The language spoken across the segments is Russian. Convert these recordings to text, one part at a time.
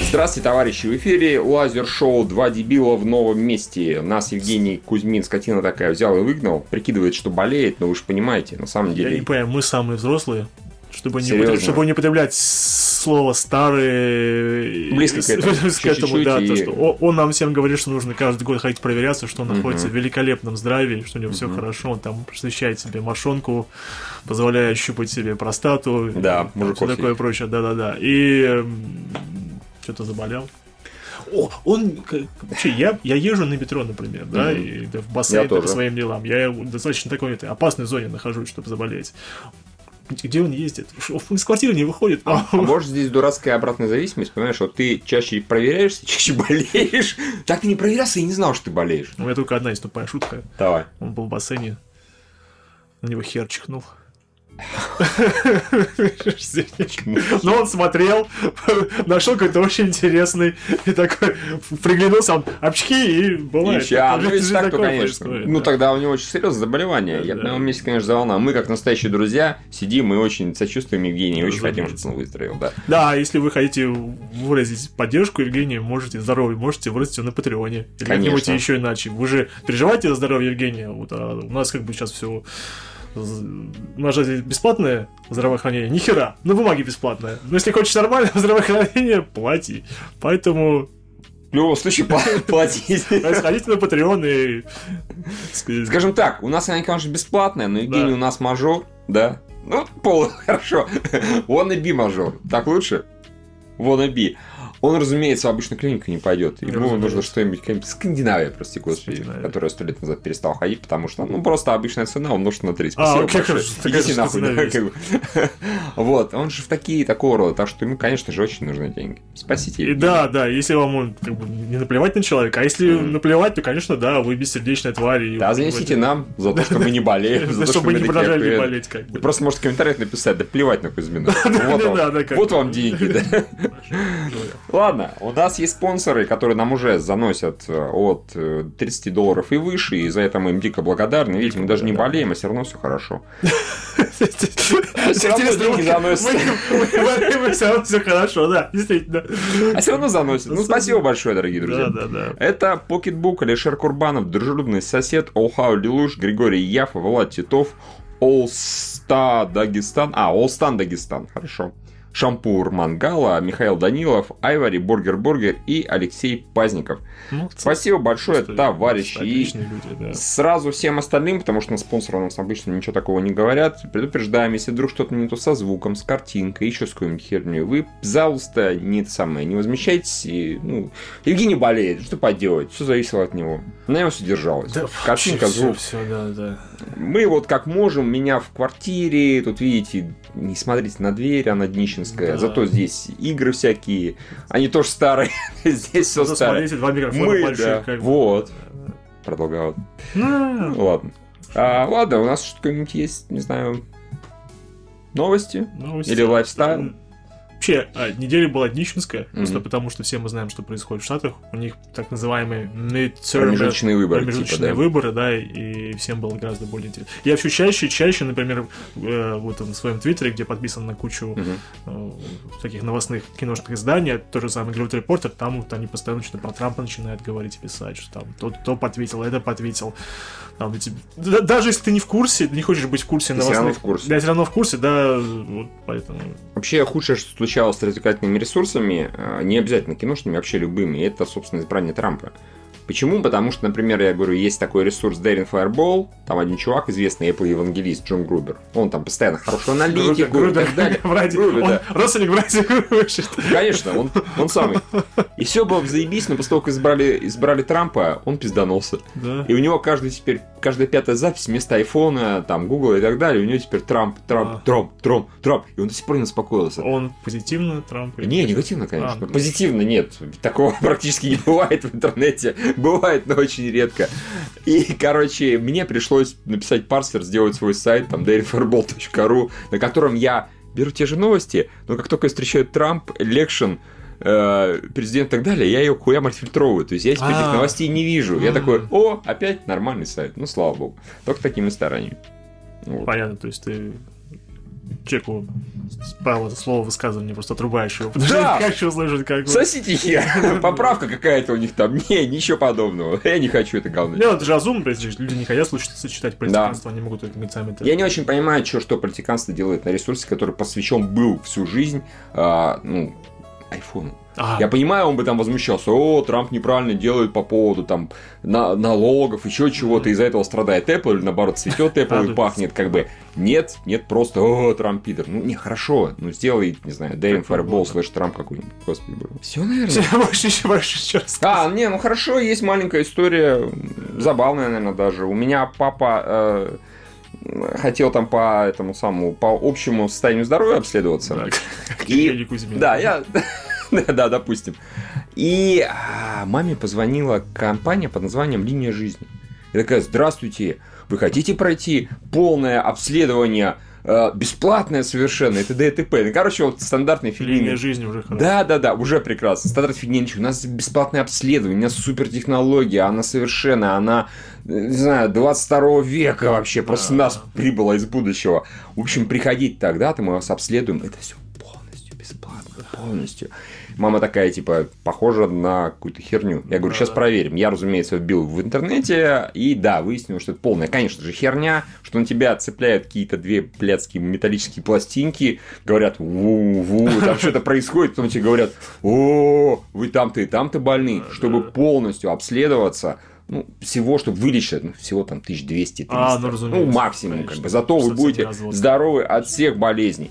Здравствуйте, товарищи! В эфире лазер-шоу «Два дебила в новом месте». Нас Евгений Кузьмин, скотина такая, взял и выгнал. Прикидывает, что болеет, но вы же понимаете, на самом деле... Я не понимаю, мы самые взрослые, чтобы не употреблять слово «старые». Близко к этому. Чуть-чуть, да, то, что он нам всем говорит, что нужно каждый год ходить проверяться, что он находится в великолепном здравии, что у него все хорошо, он там просвещает себе мошонку, позволяет щупать себе простату. Да, все такое прочее, да-да-да. И... что-то заболел. Я езжу на метро, например, да, и в бассейн по своим делам. Я в достаточно такой опасной зоне нахожусь, чтобы заболеть. Где он ездит? Из квартиры не выходит. Может, здесь дурацкая обратная зависимость, понимаешь, вот ты чаще проверяешься, чаще болеешь. Так ты не проверялся и не знал, что ты болеешь. У меня только одна есть тупая шутка. Давай. Он был в бассейне, на него хер чихнул. Но он смотрел, нашел какой-то очень интересный и такой приглянулся, он обчхи и бывает. Ну если так, то конечно. Ну тогда у него очень серьезное заболевание. Я на его месте, конечно, заволнован. Мы, как настоящие друзья, сидим и очень сочувствуем Евгению, очень хотим, чтобы он выздоровел. Да, если вы хотите выразить поддержку Евгению, можете выразить ее на Патреоне. Или как-нибудь еще иначе. Вы же переживаете за здоровье Евгения, а у нас как бы сейчас все. У нас же бесплатное здравоохранение, ни хера, на бумаге бесплатное. Но если хочешь нормальное здравоохранение, плати. Поэтому... В любом случае, платить. Сходите на Patreon и... Скажем так, у нас она, конечно, бесплатная, но Евгений у нас мажор, да? Ну, хорошо. Wannabe мажор. Так лучше? Wannabe. Он, разумеется, в обычную клинику не пойдет. Ему нужно что-нибудь, какая-нибудь Скандинавия, прости господи, которая 100 лет назад перестал ходить, потому что, просто обычная цена умножить на 3. Спасибо большое. Идите нахуй. Вот, он же в такого рода, так что ему, конечно же, очень нужны деньги. Спасите. Да, если вам не наплевать на человека, а если наплевать, то, конечно, да, вы бессердечная тварь. Да, занесите нам за то, что мы не болеем, за то, что мы не продолжали болеть. Просто можете в комментариях написать, да плевать на Кузьмина. Вот вам деньги, да. Ладно, у нас есть спонсоры, которые нам уже заносят от $30 и выше, и за это мы им дико благодарны. Видите, мы даже не болеем, а все равно все хорошо. Все равно деньги заносят. Все равно все хорошо, да, действительно. А все равно заносят. Спасибо большое, дорогие друзья. Да. Это Pocketbook, Алишер Курбанов, дружелюбный сосед, Олхау Лилуш, Григорий Яфа, Влад Титов, Олстан Дагестан, хорошо. Шампур Мангала, Михаил Данилов, Айвари, Бургер и Алексей Пазников. Спасибо большое, товарищи. И люди, да. Сразу всем остальным, потому что на спонсоры у нас обычно ничего такого не говорят, предупреждаем, если вдруг что-то не то со звуком, с картинкой, еще с какой-нибудь херней, вы, пожалуйста, не возмещайтесь. Евгений болеет, что поделать, все зависело от него. На него все держалось. Да, картинка, звук. Все, да. Мы вот как можем, меня в квартире, тут видите, не смотрите на дверь, она днищенская, да. Зато здесь игры всякие, они тоже старые, здесь все старое. Смотрите, 2 микрофона больших. Да. Вот. Продолговато. Ладно. Ладно, у нас что-нибудь есть, не знаю, новости? Или лайфстайл? Вообще, неделя была днищенская, просто потому что все мы знаем, что происходит в Штатах. У них так называемые промежуточные выборы, да, и всем было гораздо более интересно. Я все чаще, например, вот на своем твиттере, где подписан на кучу таких новостных киношных изданий, тот же самый Голливуд Репортер, там вот они постоянно что-то про Трампа начинают говорить и писать, что там то подтвитил, это подтвитил. Там, даже если ты не в курсе, ты не хочешь быть в курсе новостных... Я все равно в курсе, да, вот поэтому... Вообще, худшее, что случалось с развлекательными ресурсами, не обязательно киношными, вообще любыми, это, собственно, избрание Трампа. Почему? Потому что, например, я говорю, есть такой ресурс Daring Fireball, там один чувак, известный Apple-евангелист Джон Грубер, он там постоянно хорошую аналитику и так далее. Он родственник братья Грубер. Конечно, он самый. И все было заебись, но после того, как избрали Трампа, он пизданулся. Да. И у него каждая 5-я запись вместо айфона, там, Google и так далее, у него теперь Трамп. И он до сих пор не успокоился. Он позитивно Трамп? Не, негативно, конечно. Позитивно нет. Такого практически не бывает в интернете. Бывает, но очень редко. И, короче, мне пришлось написать парсер, сделать свой сайт, там, dailyfireball.ru, на котором я беру те же новости, но как только я встречаю Трамп, election, президент и так далее, я ее хуям отфильтровываю. То есть я теперь этих новостей не вижу. Я такой, опять нормальный сайт. Ну, слава богу. Только такими стараниями. Вот. Понятно, то есть ты человеку право слова высказывания просто отрубающего. Да! Хочу услышать, как вы... Сосите хер. Поправка какая-то у них там. Не, ничего подобного. Я не хочу это говно. Это же разумно, если люди не хотят слушать, читать политиканство, они могут только сами это... Я не очень понимаю, что политиканство делает на ресурсе, который посвящен был всю жизнь, айфону. Я понимаю, он бы там возмущался, Трамп неправильно делает по поводу там налогов, еще чего-то, из-за этого страдает Apple, или наоборот цветет Apple и пахнет, как бы. Нет, просто, Трамп пидор. Ну, не, хорошо, сделай, не знаю, Daring Fireball / Трамп какой-нибудь. Господи, боже. Все, наверное. Больше еще раз. Хорошо, есть маленькая история, забавная, наверное, даже. У меня папа... хотел там по общему состоянию здоровья обследоваться. Да, допустим. И маме позвонила компания под названием «Линия жизни». И такая: здравствуйте, вы хотите пройти полное обследование, бесплатное совершенно, это ДТП. Вот стандартный фигня. Линия жизни уже хорошо. Да, уже прекрасно. Стандартная фигня, ничего. У нас бесплатное обследование, у нас супертехнология, она совершенная, она, не знаю, 22 века вообще, просто нас прибыла из будущего. В общем, приходите тогда-то, мы вас обследуем. Это все полностью бесплатно, полностью. Мама такая, похожа на какую-то херню. Я говорю, сейчас проверим. Я, разумеется, вбил в интернете, и выяснил, что это полная, конечно же, херня, что на тебя цепляют какие-то две блядские металлические пластинки, говорят, там что-то происходит, потом тебе говорят, вы там-то и там-то больны, чтобы полностью обследоваться. Всего, чтобы вылечить, всего там 1200-300. Максимум, конечно. Зато вы будете здоровы от всех болезней.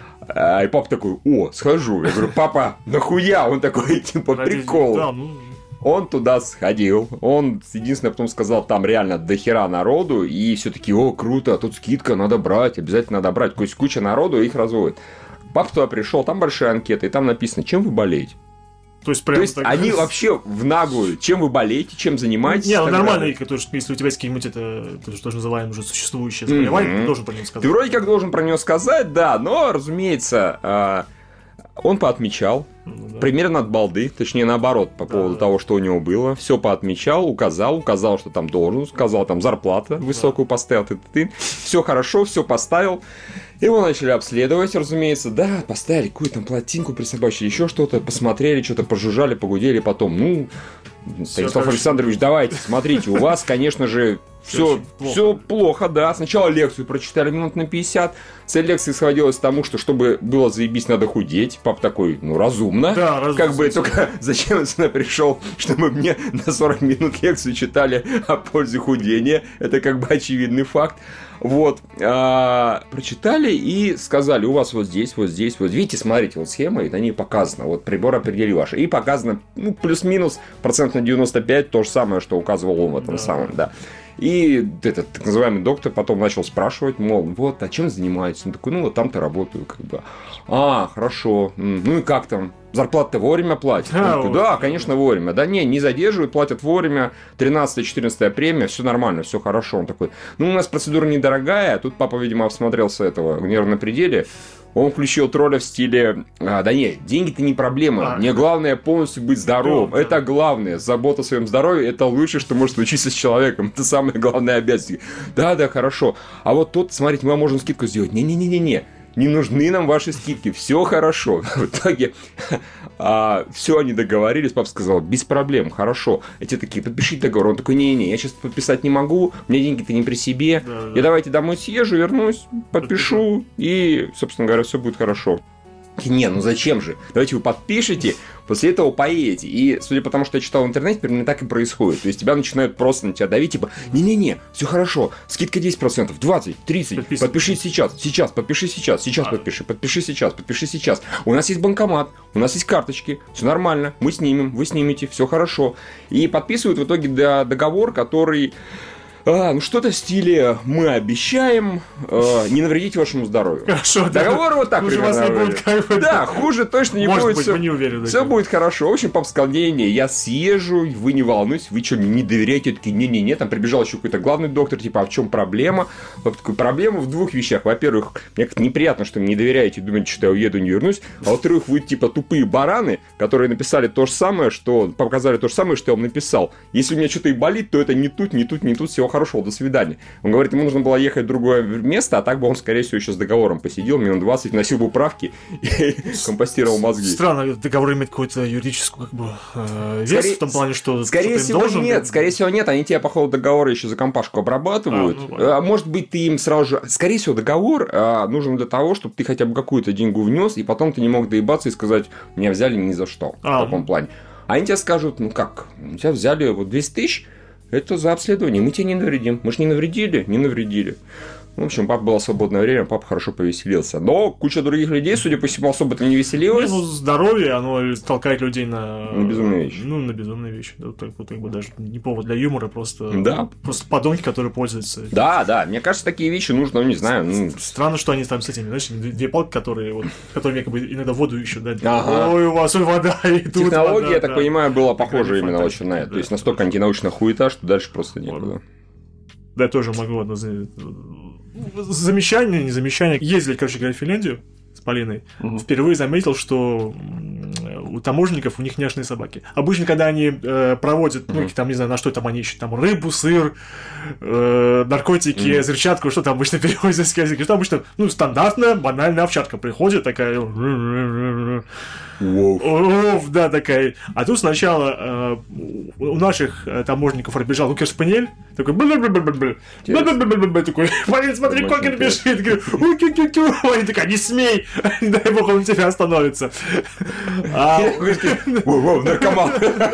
И папа такой: схожу. Я говорю: папа, нахуя? Он такой, прикол. Он туда сходил. Он, единственное, потом сказал, там реально дохера народу. И все таки: круто, тут скидка, надо брать, обязательно надо брать. Куча народу, их разводят. Папа туда пришел, там большая анкета, и там написано: чем вы болеете. То есть они вообще в наглую, чем вы болеете, чем занимаетесь. Нормально, если у тебя есть какие-нибудь, это что же называем уже существующее заболевание, ты должен про него сказать. Ты вроде как должен про него сказать, да, но, разумеется, он поотмечал, примерно от балды, точнее наоборот, по поводу того, что у него было. Все поотмечал, указал, что там должен, сказал, там зарплата высокую поставил, все хорошо, все поставил. Его начали обследовать, разумеется. Да, поставили какую-то там пластинку присобачили, еще что-то, посмотрели, что-то пожужжали, погудели, потом, Станислав Александрович, давайте, смотрите, у вас, конечно же, все плохо, да. Сначала лекцию прочитали минут на 50. Цель лекции сводилась к тому, что чтобы было заебись, надо худеть. Папа такой: разумно. Да, разумно. Только зачем я сюда пришел, чтобы мне на 40 минут лекцию читали о пользе худения. Это очевидный факт. Прочитали и сказали: у вас вот здесь. Видите, смотрите, схема, и на ней показано. Прибор определил ваш. И показано, плюс-минус, 95% то же самое, что указывал он в этом самом, да. И этот так называемый доктор потом начал спрашивать, мол, а чем занимаетесь? Он такой: там-то работаю, хорошо. И как там? Зарплату-то вовремя платят? Да, конечно, вовремя. Да не задерживают, платят вовремя. 13-14 премия, все нормально, все хорошо. Он такой: у нас процедура недорогая. Тут папа, видимо, обсмотрелся этого нервно на пределе. Он включил тролля в стиле: деньги-то не проблема. Мне главное полностью быть здоровым. Это главное. Забота о своем здоровье — это лучшее, что может случиться с человеком. Это самая главная обязанность. Да, хорошо. А тут, смотрите, мы можем скидку сделать. Не нужны нам ваши скидки, все хорошо. В итоге все они договорились, папа сказал: без проблем, хорошо. Эти такие: подпишите договор. Он такой: не, я сейчас подписать не могу, у меня деньги-то не при себе. Я давайте домой съезжу, вернусь, подпишу, и, собственно говоря, все будет хорошо. Зачем же? Давайте вы подпишите, после этого поедете. И, судя по тому, что я читал в интернете, примерно так и происходит. То есть тебя начинают просто на тебя давить, не, все хорошо, скидка 10%, 20%, 30%, подпиши сейчас, подпиши сейчас. У нас есть банкомат, у нас есть карточки, все нормально, мы снимем, вы снимете, все хорошо. И подписывают в итоге договор, который... что-то в стиле: мы обещаем не навредить вашему здоровью. Хорошо, договор вот так хуже вас не будет. Да, хуже точно не будет. Может быть, мы не уверены. Все будет хорошо. В общем, папа сказал: не, я съезжу, вы не волнуйтесь, вы что, мне не доверяете? Такие: не, там прибежал еще какой-то главный доктор, а в чем проблема? Папа такой: проблема в двух вещах. Во-первых, мне как-то неприятно, что вы не доверяете, думаете, что я уеду, не вернусь. А во-вторых, вы тупые бараны, которые написали то же самое, что... Показали то же самое, что я вам написал. Если у меня что-то и болит, то это не тут, всего хорошего, до свидания. Он говорит, ему нужно было ехать в другое место, а так бы он, скорее всего, еще с договором посидел минут 20, носил бы правки и компостировал мозги. Странно, договор имеет какую-то юридическую, как бы, вес в том плане, что скорее всего, должен... нет, скорее всего, нет, они тебя по ходу договора еще за компашку обрабатывают. Может быть, ты им сразу же... Скорее всего, договор нужен для того, чтобы ты хотя бы какую-то деньгу внес, и потом ты не мог доебаться и сказать, меня взяли ни за что, в таком плане. А они тебе скажут, ну как, тебя взяли вот 200 тысяч, это за обследование, мы тебе не навредим. Мы же не навредили? Не навредили. В общем, папа было свободное время, папа хорошо повеселился. Но куча других людей, судя по всему, особо-то не веселилась. Ну, здоровье, оно толкает людей на безумные вещи. Ну, на безумные вещи. Это как бы даже не повод для юмора, просто подонки, которые пользуются. Да, мне кажется, такие вещи нужно, ну, не знаю. Странно, что они там с этими, знаешь, две палки, которыми якобы иногда воду ищут, да. Ой, у вас вода, и тут технология, вода, я так понимаю, была похожа именно очень на это. То есть настолько антинаучная хуета, что дальше просто некуда. Да, я тоже могу одно замечание, не замечание. Ездили, короче говоря, в Финляндию с Полиной. Впервые заметил, что у таможенников у них няшные собаки. Обычно, когда они проводят, ну, там, не знаю, на что там они ищут, там, рыбу, сыр, наркотики, взрывчатку, что там обычно перевозят, что обычно, ну, стандартная, банальная овчарка приходит, такая... Да, такая. А тут сначала у наших таможенников пробежал Лукер-спаниель, такой такой, блин, смотри, кокер бежит, они такая, не смей, дай бог, он тебя остановится. Наркоман.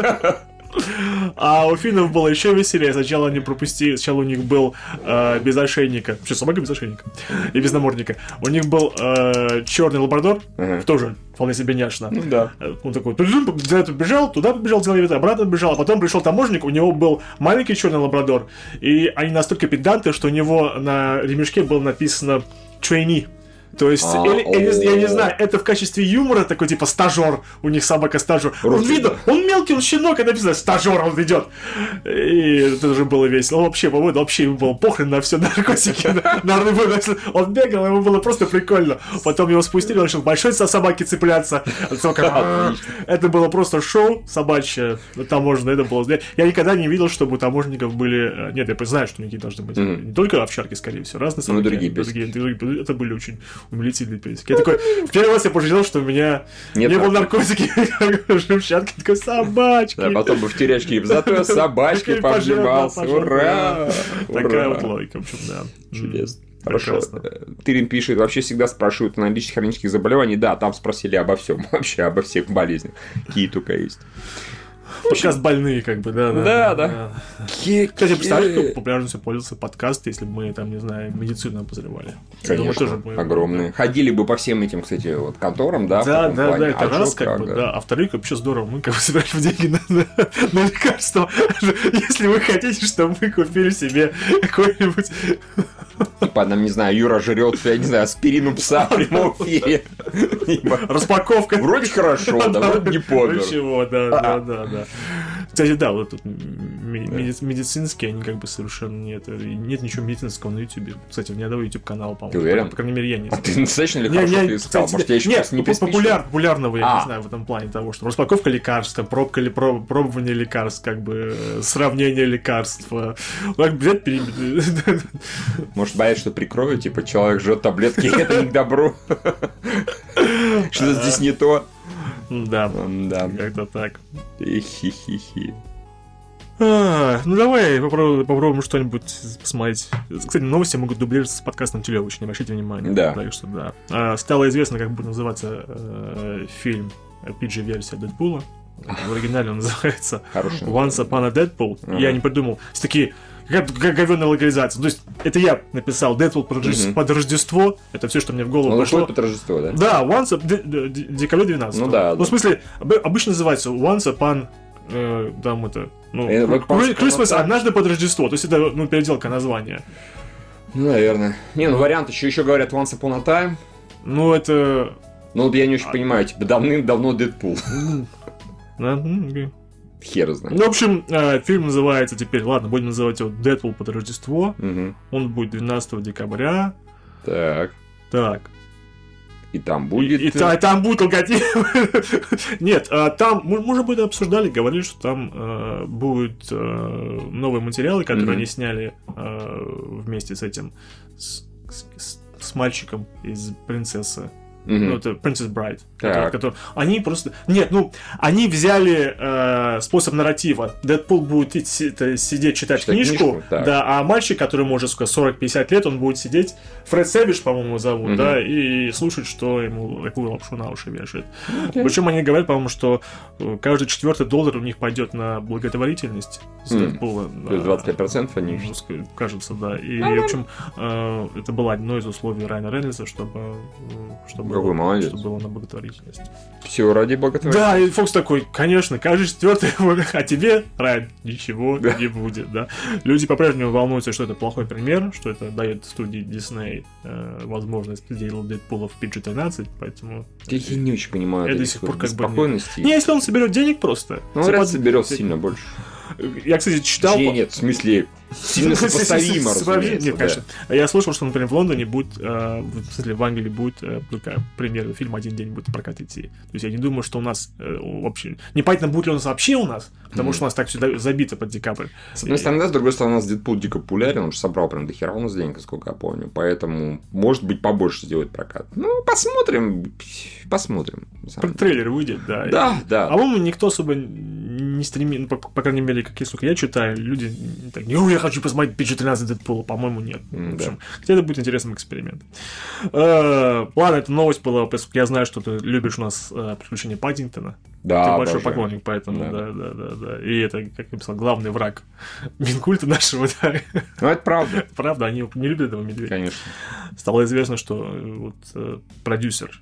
А у финнов было еще веселее. Сначала они пропустили, сначала у них был без ошейника, вообще собака без ошейника и без намордника. У них был черный лабрадор, тоже вполне себе няшно. Да. Он такой бежал, туда побежал, деловито, обратно бежал, а потом пришел таможенник, у него был маленький черный лабрадор, и они настолько педанты, что у него на ремешке было написано «trainee». То есть, я не знаю, это в качестве юмора такой, типа, стажер, у них собака-стажер. Он видно, он мелкий, он щенок, и написано, стажер, он идет. И это уже было весело. Он вообще ему было похрен на все наркотики, на рыбу. Он бегал, ему было просто прикольно. Потом его спустили, он начал большой со собаки цепляться. Это было просто шоу собачье, таможенное, это было... Я никогда не видел, чтобы у таможенников были... Нет, я знаю, что у них должны быть не только овчарки, скорее всего, разные собаки. Другие песики. Это были очень... умилительный песик. Я такой, в первый раз я пожалел, что у меня не было наркотики, живчатки, такой, собачки. Да, потом бы в терячке, зато собачки пожимался, ура! Такая вот логика, в общем, да. Чудесно. Хорошо. Тырин пишет, вообще всегда спрашивают о наличии хронических заболеваний. Да, там спросили обо всем, вообще обо всех болезнях, какие только есть. Подкаст больные, как бы, да. Да. Кстати, представляешь, какой популярностью пользовался подкаст, если бы мы, там, не знаю, медицину обозревали? Конечно, думаю, огромные. Ходили бы по всем этим, кстати, вот конторам, да? Да, это раз, как бы, да. А во-вторых, вообще здорово, мы как бы собираем деньги на лекарства. Если вы хотите, чтобы мы купили себе какой-нибудь... Типа, нам, не знаю, Юра жрет, я не знаю, аспирин у пса в прямом эфире. Распаковка. Вроде хорошо, да, вроде не помер. Ничего, да. Кстати, да, вот тут медицинские, они как бы совершенно нет ничего медицинского на Ютубе. Кстати, ни одного YouTube-канала, по-моему. Ты уверен? По крайней мере, я не знаю. А ты достаточно ли хорошо ты искал? Может, я еще просто не приспичил? Популярного, я не знаю, в этом плане того, что распаковка лекарств, там, пробка или пробование лекарств, как бы, сравнение лекарств. Взять может, боятся, что прикроют, типа, человек жрет таблетки, это не к добру. Что здесь не то. Да, как-то так. Хи-хи-хи. Ну давай попробуем что-нибудь посмотреть. Кстати, новости могут дублироваться с подкастом Телевыч, не обращайте внимания. Да. Так что да. Стало известно, как будет называться фильм PG-версия Дэдпула. В оригинале он называется Once Upon a Deadpool. Я не придумал. Такие, как говёная локализация. То есть, это я написал Дэдпул под Рождество. Это все, что мне в голову пришло. под Рождество, да? Да, декабря 12. Ну да. Ну, в смысле, обычно называется Once Upon... там это... Christmas однажды под Рождество. То есть, это переделка названия. Ну, наверное. Вариант еще говорят Once Upon a Time. Ну, это... Ну, я не очень понимаю, типа, давным-давно Дэдпул. Хер знает. Ну, в общем, фильм называется теперь, ладно, будем называть его «Дэдпул под Рождество». Он будет 12 декабря. Так. И там будет... И там будет логотип. Нет, там, мы уже об этом обсуждали, говорили, что там будут новые материалы, которые они сняли вместе с этим, с мальчиком из «Принцессы». Ну, это Princess Bride. Который... Они просто... Нет, они взяли способ нарратива. Дэдпул будет сидеть, читать книжку, да, а мальчик, который может, 40-50 лет, он будет сидеть, Фред Сэвидж, по-моему, его зовут, да, и слушать, что ему какую лапшу на уши вешает. Причем они говорят, по-моему, что каждый $4 у них пойдет на благотворительность с Дэдпула. То есть 25% они... Кажется, да. И, в общем, это было одно из условий Райана Рейнольдса, чтобы какой молодец. Чтобы было на благотворительность. Все ради благотворительности. Да, и Фокс такой, конечно, каждый 4, а тебе, Райан, ничего не будет, да. Люди по-прежнему волнуются, что это плохой пример, что это дает студии Дисней возможность делать Дэдпула в PG-13, поэтому... Я не очень понимаю. Я до сих пор как бы... Спокойности. Не, если он соберет денег просто. Ну, вряд ли соберет сильно больше. Я, кстати, читал... Нет, в смисле, сильно сопоставимо, разумеется. Нет, конечно. Я слышал, что, например, в Лондоне будет, в смысле, в Англии будет только премьера фильма «Один день» будет прокат идти. То есть я не думаю, что у нас вообще... Непонятно, будет ли у нас вообще у нас, потому что у нас так все забито под декабрь. С одной стороны, да, с другой стороны, у нас Дэдпул дико популярен, он же собрал прям до хера у нас денег, сколько я помню. Поэтому, может быть, побольше сделает прокат. Ну, посмотрим. Про трейлер выйдет, да. Да. А по-моему, никто особо не стремится, по крайней мере, как сколько я читаю, люди так, я хочу посмотреть PG-13 Дэдпула, по-моему, нет. В общем, хотя это будет интересным экспериментом. Ладно, эта новость была, поскольку я знаю, что ты любишь у нас приключения Паддингтона. Да, ты большой поклонник, поэтому, да. И это, как я писал, главный враг Минкульта нашего, да. Ну, это правда. Правда, они не любят этого медведя. Конечно. Стало известно, что вот продюсер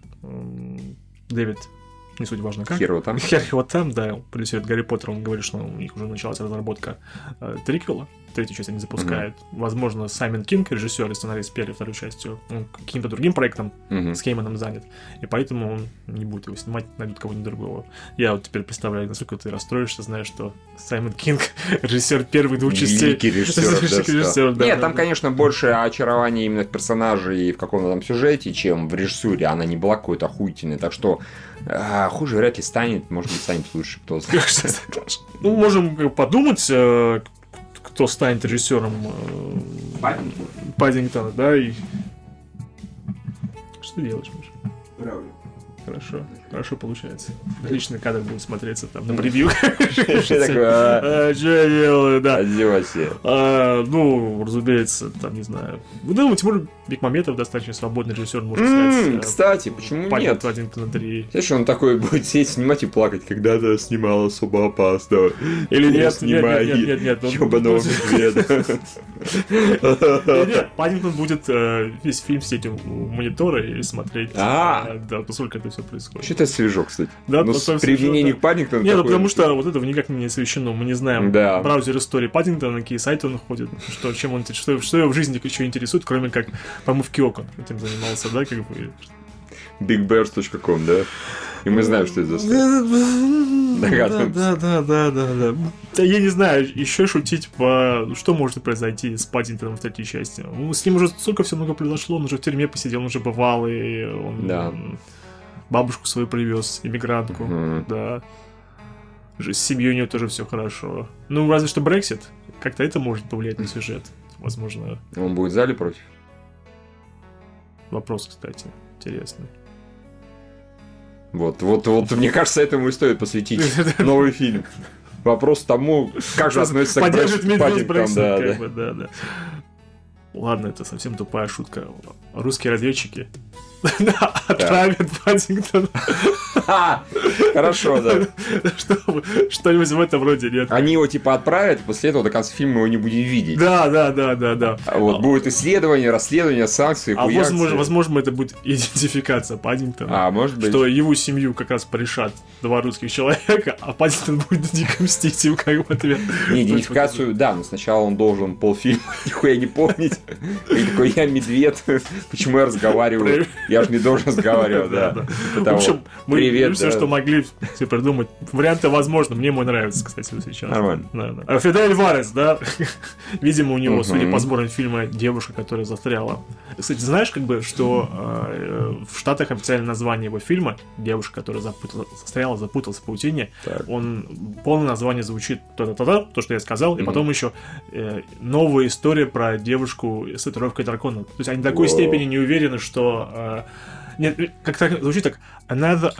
Дэвид, не суть важно как. Хер его там, да, продюсер Гарри Поттера, он говорит, что у них уже началась разработка триквела. Третью часть они запускают. Возможно, Саймон Кинг, режиссер и сценарист первой и второй частью, он каким-то другим проектом с Хейманом занят. И поэтому он не будет его снимать, найдут кого-нибудь другого. Я вот теперь представляю, насколько ты расстроишься, зная, что Саймон Кинг, режиссер первых 2 частей. Великий режиссер, да. Нет, там, конечно, больше очарования именно в персонаже и в каком-то там сюжете, чем в режиссуре. Она не была какой-то охуительной. Так что хуже вряд ли станет. Может быть, станет лучше, кто знает. Ну, можем подумать, кто станет режиссером Паддингтона, да, и... Что ты делаешь, Миша? Правильно. Хорошо получается. Отличный кадр будет смотреться там на превью. Что такое? Что я делаю, да. Одевайся. Ну, разумеется, там, не знаю. Ну, Тимур Бекмамбетов достаточно свободный режиссер, можно сказать. Кстати, почему нет? Паддингтона 3. Знаешь, он такой будет сидеть, снимать и плакать, когда-то снимал особо опасно. Или нет? Нет. Ёбаного медведя. Нет, Паддингтон будет весь фильм сидеть у монитора и смотреть, да, поскольку это все происходит. Что-то свежо, кстати. Да, но с применением к Паддингтону... Нет, потому что вот этого никак не освещено. Мы не знаем браузер истории Паддингтона, на какие сайты он ходит, что его в жизни еще интересует, кроме как, по-моему, в Киоко этим занимался, да, как бы... bigbears.com, да? И мы знаем, что это за сайт. Да. Я не знаю, еще шутить что может произойти с Паддингтоном в третьей части. С ним уже столько все много произошло, он уже в тюрьме посидел, он уже бывалый, он бабушку свою привез, иммигрантку, да. С семьей у него тоже все хорошо. Ну, разве что Брексит. Как-то это может повлиять на сюжет. Возможно. Он будет в зале против? Вопрос, кстати, интересный. Вот, мне кажется, этому и стоит посвятить новый фильм. Вопрос тому, как же относится к поддержит медведь Брексит, как бы, да. Ладно, это совсем тупая шутка. Русские разведчики отправят Паддингтона. Хорошо, да. Что-нибудь в этом роде, нет? Они его типа отправят, после этого до конца фильма мы его не будем видеть. Да. Вот будет исследование, расследование, санкции, хуякции. Возможно, это будет идентификация Паддингтона. Может быть. Что его семью как раз порешат 2 русских человека, а Паддингтон будет дико мстить им как в ответ. Не, идентификацию, да, но сначала он должен полфильма нихуя не помнить. И такой, я медведь, почему я разговариваю? Я же не должен разговаривать, да. В общем, привет, привет. Все, что могли все придумать. Варианты возможны. Мне мой нравится, кстати, сейчас. Нормально. Да. Фидель Варес, да? Видимо, у него, судя по сборам фильма, девушка, которая застряла. Кстати, знаешь, что в Штатах официальное название его фильма «Девушка, которая запуталась в паутине», полное название звучит то, что я сказал, и потом еще новая история про девушку с татуировкой дракона. То есть они до такой степени не уверены, что... Нет, как-то звучит так. Another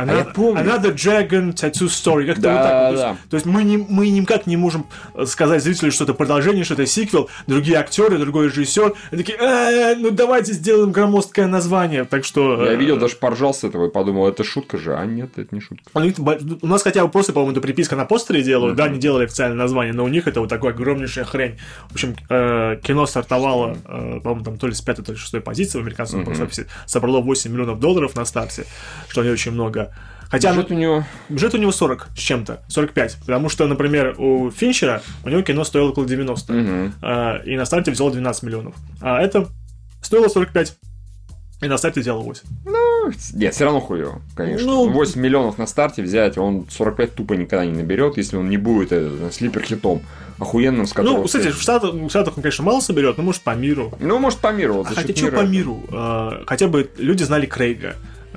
Dragon Tattoo Story. Как-то вот так. Да. То есть мы никак не можем сказать зрителю, что это продолжение, что это сиквел, другие актеры, другой режиссер. Они такие, ну давайте сделаем громоздкое название. Так что... Я видел, даже поржал с этого и подумал, это шутка же. А нет, это не шутка. У нас хотя бы просто, по-моему, эту приписка на постере делают. Да, не делали официальное название, но у них это вот такая огромнейшая хрень. В общем, кино стартовало, по-моему, там то ли с 5-й, то ли 6-й позиции в американском бокс-офисе. Собрало $8 миллионов на старте, что не очень много. Хотя бюджет у него 40 с чем-то, 45. Потому что, например, у Финчера у него кино стоило около 90. И на старте взяло 12 миллионов. А это стоило 45. И на старте взяло 8. Ну, нет, все равно хуёво, конечно. 8 миллионов на старте взять, он 45 тупо никогда не наберет, если он не будет слипер-хитом охуенным, с которого... Ну, кстати, в Штатах он, конечно, мало соберет, но может по миру. Ну, может по миру. Вот, хотя что по миру? Хотя бы люди знали Крейга.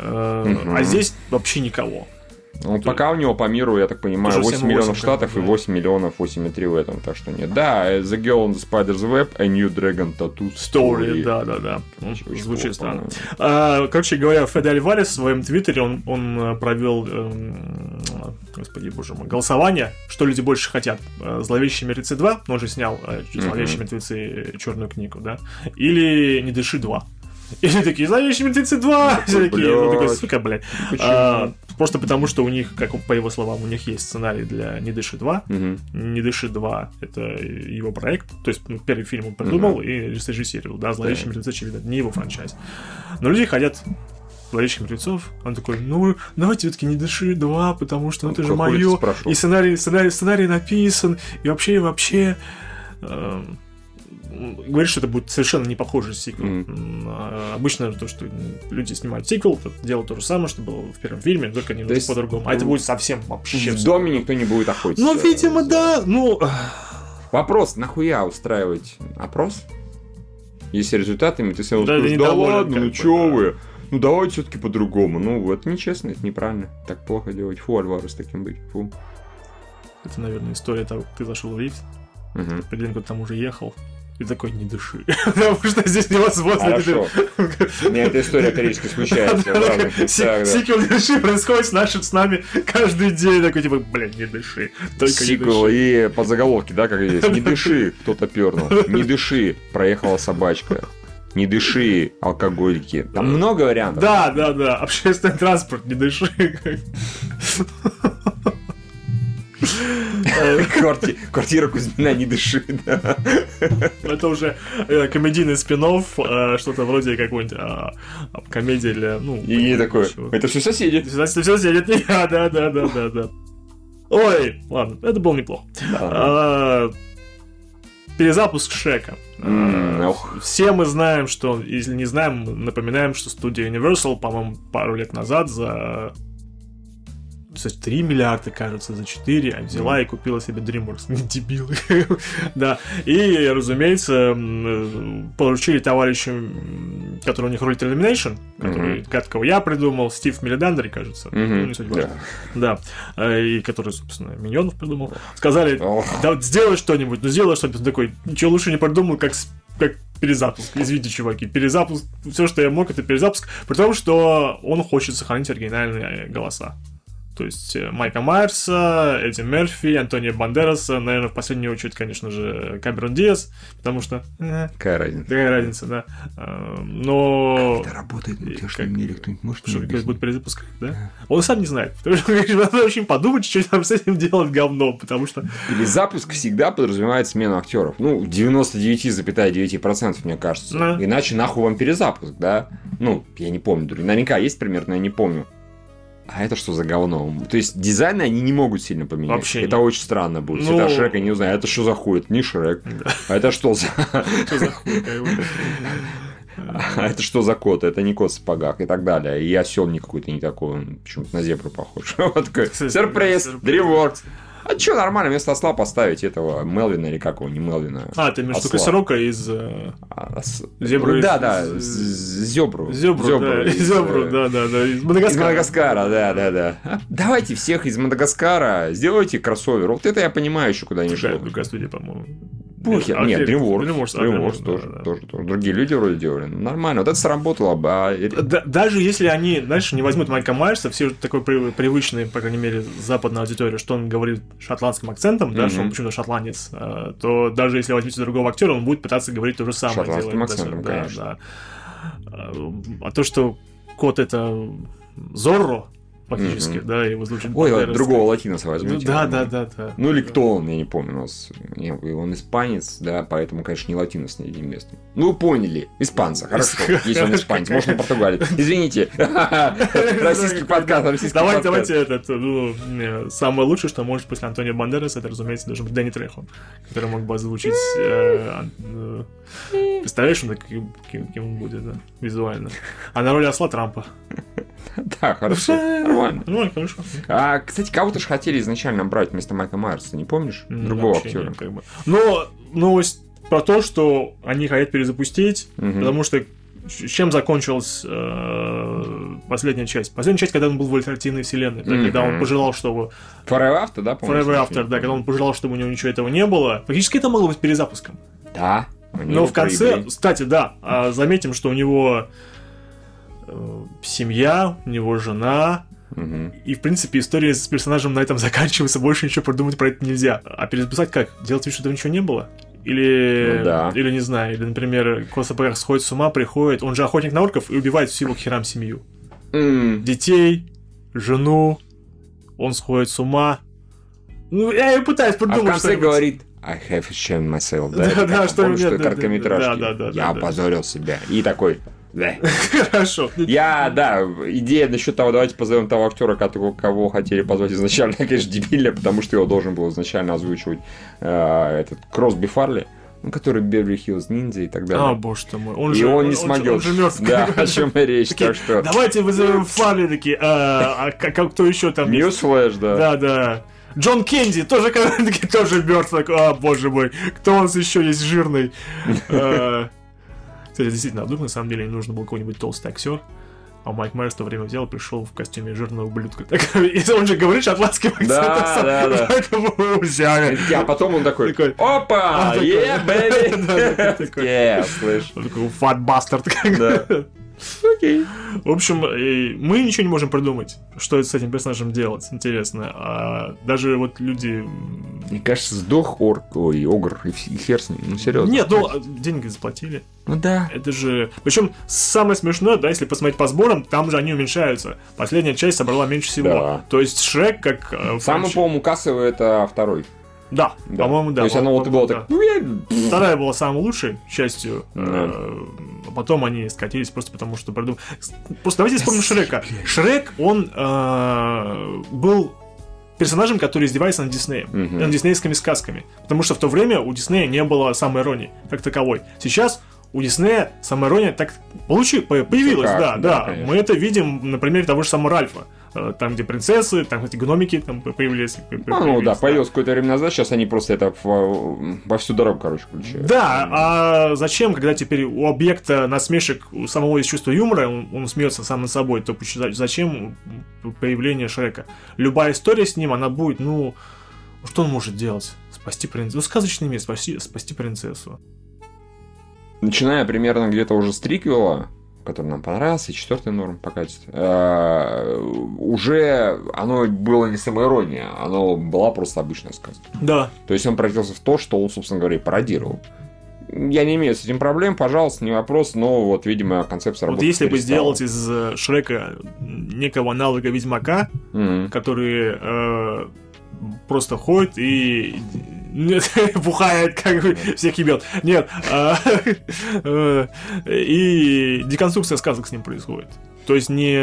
А здесь вообще никого. Ну, пока у него по миру, я так понимаю, 8 миллионов в Штатах и 8 миллионов 8,3 в этом, так что нет. Да, The Girl on the Spider's Web, A New Dragon Tattoo Story. Да. Звучит странно. Короче говоря, Феде Альварес в своем твиттере он провел, господи боже мой, голосование, что люди больше хотят. Зловещие мертвецы 2, он же снял Зловещие мертвецы черную книгу, да, или Не дыши 2. И все такие, Зловещие мертвецы 2! Все такие, сука, блядь. Просто потому, что у них, как по его словам, у них есть сценарий для «Не дыши 2». «Не дыши 2» — это его проект. То есть первый фильм он придумал и срежиссировал. Да, «Зловещие мертвецы», очевидно, не его франчайз. Но люди хотят «Зловещих мертвецов». Он такой, ну, давайте все-таки «Не дыши 2», потому что это же мое. И сценарий написан. И вообще... Говорит, что это будет совершенно не похожий сиквел. Обычно то, что люди снимают сиквел, это делают то же самое, что было в первом фильме, только немного по-другому. А это будет совсем вообще... В доме никто не будет охотиться. Ну, видимо, да. Вопрос, нахуя устраивать опрос? Если результатами ты сразу скажешь, да ладно, ну чё вы? Ну давайте все-таки по-другому. Ну, это нечестно, это неправильно. Так плохо делать. Фу, Альварес таким быть. Фу. Это, наверное, история того, как ты зашел в лифт. Определенно, кто там уже ехал. И такой, не дыши. Потому что здесь невозможно. Хорошо. У меня эта история корейской случается. Сиквел «Не дыши» происходит с нами каждый день. Такой, типа, блядь, не дыши. Сиквел и подзаголовки, да, как здесь. Не дыши, кто-то пернул. Не дыши, проехала собачка. Не дыши, алкоголики. Там много вариантов. Да. Общественный транспорт, не дыши. Квартира Кузьмина, не дыши, да. Это уже комедийный спин-офф, что-то вроде какой-нибудь комедии для, И такой, это все соседи. Это все соседи, это не я, да. Ой, ладно, это было неплохо. Перезапуск Шрека. Все мы знаем, что, если не знаем, напоминаем, что студия Universal, по-моему, пару лет назад за 3 миллиарда, кажется, за 4 взяла и купила себе DreamWorks. Дебилы. Да. И, разумеется, поручили товарищу, который у них рулит Illumination, которого я придумал, Стив Миллидандри, кажется. Не суть важно. Да. И который, собственно, Миньонов придумал. Сказали, да, сделай что-нибудь. Сделай что-нибудь. Он такой, ничего лучше не придумал, как перезапуск. Извините, чуваки. Перезапуск. Все, что я мог, это перезапуск. При том, что он хочет сохранить оригинальные голоса. То есть Майка Майерса, Эдди Мерфи, Антонио Бандераса, наверное, в последнюю очередь, конечно же, Камерон Диас, потому что... Какая разница? Какая разница, да. Но... Как это работает в утешном мире? Кто-нибудь может мне объяснить? Будет перезапускать, да? Он сам не знает. Потому что надо очень подумать, что там с этим делать говно, потому что... Перезапуск всегда подразумевает смену актеров. 99,9%, мне кажется. Иначе нахуй вам перезапуск, да? Я не помню. Наверняка есть пример, но я не помню. А это что за говно? То есть дизайны они не могут сильно поменять. Вообще это очень странно будет. Это Шрек, я не знаю, это что за хуй? Это не Шрек. Да. А это что за... Что за хуй? А это что за кот? Это не кот в сапогах и так далее. И осел не какой-то не такой, он почему-то на зебру похож. Вот такой, сюрприз, DreamWorks. А что, нормально, вместо осла поставить этого Мелвина или какого, не Мелвина. Ты имеешь в виду Косорока из Зебры? Да, Зебру, да, из Мадагаскара. Да. Давайте всех из Мадагаскара сделайте кроссовер. Вот это я понимаю еще, куда они живут. Другая студия, по-моему. Похер. Нет, DreamWorks тоже. Другие люди вроде делали. Нормально, вот это сработало бы. Даже если они, знаешь, не возьмут Майка Майерса, все такой привычный, по крайней мере, западной аудитории, что он говорит шотландским акцентом, да, что он почему-то шотландец, то даже если возьмете другого актера, он будет пытаться говорить то же самое. Шотландским акцентом, конечно. А то, что кот это Зорро, фактически, да, его звучит. Ой, другого латиноса возьмите. Да. Ну или кто он, я не помню, у нас. Он испанец, да, поэтому, конечно, не латинос на едином месте. Ну, вы поняли, испанца, хорошо, если он испанец, может, он португалец. Извините, российский подкаст, Давайте самое лучшее, что может после Антонио Бандераса, это, разумеется, должен быть Дэнни Трехо, который мог бы озвучить. Представляешь, кем он будет, да, визуально. А на роли осла Трампа. Да, хорошо. Нормально. Ну, хорошо. Кстати, кого-то же хотели изначально брать вместо Майка Майерса, не помнишь? Другого актера. Но новость про то, что они хотят перезапустить, потому что чем закончилась последняя часть? Последняя часть, когда он был в альтернативной вселенной, когда он пожелал, чтобы... Forever After, да, по-моему? Forever After, да, когда он пожелал, чтобы у него ничего этого не было. Фактически это могло быть перезапуском. Да. Но в конце, кстати, да, заметим, что у него семья, у него жена, и, в принципе, история с персонажем на этом заканчивается, больше ничего придумать про это нельзя. А перезаписать как? Делать вид, что этого ничего не было? Или не знаю, или, например, Косапер сходит с ума, приходит, он же охотник на орков и убивает всю его к херам семью. Детей, жену, он сходит с ума. Ну, я пытаюсь придумать. А в конце говорит: I have shamed myself. Да, что короткометражки. Я опозорил себя. И такой... Да. Хорошо. Идея насчет того, давайте позовем того актера, кого хотели позвать изначально, конечно, дебильная, потому что его должен был изначально озвучивать этот Кросби Фарли, который Беверли Хиллз Ниндзя и так далее. Боже ты мой. Он не смогет. Он же мертв. Да, о чем и речь. Так что... Давайте вызовем Фарли такие. Кто еще там? Ньюсфлэш, да. Да. Джон Кенди тоже мертв. Такой, боже мой. Кто у нас еще есть жирный? Кстати, действительно, вдруг на самом деле не нужно был какой-нибудь толстый актер, а Майк Майерс в то время взял и пришел в костюме жирного ублюдка. И он же говорит шотландским акцентом. Да. Поэтому взяли. А потом он такой: опа! бэби! Слышь. Он такой: фат бастард. Да. Окей. В общем, мы ничего не можем придумать, что с этим персонажем делать. Интересно. А даже вот люди... Мне кажется, сдох Огр, и хер с ним. Ну, серьезно. Нет, деньги заплатили. Ну да. Это же... Причем самое смешное, да, если посмотреть по сборам, там же они уменьшаются. Последняя часть собрала меньше всего. Да. То есть Шрек как... Самый, по-моему, кассовый это второй. Да, по-моему, да. То есть оно вот и было так... Вторая была самой лучшей частью. А потом они скатились просто потому, что придумали... Просто давайте вспомним Шрека. Шрек, он был персонажем, который издевается над Диснеем, над диснеевскими сказками. Потому что в то время у Диснея не было самоиронии как таковой. Сейчас у Диснея самоирония так появилась, да. Мы это видим на примере того же самого Ральфа. Там, где принцессы, там эти гномики там появились. Появилось какое-то время назад, сейчас они просто это во всю дорогу, включают. Да, а зачем, когда теперь у объекта насмешек у самого есть чувство юмора, он смеется сам над собой, то зачем появление Шрека? Любая история с ним, она будет, что он может делать? Спасти принцессу. Сказочный мир, спасти принцессу. Начиная примерно где-то уже с триквела, который нам понравился, и 4-й норм по качеству, уже оно было не самоирония, оно была просто обычная сказка. Да. То есть он превратился в то, что он, собственно говоря, и пародировал. Я не имею с этим проблем, пожалуйста, не вопрос, но вот, видимо, концепция работы. Вот если бы сделать из Шрека некого аналога Ведьмака, который просто ходит и бухает, как бы всех ебет. Нет. И деконструкция сказок с ним происходит. То есть не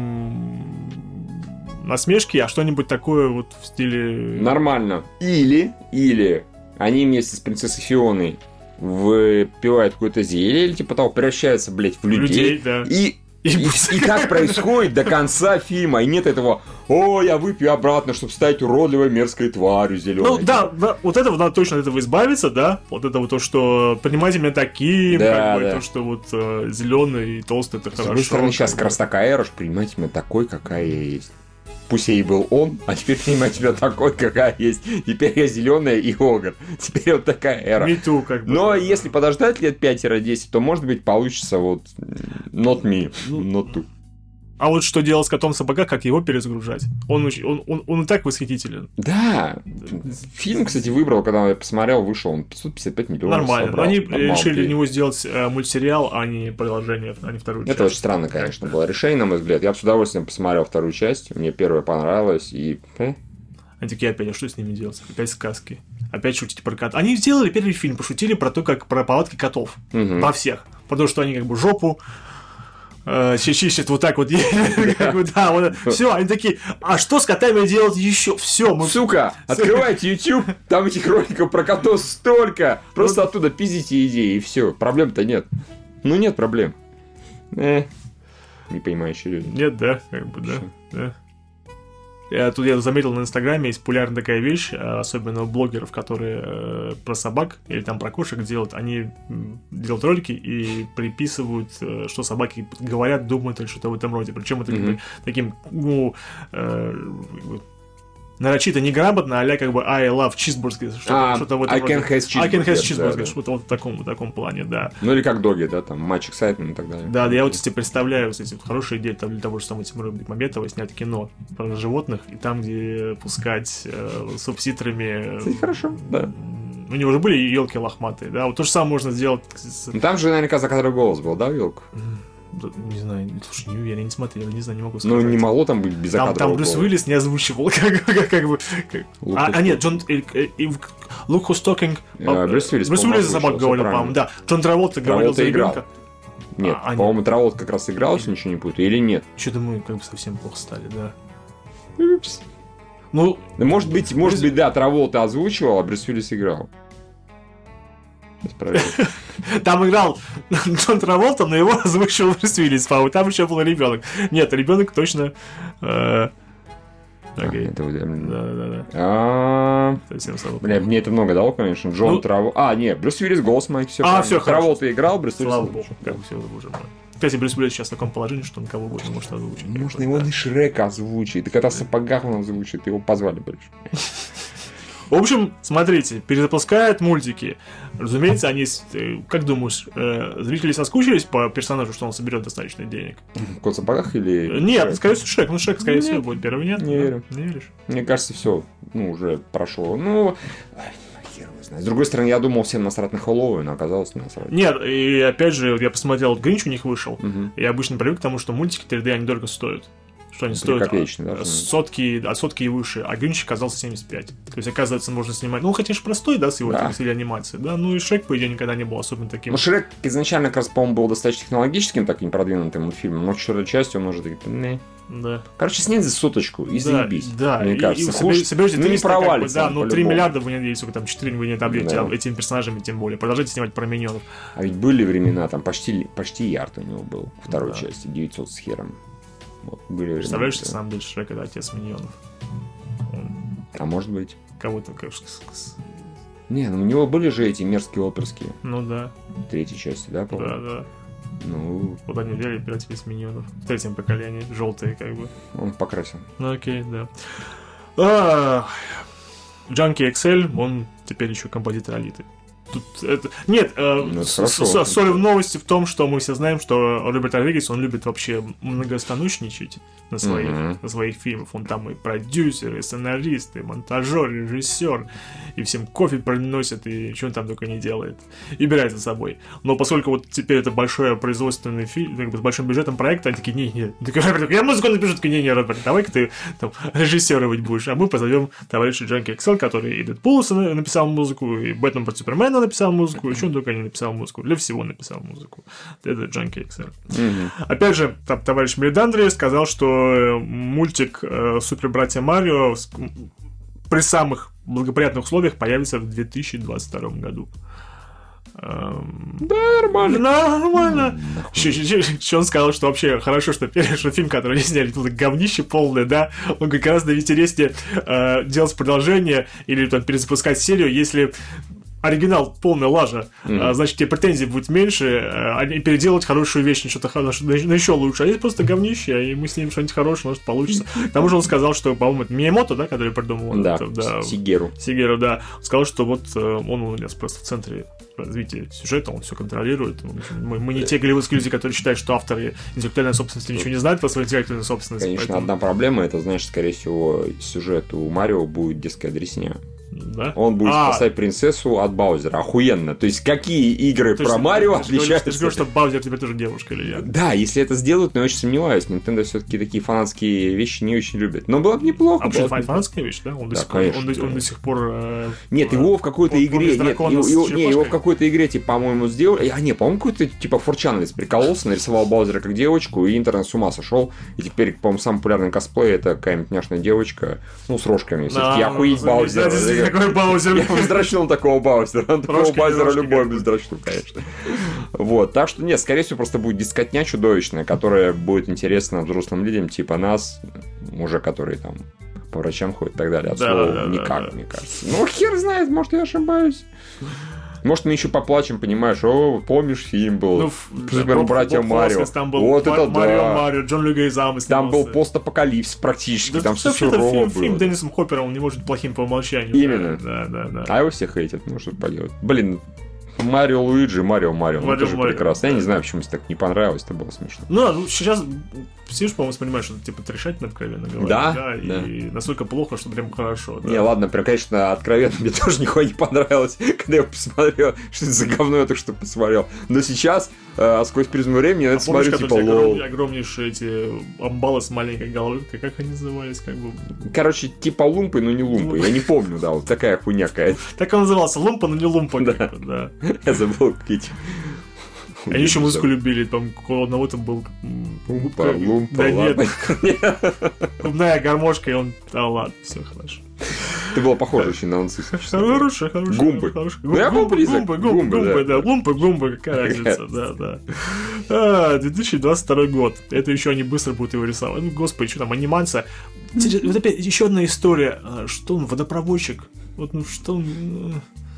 насмешки, а что-нибудь такое вот в стиле... Нормально. Или они вместе с принцессой Фионой выпивают какое-то зелье, или типа того, превращаются, блядь, в людей. Да. И так происходит до конца фильма. И нет этого: о, я выпью обратно, чтобы стать уродливой мерзкой тварью зеленой. Ну да, вот этого надо точно от этого избавиться, да. Вот это вот то, что принимайте меня таким, да, как бы, да. то, что вот зеленый и толстый, это хорошо. С другой стороны, сейчас как раз такая эра, что принимайте меня такой, какая я есть. Пусть я и был он, а теперь принимаю тебя такой, какая есть. Теперь я зеленая и огр. Теперь вот такая эра. Me too, как бы. Но если подождать лет 5-10, то, может быть, получится вот not me, not too. А вот что делать с котом в сапогах, как его перезагружать? Он и так восхитителен. Да. Фильм, кстати, выбрал, когда я посмотрел, вышел он 555 миллионов. Нормально. Собрал. Они Нормально. решили для него сделать мультсериал, а не продолжение, а не вторую часть. Это очень странно, конечно, было решение, на мой взгляд. Я бы с удовольствием посмотрел вторую часть. Мне первая понравилась. И... Они такие опять, а что с ними делать? Опять сказки. Опять шутить про котов. Они сделали первый фильм, пошутили про то, как про повадки котов. Про всех. Потому что они как бы жопу чистят вот так вот. Все, они такие, а что с котами делать еще? Все, мы... Сука, открывайте YouTube, там этих роликов про котов столько. Просто оттуда пиздите идеи, и все. Проблем-то нет. Ну, нет проблем. Не понимающие люди. Нет, да, как бы, да. Я заметил на Инстаграме, есть популярная такая вещь, особенно у блогеров, которые про собак или там про кошек делают. Они делают ролики и приписывают, что собаки говорят, думают или что-то в этом роде. Причем это как бы таким, нарочито неграмотно, а-ля как бы I love cheeseburgers, что-то в этом I can have cheeseburgers. I can have cheeseburgers, что-то вот в таком плане, да. Ну или как доги, да, там, матч excitement и так далее. Да, я вот себе представляю, кстати, хорошая идея там, для того же самого Тимура Бекмамбетова снять кино про животных, и там, где пускать субтитрами... Кстати, хорошо, да. У него же были елки лохматые, да, вот то же самое можно сделать... Ну, там же наверняка за кадром голос был, да, елка? Не знаю, слушай, не уверен, я не смотрел, не знаю, не могу сказать. Ну, не могло там быть без закадрового Там Брюс Уиллис не озвучивал, как бы... нет, Джон... Look who's talking... Брюс Уиллис за собак говорил, по-моему, да. Джон Траволта говорил за ребенка. Нет, по-моему, Траволта как раз играл, если ничего не путаю, или нет? Что-то мы как бы совсем плохо стали, да. Упс. Ну... Может быть, да, Траволта озвучивал, а Брюс Уиллис играл. Там играл Джон Траволта, но его озвучивал Брюс Уиллис, по-моему. Там еще был ребенок. Нет, ребенок точно. Окей. Да. Совсем слабо. Бля, мне это много дало, конечно. Джон Траволта. Нет, Брюс Уиллис, голос Майк, все. Все Траволта играл, Брюс Уиллис. Слава богу. Как все, боже мой. Кстати, Брюс Уиллис сейчас в таком положении, что он кого угодно может озвучить. Можно его и Шрека озвучить. И когда в сапогах он озвучит, его позвали больше. В общем, смотрите, перезапускают мультики. Разумеется, они, как думаешь, зрители соскучились по персонажу, что он соберет достаточно денег? Кот в сапогах или... Нет, Шрек? скорее всего, Шрек. Ну, Шрек, скорее всего, будет первый, нет? Не верю. Не веришь? Мне кажется, все, уже прошло. Хер его знает. С другой стороны, я думал, всем насрать на Хэллоуин, но оказалось не насрать. Нет, и опять же, я посмотрел, Гринч у них вышел. Я обычно привык к тому, что мультики 3D, они дорого стоят. Что они стоят от сотки и выше, а Гринч оказался 75. То есть, оказывается, можно снимать... Ну, хотя же простой, да, с его стилем анимации, да, ну и Шрек, по идее, никогда не был особенно таким. Ну, Шрек изначально, как раз, по-моему, был достаточно технологическим, таким продвинутым мультфильмом, но к четвертой части он уже такой... Да. Короче, снять за соточку и заебись. Да, мне кажется. Соберете 300, не провалится. Да, ну 3 миллиарда вы не надеетесь, сколько там, 4 вы не отобьете этими персонажами, тем более. Продолжайте снимать про миньонов. А ведь были времена, там почти ярд у него был, второй части, 900 с хером. Вот, были представляешь, что сам был Шрек, это отец миньонов. А может быть. Кого-то как... Не, ну у него были же эти мерзкие оперские. Ну да. Третьей части, да, по-моему? Да. Ну... Вот они взяли и превратили с миньонов. В третьем поколении. Желтые, как бы. Он покрасил. Ну окей, да. Junkie XL, он теперь еще композитор Алиты. Тут это... Нет, соль в новости в том, что мы все знаем, что Роберт Родригес, он любит вообще многостаночничать на своих фильмах. Он там и продюсер, и сценарист, и монтажер, и режиссер, и всем кофе приносит, и что он там только не делает. И убирает за собой. Но поскольку вот теперь это большой производственный фильм, как бы с большим бюджетом проекта, они такие, не, я музыку напишу, такой, не, Роберт, давай-ка ты там режиссировать будешь, а мы позовем товарища Junkie XL, который и Дэдпулса написал музыку, и Бэтмен против Супермена написал музыку, еще он только не написал музыку, для всего написал музыку. Это Junkie XL. Опять же, товарищ Мелидандри сказал, что мультик Супер Братья Марио при самых благоприятных условиях появится в 2022 году. Да, нормально. Нормально. Еще он сказал, что вообще хорошо, что фильм, который они сняли, тут говнище полное, да. Он говорит, гораздо интереснее делать продолжение или там перезапускать серию, если оригинал полная лажа, значит, тебе претензий будет меньше, и переделать хорошую вещь, что-то еще лучше. А есть просто говнище, и мы снимем что-нибудь хорошее, может, получится. К тому же он сказал, что, по-моему, это Миямото, да, который придумал. Да, да, Сигеру. Сигеру, да. Он сказал, что вот он у нас просто в центре развития сюжета, он все контролирует. Мы не те голливудские люди, которые считают, что авторы интеллектуальной собственности ничего не знают про свою интеллектуальную собственность. Конечно, поэтому... одна проблема, это, значит, скорее всего, сюжет у Марио будет детская дресня. Да? Он будет спасать принцессу от Баузера. Охуенно. То есть, какие игры про Марио отличаются? Ты же говоришь, что Баузер теперь тоже девушка или я? Да, если это сделают, но я очень сомневаюсь. Nintendo все-таки такие фанатские вещи не очень любят. Но было бы неплохо. А вообще, фанатская вещь, да? Он до сих пор... Нет, его в какой-то игре... его в какой-то игре, типа, по-моему, сделали... по-моему, какой-то, типа, фурчановец прикололся, нарисовал Баузера как девочку, и интернет с ума сошел. И теперь, по-моему, самый популярный косплей — это какая-нибудь няшная девочка, с рожками. Все-таки охуеть Баузера. Какой Баузер? Я бездрачнул такого Баузера. Такого Баузера любой бездрачнул, конечно. Вот, так что, нет, скорее всего, просто будет дискотня чудовищная, которая будет интересна взрослым людям, типа нас, уже которые там по врачам ходят и так далее. От слова никак, мне кажется. Ну, хер знает, может, я ошибаюсь. Может, мы еще поплачем, понимаешь, помнишь, фильм был Супер Братья Марио. Там был вот это Марио, Джон Легуизамо. Там был постапокалипсис практически, там все сурово было. Фильм Деннисом Хоппером, он не может быть плохим по умолчанию. Именно. Да. А его всех хейтят, ну что поделать. Блин, Марио Луиджи, Марио, ну тоже прекрасно. Я не знаю, почему мне так не понравилось, это было смешно. Ну, сейчас все же, по-моему, понимаешь, что это типа трешательно, откровенно говоря. Да. И настолько плохо, что прям хорошо. Не, ладно, прям, конечно, откровенно мне тоже нихуя не понравилось, когда я посмотрел, что это за говно я только что посмотрел. Но сейчас, сквозь призму времени, я это смотрю, типа, лол. Огромнейшие эти амбалы с маленькой головкой, как они назывались, как бы... Короче, типа лумпы, но не лумпы. Я не помню, да, вот такая хуйня какая-то. Так он назывался, лумпа, но не лумпа. Да. Я забыл, какие-то... Они еще музыку любили, там у одного там был... Лумпа, да нет, клубная гармошка, и он... Да ладно, все хорошо. Ты было похоже очень на Анцис. Хорошо. Гумбы. Гумбы, да. Лумпы, какая разница, да. 2022 год. Это еще они быстро будут его рисовать. Ну, господи, что там, анимация. Вот опять еще одна история. Что он, водопроводчик? Вот, ну что он...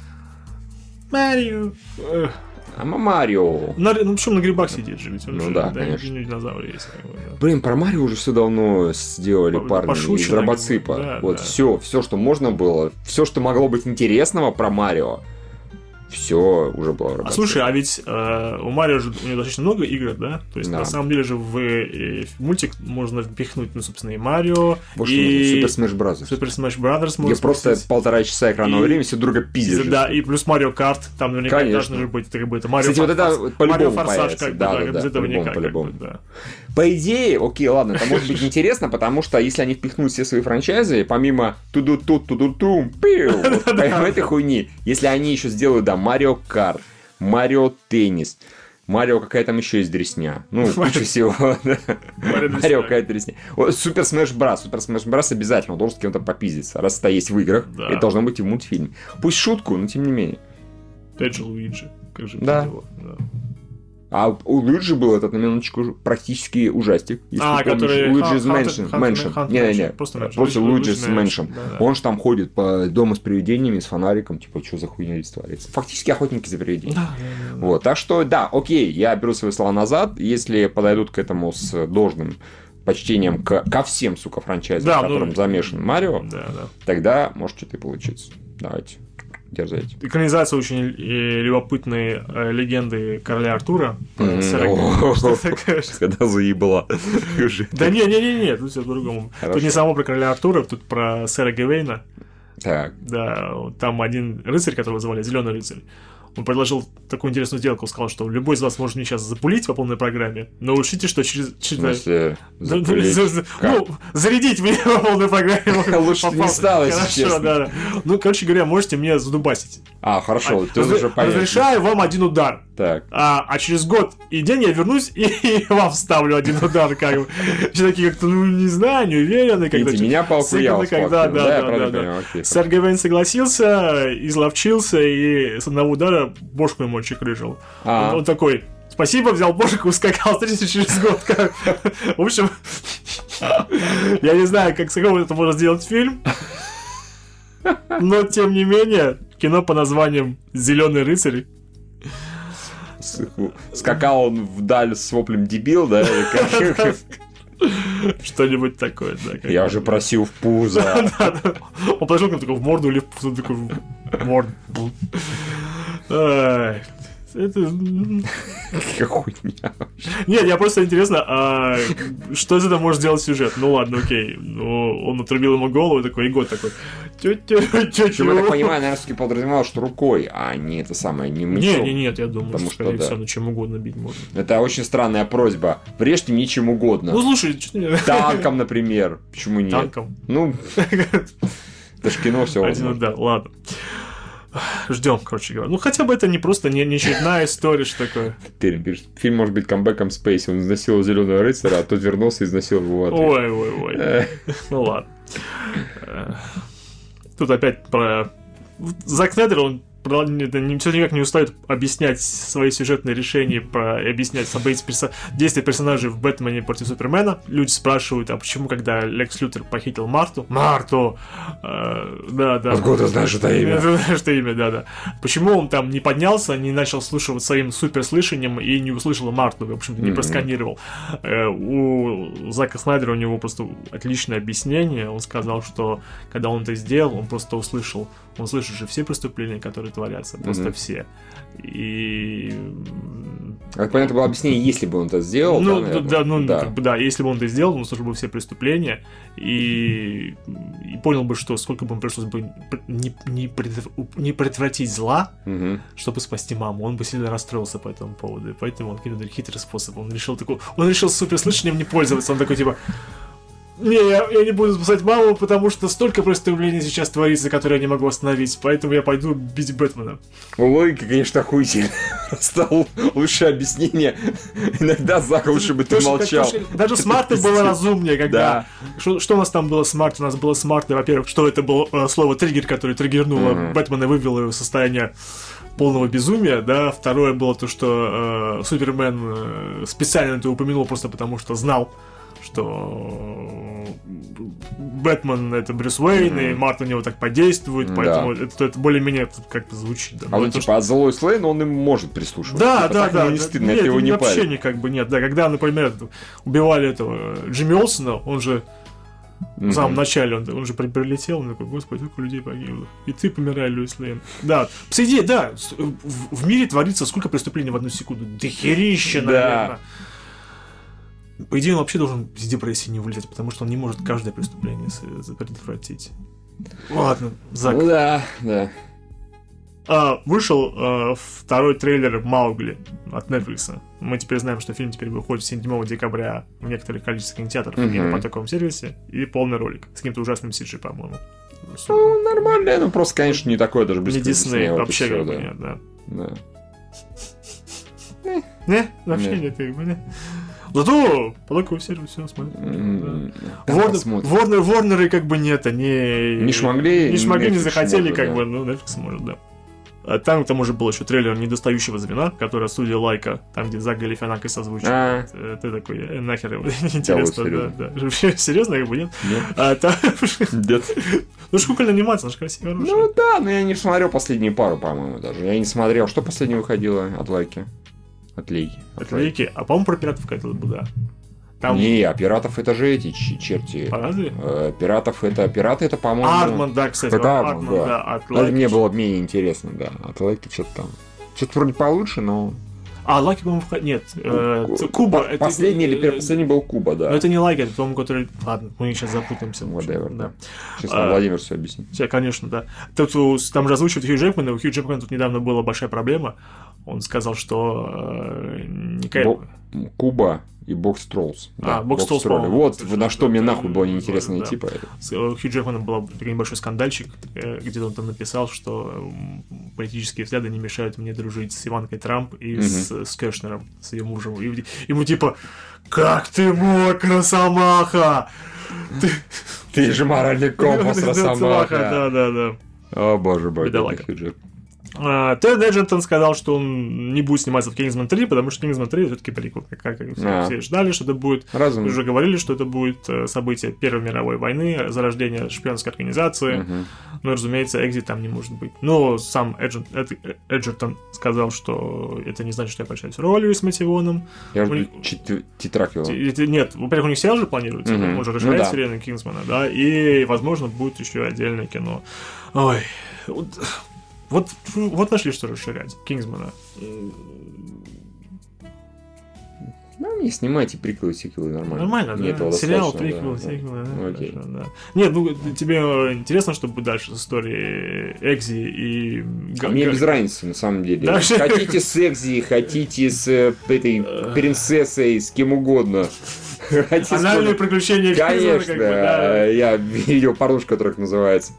Марио. А Марио. Ну, почему на грибах сидит же, ведь он ну же, да, конечно. Динозавр есть. Как бы, да. Блин, про Марио уже все давно сделали парни из Робоципа. Да, вот да. все, что можно было, все, что могло быть интересного про Марио, все уже было Робоципа. А слушай, а ведь у Марио же у него достаточно много игр, да? То есть, на самом деле же в мультик можно впихнуть, ну, собственно, и Марио, и... Супер Smash Bros. Супер Smash Brothers можно где просто полтора часа экранного времени все друга пиздят. Да, и плюс Марио Карт, там наверняка должно же быть, это будет Марио. Кстати, вот это по-любому Форсаж, появится. как бы, да, без этого никак. По-любому. По идее, окей, ладно, это может быть интересно, потому что если они впихнут все свои франчайзы, помимо туду-ту-туду-тум, помимо этой хуйни, если они еще сделают, да, Марио Карт, Марио Теннис, Марио какая там еще есть дресня. Ну, куча всего. Марио какая-то дресня. Супер Smash Bros. Супер Smash Bros. Обязательно должен с кем-то попиздиться. Раз это есть в играх, это должно быть и в мультфильме. Пусть шутку, но тем не менее. Опять же Луиджи. Как же да. А у Луиджи был этот, на минуточку, практически ужастик. Который... Luigi's Mansion. Не-не-не, просто Luigi's Mansion. Он же там ходит по дому с привидениями, с фонариком, типа, что за хуйня здесь творится. Фактически охотники за привидениями. Вот, так что, да, окей, я беру свои слова назад, если подойдут к этому с должным почтением ко всем, сука, франчайзам, в котором замешан Марио, тогда может что-то и получиться. Давайте. Дерзайте. Экранизация очень любопытной легенды короля Артура. Когда заебала. Да не, тут все по-другому. Тут не само про короля Артура, тут про сэра Гавейна. Так. Да, там один рыцарь, которого звали Зеленый рыцарь. Он предложил такую интересную сделку, сказал, что любой из вас может меня сейчас запулить по полной программе, но учтите, что через... зарядить меня по полной программе. Лучше не стало, если честно. Да. Ну, короче говоря, можете меня задубасить. Хорошо, ты уже понятно. Разрешаю вам один удар. Так. А через год и день я вернусь и вам вставлю один удар, как бы. Все такие как-то, не знаю, не уверены. Киньте меня палку, я вас да. Сэр Гавейн согласился, изловчился и с одного удара бошку ему отчекрыжил. Он такой: спасибо, взял бошку, ускакал, встретился через год. В общем, я не знаю, как с какого это можно сделать фильм, но тем не менее, кино по названием «Зеленый рыцарь». Скакал он вдаль с воплем «дебил», да? Что-нибудь такое, да. Я уже просил в пузо. Он подошел к нему такой в морду или в такой в морду. Это... Какая хуйня. Нет, я просто интересно, что из этого может сделать сюжет? Ну ладно, окей. Ну, он отрубил ему голову и такой, и год такой. Я так понимаю, наверное, все-таки подразумевал, что рукой, а не это самое, не мечом. Нет, я думаю, что, скорее всего, ну чем угодно бить можно. Это очень странная просьба. Врежьте мне чем угодно. Ну, слушай, танком, например. Почему нет? Танком? Ну, это ж кино, все возможно. Да, ладно. Ждем, короче говоря. Ну, хотя бы это не просто не очередная история, что такое. Терен пишет, фильм может быть камбэком Спейси. Он изнасиловал Зеленого рыцаря, а тот вернулся и изнасиловал его ответ. Ой. Ну ладно. Тут опять про... Зак Снайдер, он все никак не устает объяснять свои сюжетные решения, объяснять действия персонажей в «Бэтмене против Супермена». Люди спрашивают, а почему, когда Лекс Лютер похитил Марту... Да. Откуда знаешь это имя? Что имя, да. Почему он там не поднялся, не начал слушать своим суперслышанием и не услышал Марту, в общем-то, не просканировал. У Зака Снайдера у него просто отличное объяснение. Он сказал, что когда он это сделал, он просто услышал. Он слышит же все преступления, которые творятся, просто все. И... Как понятно было объяснение, если бы он это сделал. Да, если бы он это сделал, он услышал бы все преступления и понял бы, что сколько бы ему пришлось бы не предотвратить зла, чтобы спасти маму, он бы сильно расстроился по этому поводу. И поэтому он какой-то хитрый способ. Он решил суперслышанием не пользоваться. Он такой типа: не, я не буду спасать маму, потому что столько преступлений сейчас творится, которые я не могу остановить, поэтому я пойду бить Бэтмена. Логика, конечно, охуительная. Стало лучшее объяснение. Иногда, Зак, лучше бы ты молчал. Даже с Мартой было разумнее, когда... Что у нас там было с Мартой? У нас было с Мартой, во-первых, что это было слово «триггер», которое триггернуло Бэтмена и вывело его в состояние полного безумия, да. Второе было то, что Супермен специально это упомянул просто потому, что знал, что Бэтмен — это Брюс Уэйн, и Марта на него так подействует, поэтому это более-менее как-то звучит. Да. А он типа от злой Слейн, он им может прислушиваться. Да. Не стыдно, это его не вообще парит. никак бы нет. Да, когда, например, убивали этого Джимми Олсона, он же в самом начале, он же прилетел, он такой: господи, сколько людей погибло. И ты помирай, Луис Лейн. Да, по идее, да, в мире творится сколько преступлений в одну секунду? Дохерища, наверное. По идее, он вообще должен из депрессии не вылезать, потому что он не может каждое преступление предотвратить. Ладно, Зак. Ну да. Вышел второй трейлер «Маугли» от Netflix. Мы теперь знаем, что фильм теперь выходит 7 декабря в некоторых количествах кинотеатров и на потоковом сервисе. И полный ролик с каким-то ужасным CG, по-моему. Ну, нормально, ну просто, конечно, не такое даже близко. Не Дисней, вообще как бы нет, да. Не, вообще нет, как бы, не. Зато по локовому сервису все смотрят. Ворнеры как бы нет, они... Не шмогли, не захотели, может, как бы, ну, Netflix может, да. А там, к тому же, был еще трейлер «Недостающего звена», который студия Лайка, там, где Зак Галифианакис озвучивает. Ты такой: нахер его, интересно, да. Серьезно, как бы, нет? Нет. Ну, шкукольная анимация, она же красивая. Ну да, но я не смотрел последние пару, по-моему, даже. Я не смотрел. Что последнее выходило от Лайки? От Лейки. А по-моему, про пиратов какая-то была. Там... Не, а пиратов это же эти черти. Разве? Пираты это, по-моему... Артман, да, кстати. Это Артман, да. Это мне было менее интересно, да. От Лайки что-то там... Что-то вроде получше, но... Лайки, по-моему, нет. Куба. Последний или последний был Куба, да. Но это не Лайки, это, по-моему, который... Ладно, мы сейчас запутаемся. Whatever, да. Сейчас Владимир все объяснит. Конечно, да. Там же озвучивают Хью Джекмана. У Хью Джекмана тут недавно была большая проблема. Он сказал, что Куба и Бокс Троллс. Бокс Троллс, вот на что мне нахуй было неинтересно идти. С Хью Джекманом был небольшой скандальчик, где он там написал, что политические взгляды не мешают мне дружить с Иванкой Трамп и с Кешнером, с ее мужем. И ему типа: как ты мог, Росомаха? Ты же моральный компас, Росомаха. Да. О, боже мой, бедолага. Тед Эджертон сказал, что он не будет сниматься в Kingsman 3, потому что Kingsman 3 все-таки прикол. Как все ждали, что это будет. Разумно. Уже говорили, что это будет событие Первой мировой войны, зарождение шпионской организации. Но, разумеется, Экзи там не может быть. Но сам Эджертон сказал, что это не значит, что я прощаюсь ролью с Матионом. Я жду тетрак его. Нет, во-первых, у них сериал же планируется, он уже расширяет вселенную Кингсмана, да, и, возможно, будет еще отдельное кино. Ой, вот нашли, что расширять Кингсмана. Ну, не снимайте приквелы, сиквелы, нормально. Нормально, да? Нет, сериал, приквел, сиквелы, да. Окей. Хорошо, да. Нет, ну, тебе интересно, что будет дальше с историей Экзи и... Мне без разницы, на самом деле. Да? Хотите с Экзи, хотите с этой принцессой, с кем угодно. Анальные приключения Кингсмана. Конечно, я видел порнушку, которая называется.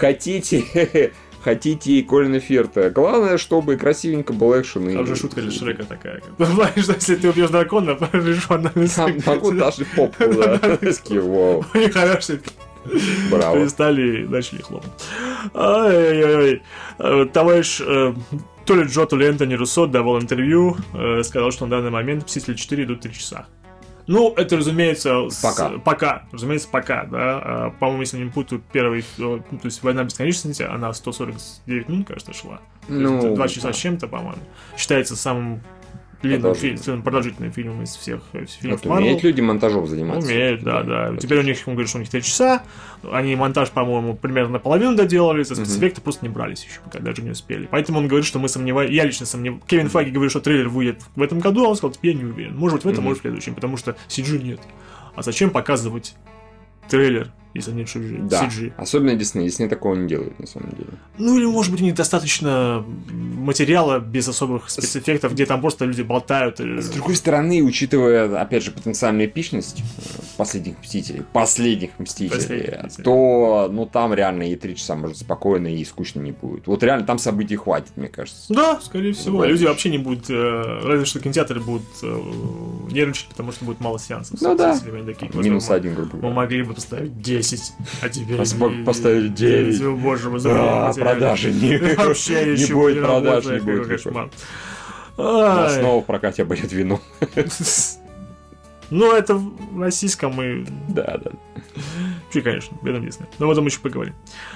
Хотите и Колина Ферта. Главное, чтобы красивенько был экшен. А уже шутка для Шрека такая. Знаешь, что если ты убьешь дракона, решен. Там могу даже попку, да. Вау. Хороший. Браво. Перестали и начали хлопать. Ай-яй-яй. Товарищ то ли Джо, то ли Энтони Руссо давал интервью, сказал, что на данный момент «Мстители 4» идут 3 часа. Ну, это, разумеется, пока. Разумеется, пока, да. По-моему, если не путаю, первый, то есть «Война бесконечности», она 149 минут, кажется, шла. Ну, 2 часа с чем-то, по-моему. Считается самым длинным продолжительным фильмом из всех фильмов Марвел. Умеют люди монтажом заниматься. Умеют, да. Теперь у них, он говорит, что у них 3 часа. Они монтаж, по-моему, примерно наполовину доделали. За спецэффекты просто не брались еще, пока даже не успели. Поэтому он говорит, что мы сомневаемся. Я лично сомневаюсь. Кевин Файги говорит, что трейлер выйдет в этом году, а он сказал, я не уверен. Может быть, в этом, может, в следующем, потому что CG нет. А зачем показывать трейлер, если нет CG? Да, особенно Disney. Disney такого не делают, на самом деле. Ну, или, может быть, у них достаточно материала без особых спецэффектов, где там просто люди болтают. С другой стороны, учитывая, опять же, потенциальную эпичность последних Мстителей, то, ну, там реально и 3 часа, может, спокойно и скучно не будет. Вот реально там событий хватит, мне кажется. Да, скорее всего. Люди вообще не будут, разве что кинотеатры будут нервничать, потому что будет мало сеансов. Ну да, такие, -1, грубо говоря. Мы могли бы поставить 10, а теперь... Поставить 9. О, боже мой, продажи не будет, продаж не будет. Кошмар. Снова в прокате будет вино. Ну, это в российском и... Да. Чуть, конечно, в этом Disney. Но об этом еще поговорим.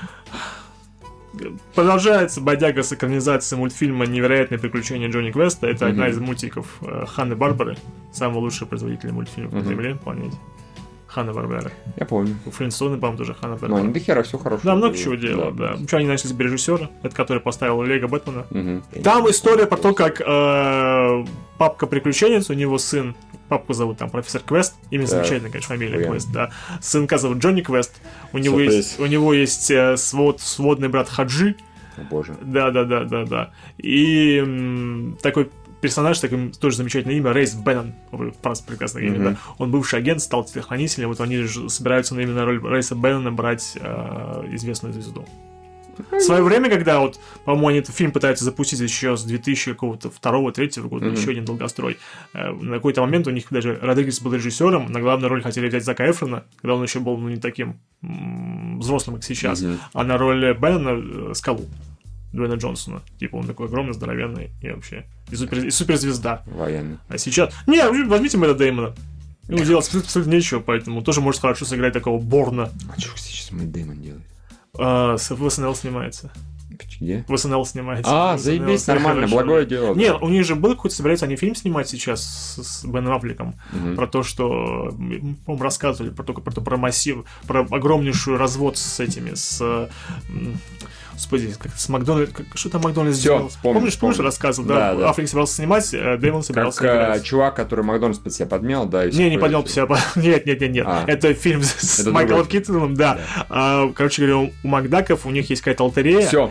Продолжается бодяга с экранизацией мультфильма «Невероятные приключения Джонни Квеста». Это одна из мультиков Ханны-Барбары, самого лучшего производителя мультфильмов на Земле, планете. Ханна-Барбара. Я помню. У Флинстоуны, по-моему, тоже Ханна-Барбара. Ну, они до хера все хорошо. Да, много чего делал, да. Еще они начали с режиссера, это который поставил Лего Бэтмена. Там история про то, как папка-приключенец, у него сын, папку зовут там профессор Квест, имя замечательная, конечно, фамилия Квест, да. Сынка зовут Джонни Квест, у него есть сводный брат Хаджи. О боже. Да. И такой персонаж, такое тоже замечательное имя, Рейс Беннон, просто прекрасное имя, да. Он бывший агент, стал телохранителем, вот они же собираются именно на роль Рейса Беннона брать известную звезду. В свое время, когда, вот, по-моему, они этот фильм пытаются запустить еще с 2002-2003 года, еще один долгострой, на какой-то момент у них даже Родригес был режиссером, на главную роль хотели взять Зака Эфрона, когда он еще был, ну, не таким взрослым, как сейчас, а на роль Беннона Скалу. Дуэйна Джонсона. Типа он такой огромный, здоровенный и вообще. И суперзвезда. Военный. А сейчас... Не, возьмите Мэтта Дэймона. Ему делать абсолютно нечего, поэтому тоже может хорошо сыграть такого Борна. А что сейчас Мэтт Дэймон делает? В СНЛ снимается. Где? В СНЛ снимается. Заебись, нормально, благое дело. Нет, у них же был какой-то, собирается они фильм снимать сейчас с Беном Аффлеком про то, что, по-моему, рассказывали про массив, про огромнейший развод с этими, Господи, с Макдональдс. Что там Макдональдс сделал? Помнишь, рассказывал? Да. Аффлек собирался снимать, Дэймон собирался играть. Как чувак, который Макдональдс под себя подмял, да? Не поднял под себя. Нет. Это фильм с Майклом Китоном, да. Короче говоря, у Макдаков у них есть какая-то лотерея, которая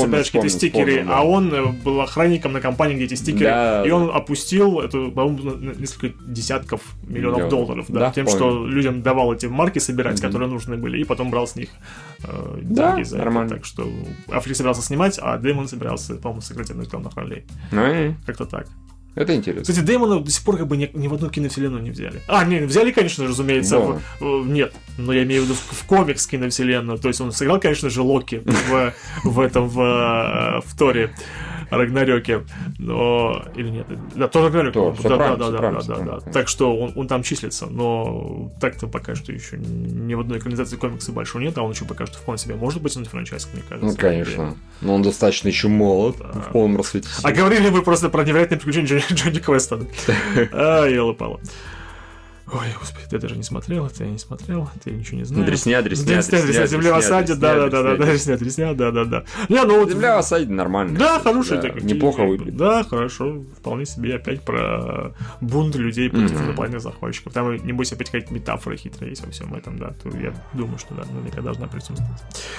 собираешь какие-то стикеры, да. А он был охранником на компании, где эти стикеры, и он опустил это, по-моему, несколько десятков миллионов долларов, да, тем, что людям давал эти марки собирать, которые нужны были, и потом брал с них деньги за нормально. это. Так что Аффлек собирался снимать, а Дэймон собирался, по-моему, сыграть одну из главных ролей. Как-то так. Это интересно. Кстати, Дэймона до сих пор как бы ни в одну киновселенную не взяли. Взяли, конечно же, разумеется. Нет, но я имею в виду в комикс киновселенную. То есть он сыграл, конечно же, Локи в Торе Рагнарёке. Но... Или нет? Да, Тор Рагнарёк. Да. Так что он там числится. Но так-то пока что еще ни в одной экранизации комикса большого нет, а он еще пока что вполне себе может быть франчайз, мне кажется. Ну, конечно. Но он достаточно еще молод, в полном расцвете. А говорили мы просто про невероятные приключения Джонни Квеста. Ёлы-палы. Ой, господи, ты даже не смотрел, ты ничего не знаешь. Дресня, земля в осаде, да, дресня, да. Земля в осаде нормально. Да, хороший такой. Неплохо выглядит. Да, хорошо, вполне себе опять про бунт людей против инопланетных захватчиков. Там, небось, опять какая-то метафора хитрая есть во всем этом, да. Я думаю, что да, наверняка должна присутствовать.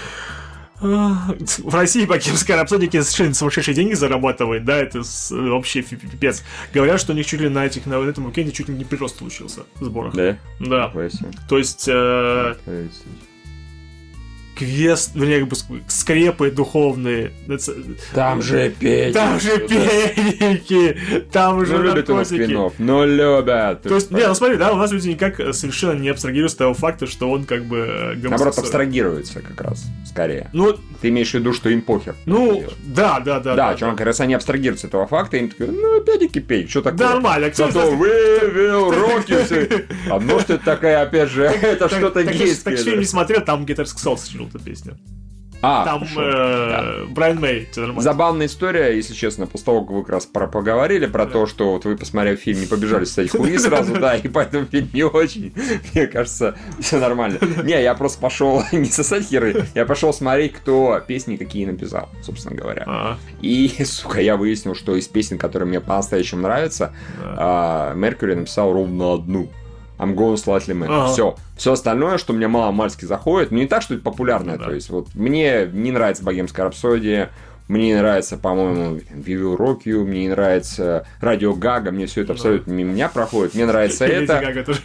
В России Богемская рапсодия совершенно сумасшедшие деньги зарабатывает, да, это вообще пипец. Говорят, что у них чуть ли на этом уикенде чуть ли не прирост случился в сборах. Да. То есть квест, вернее, как бы скрепы духовные. Там же пеники. Там же наркотики. Но любят. То есть, смотри, да, у нас люди никак совершенно не абстрагируются от того факта, что он как бы наоборот, абстрагируется как раз, скорее. Ну, ты имеешь в виду, что им похер. Ну, да. Да, что как раз они абстрагируются от этого факта, им такие, педики пей, что такое? Да, нормально. Зато вывел роки все. А может, это такая, опять же, это что-то гейское. Так что я не смотрел, там Get Skull сочинил эту песню. Там Брайан Мэй. Забавная история, если честно, после того, как вы как раз поговорили про то, что вот вы, посмотрев фильм, не побежали ставить хуи сразу, да, и поэтому фильм не очень, мне кажется, все нормально. Не, я просто пошел не сосать херы, я пошел смотреть, кто песни какие написал, собственно говоря. И, сука, я выяснил, что из песен, которые мне по-настоящему нравятся, Меркьюри написал ровно одну. I'm going slightly mad. Все остальное, что мне мало-мальски заходит, не так, что это популярное. То есть, вот мне не нравится Богемская рапсодия, мне не нравится, по-моему, We Will Rock You, мне не нравится Радио Гага, мне все это абсолютно мимо меня проходит. Мне нравится это.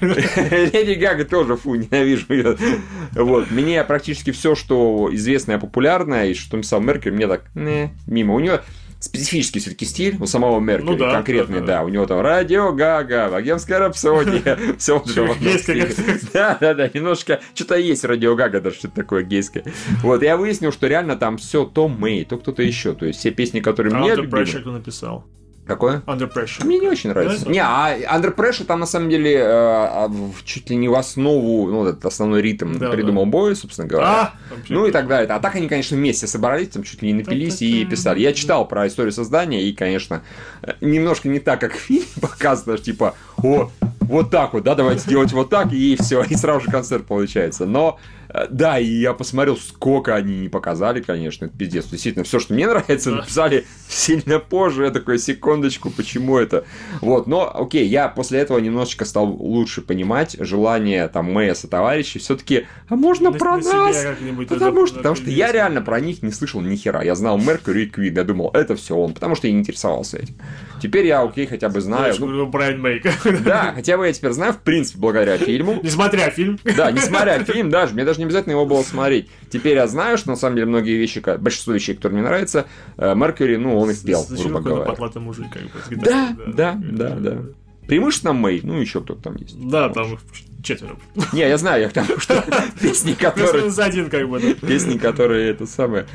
Леди Гага тоже, фу, ненавижу ее. Вот, мне практически все, что известное, популярное, и что написал Меркьюри, мне так, мимо. У нее специфический все-таки стиль у самого Меркьюри, конкретный, да. У него там Радио Гага, Богемская рапсодия, все вот это. Да, немножко что-то есть Радио Гага, даже что-то такое гейское. Вот, я выяснил, что реально там все то Мэй, то кто-то еще. То есть все песни, которые мне любимы. Under Pressure кто написал? Какое? Under Pressure. Мне не очень нравится. Не, Under Pressure там на самом деле чуть ли не в основу, ну, этот основной ритм придумал Бой, собственно говоря. Ну и так далее. А так они, конечно, вместе собрались, там чуть ли не напились и писали. Я читал про историю создания, и, конечно, немножко не так, как в фильме показано, типа, вот так вот, да, давайте делать вот так, и все, и сразу же концерт получается. Но, да, и я посмотрел, сколько они не показали, конечно, это пиздец. Действительно, все, что мне нравится, написали сильно позже. Я такой, секундочку, почему это? Вот, но, окей, я после этого немножечко стал лучше понимать желание, там, Мэя сотоварищей, все-таки, а можно про нас? Потому что я реально про них не слышал ни хера. Я знал Меркьюри и Квин, я думал, это все он, потому что я не интересовался этим. Теперь я, окей, хотя бы знаю. Брайан Мэй. Да, хотя бы я теперь знаю, в принципе, благодаря фильму. Несмотря фильм. Да, несмотря фильм, даже. Мне даже не обязательно его было смотреть. Теперь я знаю, что на самом деле многие вещи, большинство вещей, которые мне нравятся, Меркьюри, ну, он их пел, грубо говоря. Потлатый мужик, как бы. Да. Преимущественно Мэй, ну, еще кто-то там есть. Да, там их 4. Не, я знаю, потому что песни, которые... За один, как бы. Песни, которые это самое...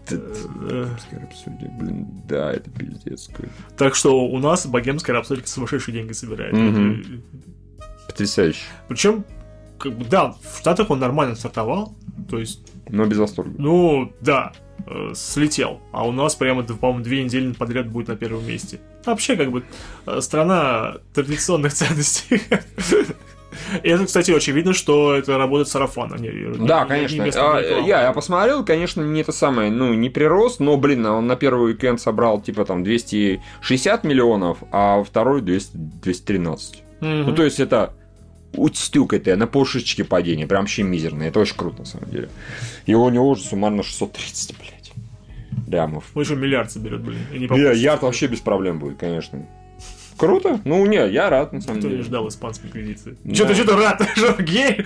Блин, да, это пиздец. Так что у нас Богемская рапсодия сумасшедшие деньги собирает. Потрясающе. Причем, как бы, да, в Штатах он нормально стартовал, то есть... Но без восторга. Ну, да, слетел. А у нас прямо, по-моему, 2 недели подряд будет на первом месте. Вообще, как бы, страна традиционных ценностей. И это, кстати, очень видно, что это работает сарафан. Да, конечно. Я посмотрел, конечно, не это самое, ну, не прирост, но, блин, он на первый уикенд собрал, типа, там, 260 миллионов, а второй 213. Ну, то есть, это утюкатое, на полшишечки падение, прям вообще мизерное. Это очень круто, на самом деле. И у него уже суммарно 630, блядь. лямов. Он еще миллиард соберет, блин. Ярд вообще без проблем будет, конечно. Круто? Ну, не, я рад, на самом деле. Кто не ждал испанской инквизиции? Да. Что ты рад? Что, гей?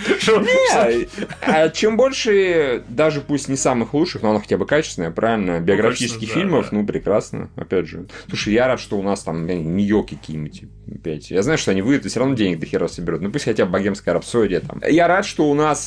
Чем больше, даже пусть не самых лучших, но оно хотя бы качественное, правильно, биографических фильмов, ну, прекрасно, опять же. Слушай, я рад, что у нас там Нью-Йорки какие-нибудь опять. Я знаю, что они выйдут и все равно денег до хера соберут. Ну, пусть хотя бы богемская рапсодия там. Я рад, что у нас...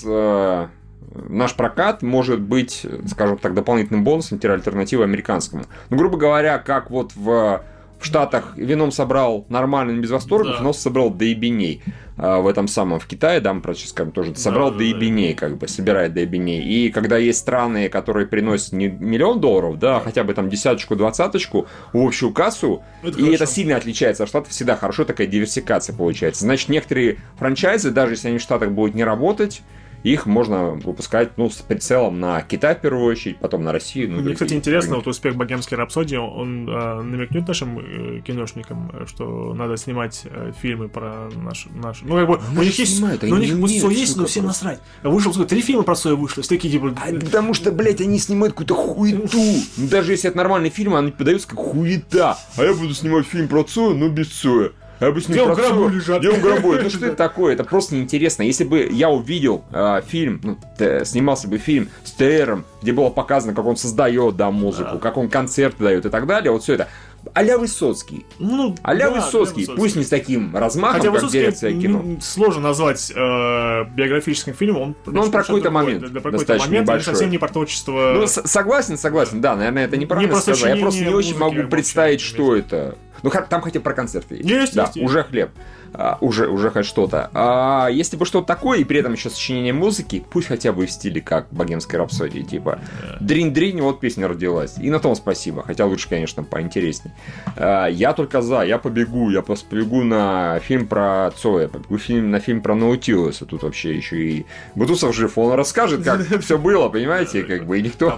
Наш прокат может быть, скажем так, дополнительным бонусом-альтернативой американскому. Ну, грубо говоря, как вот в Штатах Веном собрал нормально, без восторгов, но собрал до ебеней. В этом самом, в Китае, да, мы про это скажем тоже, собрал до ебеней, как бы, собирает до ебеней. И когда есть страны, которые приносят не $1 миллион, да, а хотя бы там десяточку, двадцаточку в общую кассу, это сильно отличается от Штатов, всегда хорошо такая диверсификация получается. Значит, некоторые франчайзы, даже если они в Штатах будут не работать, их можно выпускать, ну, с прицелом на Китай в первую очередь, потом на Россию. Ну, мне, кстати, интересно, вот успех «Богемской рапсодии», он намекнет нашим киношникам, что надо снимать фильмы про наши... Ну, как бы, у них есть... У них Цой есть, но всем насрать. Вышел, 3 фильма про Цоя вышло, такие, типа... Потому что, блядь, они снимают какую-то хуету. Даже если это нормальный фильм, они подаются как хуета. А я буду снимать фильм про Цоя, но без Цоя. Где он гробу лежат? Где он гробу? Ну что это такое? Это просто неинтересно. Если бы я увидел фильм, снимался бы фильм с трейлером, где было показано, как он создает, да, музыку, как он концерты дает и так далее, вот все это. А-ля Высоцкий. Высоцкий. Пусть не с таким размахом, хотя как дирекция кино. Сложно назвать биографическим фильмом. Он про какой-то момент. Для какой-то момент, совсем не про творчество. Ну, согласен. Да, наверное, это неправильно сказать. Я просто не очень могу представить, что это. Ну, там хотя бы про концерты есть. Да, уже хлеб. Уже хоть что-то. Если бы что-то такое, и при этом еще сочинение музыки, пусть хотя бы в стиле как «Богемской рапсодии», типа «Дринь-дринь», вот песня родилась. И на том спасибо, хотя лучше, конечно, поинтересней. Я только за, я просто побегу на фильм про Цоя, побегу на фильм про Наутилуса. Тут вообще еще и Бутусов жив, он расскажет, как все было, понимаете, как бы, и никто...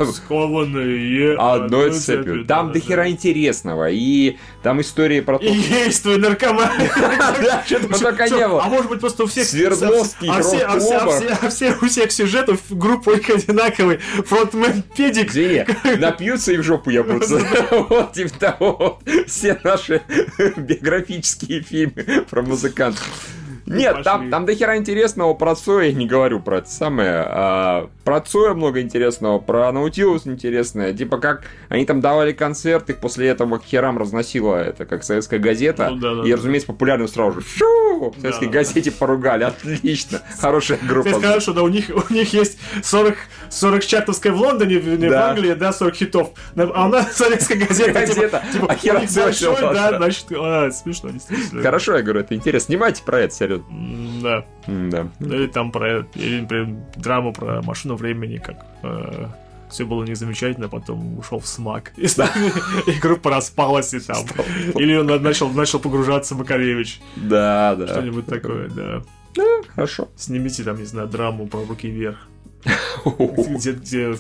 Одной цепью. Там до хера интересного, и там истории про то... И есть твой наркоман! Что-то пока не было. А может быть, просто у всех... Свердловский у всех сюжетов группа их одинаковый. Фронтмен Педик. Напьются и в жопу ебутся. Вот типа того. Все наши биографические фильмы про музыкантов. Нет, там до хера интересного про Цоя, я не говорю про это самое. Про Цоя много интересного, про Наутилус интересное. Типа как они там давали концерт, их после этого к херам разносила это, как советская газета. И, разумеется, популярную сразу же. В советской газете поругали. Отлично. Хорошая группа. Это хорошо, да, у них есть 40 чартовская в Лондоне, в Англии, да, 40 хитов. А у нас советская газета. Типа, хера большой, да, значит, смешно, действительно. Хорошо, я говорю, это интересно. Снимайте про это, серьезно. Да. Или там или, например, драму про машину времени, как все было не замечательно, потом ушел в смак. И группа распалась, и там. Или он начал погружаться Макаревич. Да. Что-нибудь такое, да. Хорошо. Снимите там, не знаю, драму про руки вверх. Где...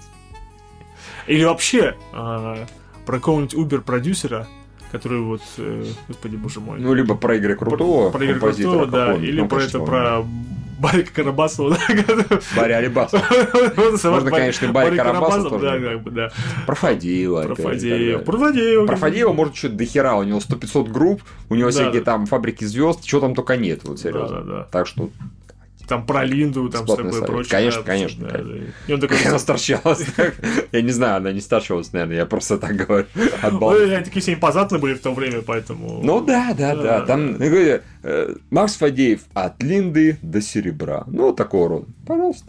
Или вообще про какого-нибудь Uber-продюсера, который вот, господи, боже мой. Ну, либо про Игоря Крутого, про Игоря Крутого, да, или про это, про Барика Карабасова. Барри Алибасов. Можно, конечно, и Барри Карабасов тоже. Да, как бы, да. Про Фадеева. Про Фадеева может что-то дохера, у него 100-500 групп, у него всякие там фабрики звезд, чего там только нет, вот серьезно. Так что... Там про Линду, там с такое прочее. Конечно. И он такой... Она старчалась. Я не знаю, она не старчалась, наверное, я просто так говорю. Они такие все импозантные были в то время, поэтому... Ну да. Там, Макс Фадеев от Линды до серебра. Ну, такого рода. Пожалуйста.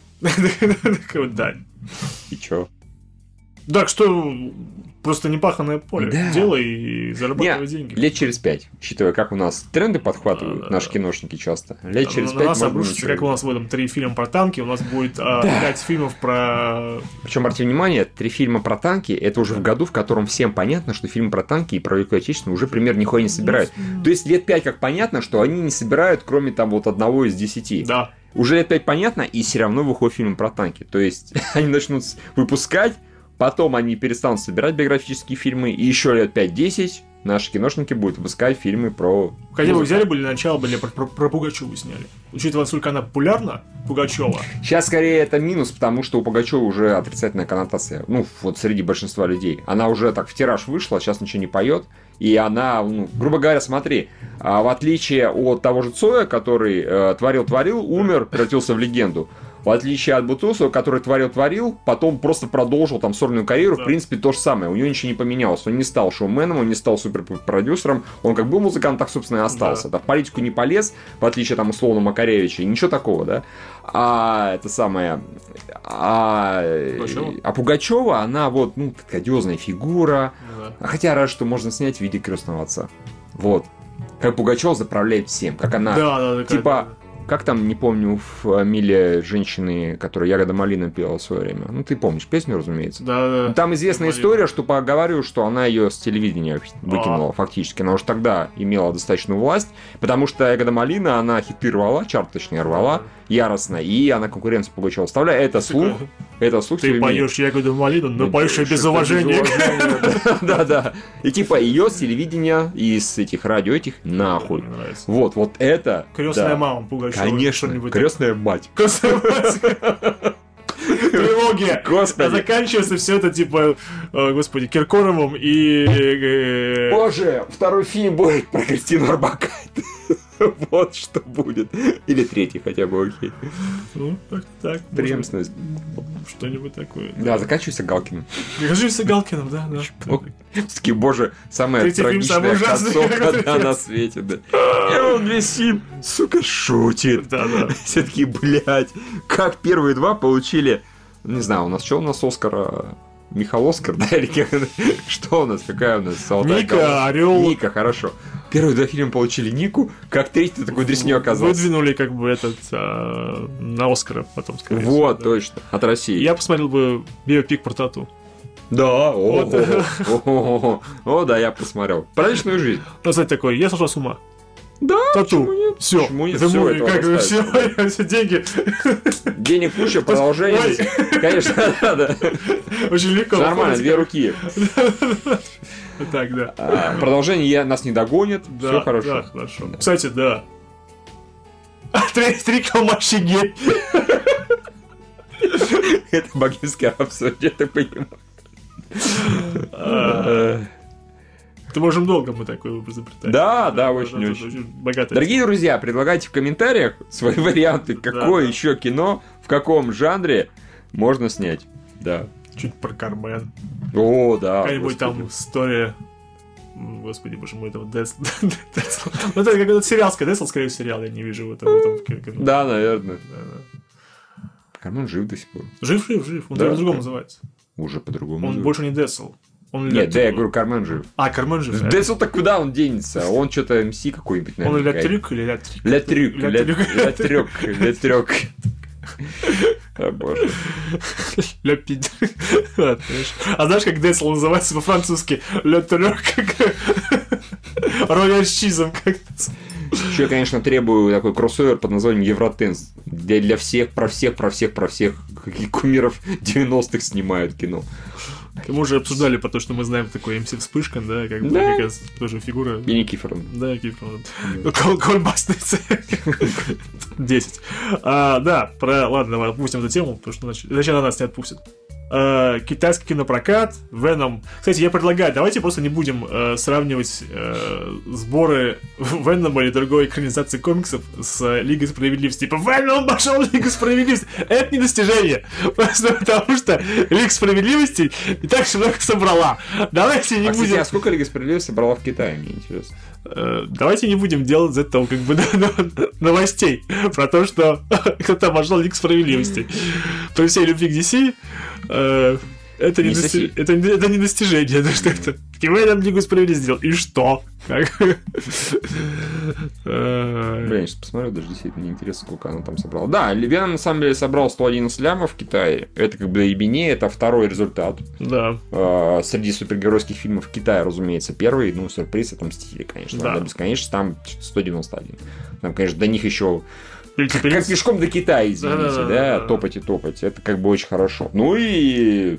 Да. И чё? Так что просто непаханное поле. Делай и зарабатывай деньги. Лет через 5, учитывая, как у нас тренды подхватывают наши киношники часто. Лет через 5 на нас обрушится, как у нас в этом 3 фильма про танки, у нас будет 5 фильмов про... Причем, обратите внимание, 3 фильма про танки, это уже в году, в котором всем понятно, что фильмы про танки и про Великую Отечественную уже примерно нихуя не собирают. То есть лет 5 как понятно, что они не собирают, кроме там вот одного из 10. Да. Уже лет 5 понятно, и все равно выходит фильм про танки. То есть они начнут выпускать, потом они перестанут собирать биографические фильмы, и еще лет 5-10 наши киношники будут выпускать фильмы про... Хотя бы взяли бы для начала, про Пугачеву сняли. Учитывая, насколько она популярна, Пугачева. Сейчас скорее это минус, потому что у Пугачевой уже отрицательная коннотация. Ну, вот среди большинства людей. Она уже так в тираж вышла, сейчас ничего не поет. И она, ну, грубо говоря, смотри, в отличие от того же Цоя, который творил-творил, умер, превратился в легенду. В отличие от Бутусова, который творил-творил, потом просто продолжил там сольную карьеру, в принципе, то же самое. У него ничего не поменялось. Он не стал шоуменом, он не стал суперпродюсером. Он как был музыкант, так, собственно, и остался. Да. В политику не полез, в отличие, там, условно, Макаревича. Ничего такого, да. А Пугачева, она вот, ну, такая одиозная фигура. Да. Хотя рад, что можно снять в виде крестного отца. Вот. Как Пугачева заправляет всем. Как она, типа... Как там, не помню, фамилия женщины, которая «Ягода малина» пела в свое время? Ну, ты помнишь песню, разумеется. Да. Там известная история, что поговариваю, что она ее с телевидения выкинула фактически. Она уже тогда имела достаточную власть, потому что «Ягода малина», она хиты рвала, чарт, точнее, рвала яростно, и она конкуренцию Пугачева оставляет. Это слух. Ты поешь «Ягоду малину», но поешь ее без уважения. Да. И типа ее с телевидения и с этих радио этих нахуй. Вот это... Крестная мама Пугачева. Конечно, крестная мать. Крестная мать. Трилогия. Господи. А заканчивается все это типа, господи, Киркоровым и... Боже, второй фильм будет про Кристину Орбакайте. Вот что будет. Или третий хотя бы, окей. Ну, так. Преемственность. Что-нибудь такое. Да, заканчивайся Галкиным. Заканчивайся Галкиным, да. Все-таки, боже, самая трагичная концовка на свете, да. И он весь фильм, сука, шутит. Да. Все-таки, блядь, как первые два получили... Не знаю, у нас Оскара... Михаил Оскар, да, или что у нас, какая у нас? Ника, Орел. Ника, хорошо. Первые два фильма получили Нику, как третий такой дреснёй оказался. Выдвинули как бы этот на Оскара потом, скорее всего. Вот, да. Точно, от России. Я посмотрел бы биопик про тату. Да, о, да, я посмотрел. Про личную жизнь. Кстати, такой, я сошла с ума. Да, тату. Все. Почему нет? Все деньги. Денег куча, продолжение. Конечно, да. Очень легко. Нормально, 2 руки. Так, да. Продолжение нас не догонит. Да, все хорошо. Да, хорошо. Да. Кстати, да. Три калмаши. Это богемская рапсодия, ты понимаешь. Это можем долго мы такой выбор изобретать. Да, очень. Дорогие друзья, предлагайте в комментариях свои варианты, какое еще кино, в каком жанре можно снять. Да. Чуть про Кармен. О, да. Какая-нибудь там история. Господи, боже мой, этого Децл. Ну, это какой-то сериал, Децл, скорее всего, сериал, я не вижу в этом. Да, наверное. Кармен жив до сих пор. Жив. Он по-другому называется. Уже по-другому. Он больше не Децл. Нет, да, я говорю, Кармен жив. Кармен жив. Децл-то куда он денется? Он что-то МС какой-нибудь, наверное. Он ля-трюк или ля-трик? Ля-трюк. О, боже. Ля-пид. А знаешь, как Децл называется по-французски? Ля-трюк. Рояль с чизом как-то. Еще я, конечно, требую такой кроссовер под названием Евротенс, где для всех, про всех каких кумиров 90-х снимают кино. Мы уже обсуждали, потому что мы знаем такой МС Вспышка, да, как бы тоже фигура. И Никифоров. Да, Никифоров. Колбасный цех. 10. Да, ладно, давай опустим эту тему, потому что иначе на нас не отпустят. Китайский кинопрокат, Веном. Кстати, я предлагаю, давайте просто не будем сравнивать сборы Венома или другой экранизации комиксов с Лигой Справедливости. Типа, Веном пошел в Лигу Справедливости. Это не достижение. Просто потому что Лига Справедливости не так же много собрала. Давайте не будем... Кстати, а сколько Лига Справедливости собрала в Китае, мне интересно? Давайте не будем делать из этого как бы новостей про то, что кто-то обожал Лигу Справедливости. При всей любви к DC это не достижение. Это что-то. Веном Лигу Справедливости сделал. И что? Блин, сейчас посмотрю, даже действительно неинтересно, сколько она там собрала. Да, Веном на самом деле собрал 111 лямов в Китае. Это как бы ебене, это второй результат. Да. Среди супергеройских фильмов в Китае, разумеется, первый. Ну, сюрприз, это Мстители, конечно. Да. Бесконечно, там 191. Там, конечно, до них еще... Как пешком до Китая, извините, да, топать и топать. Это как бы очень хорошо. Ну и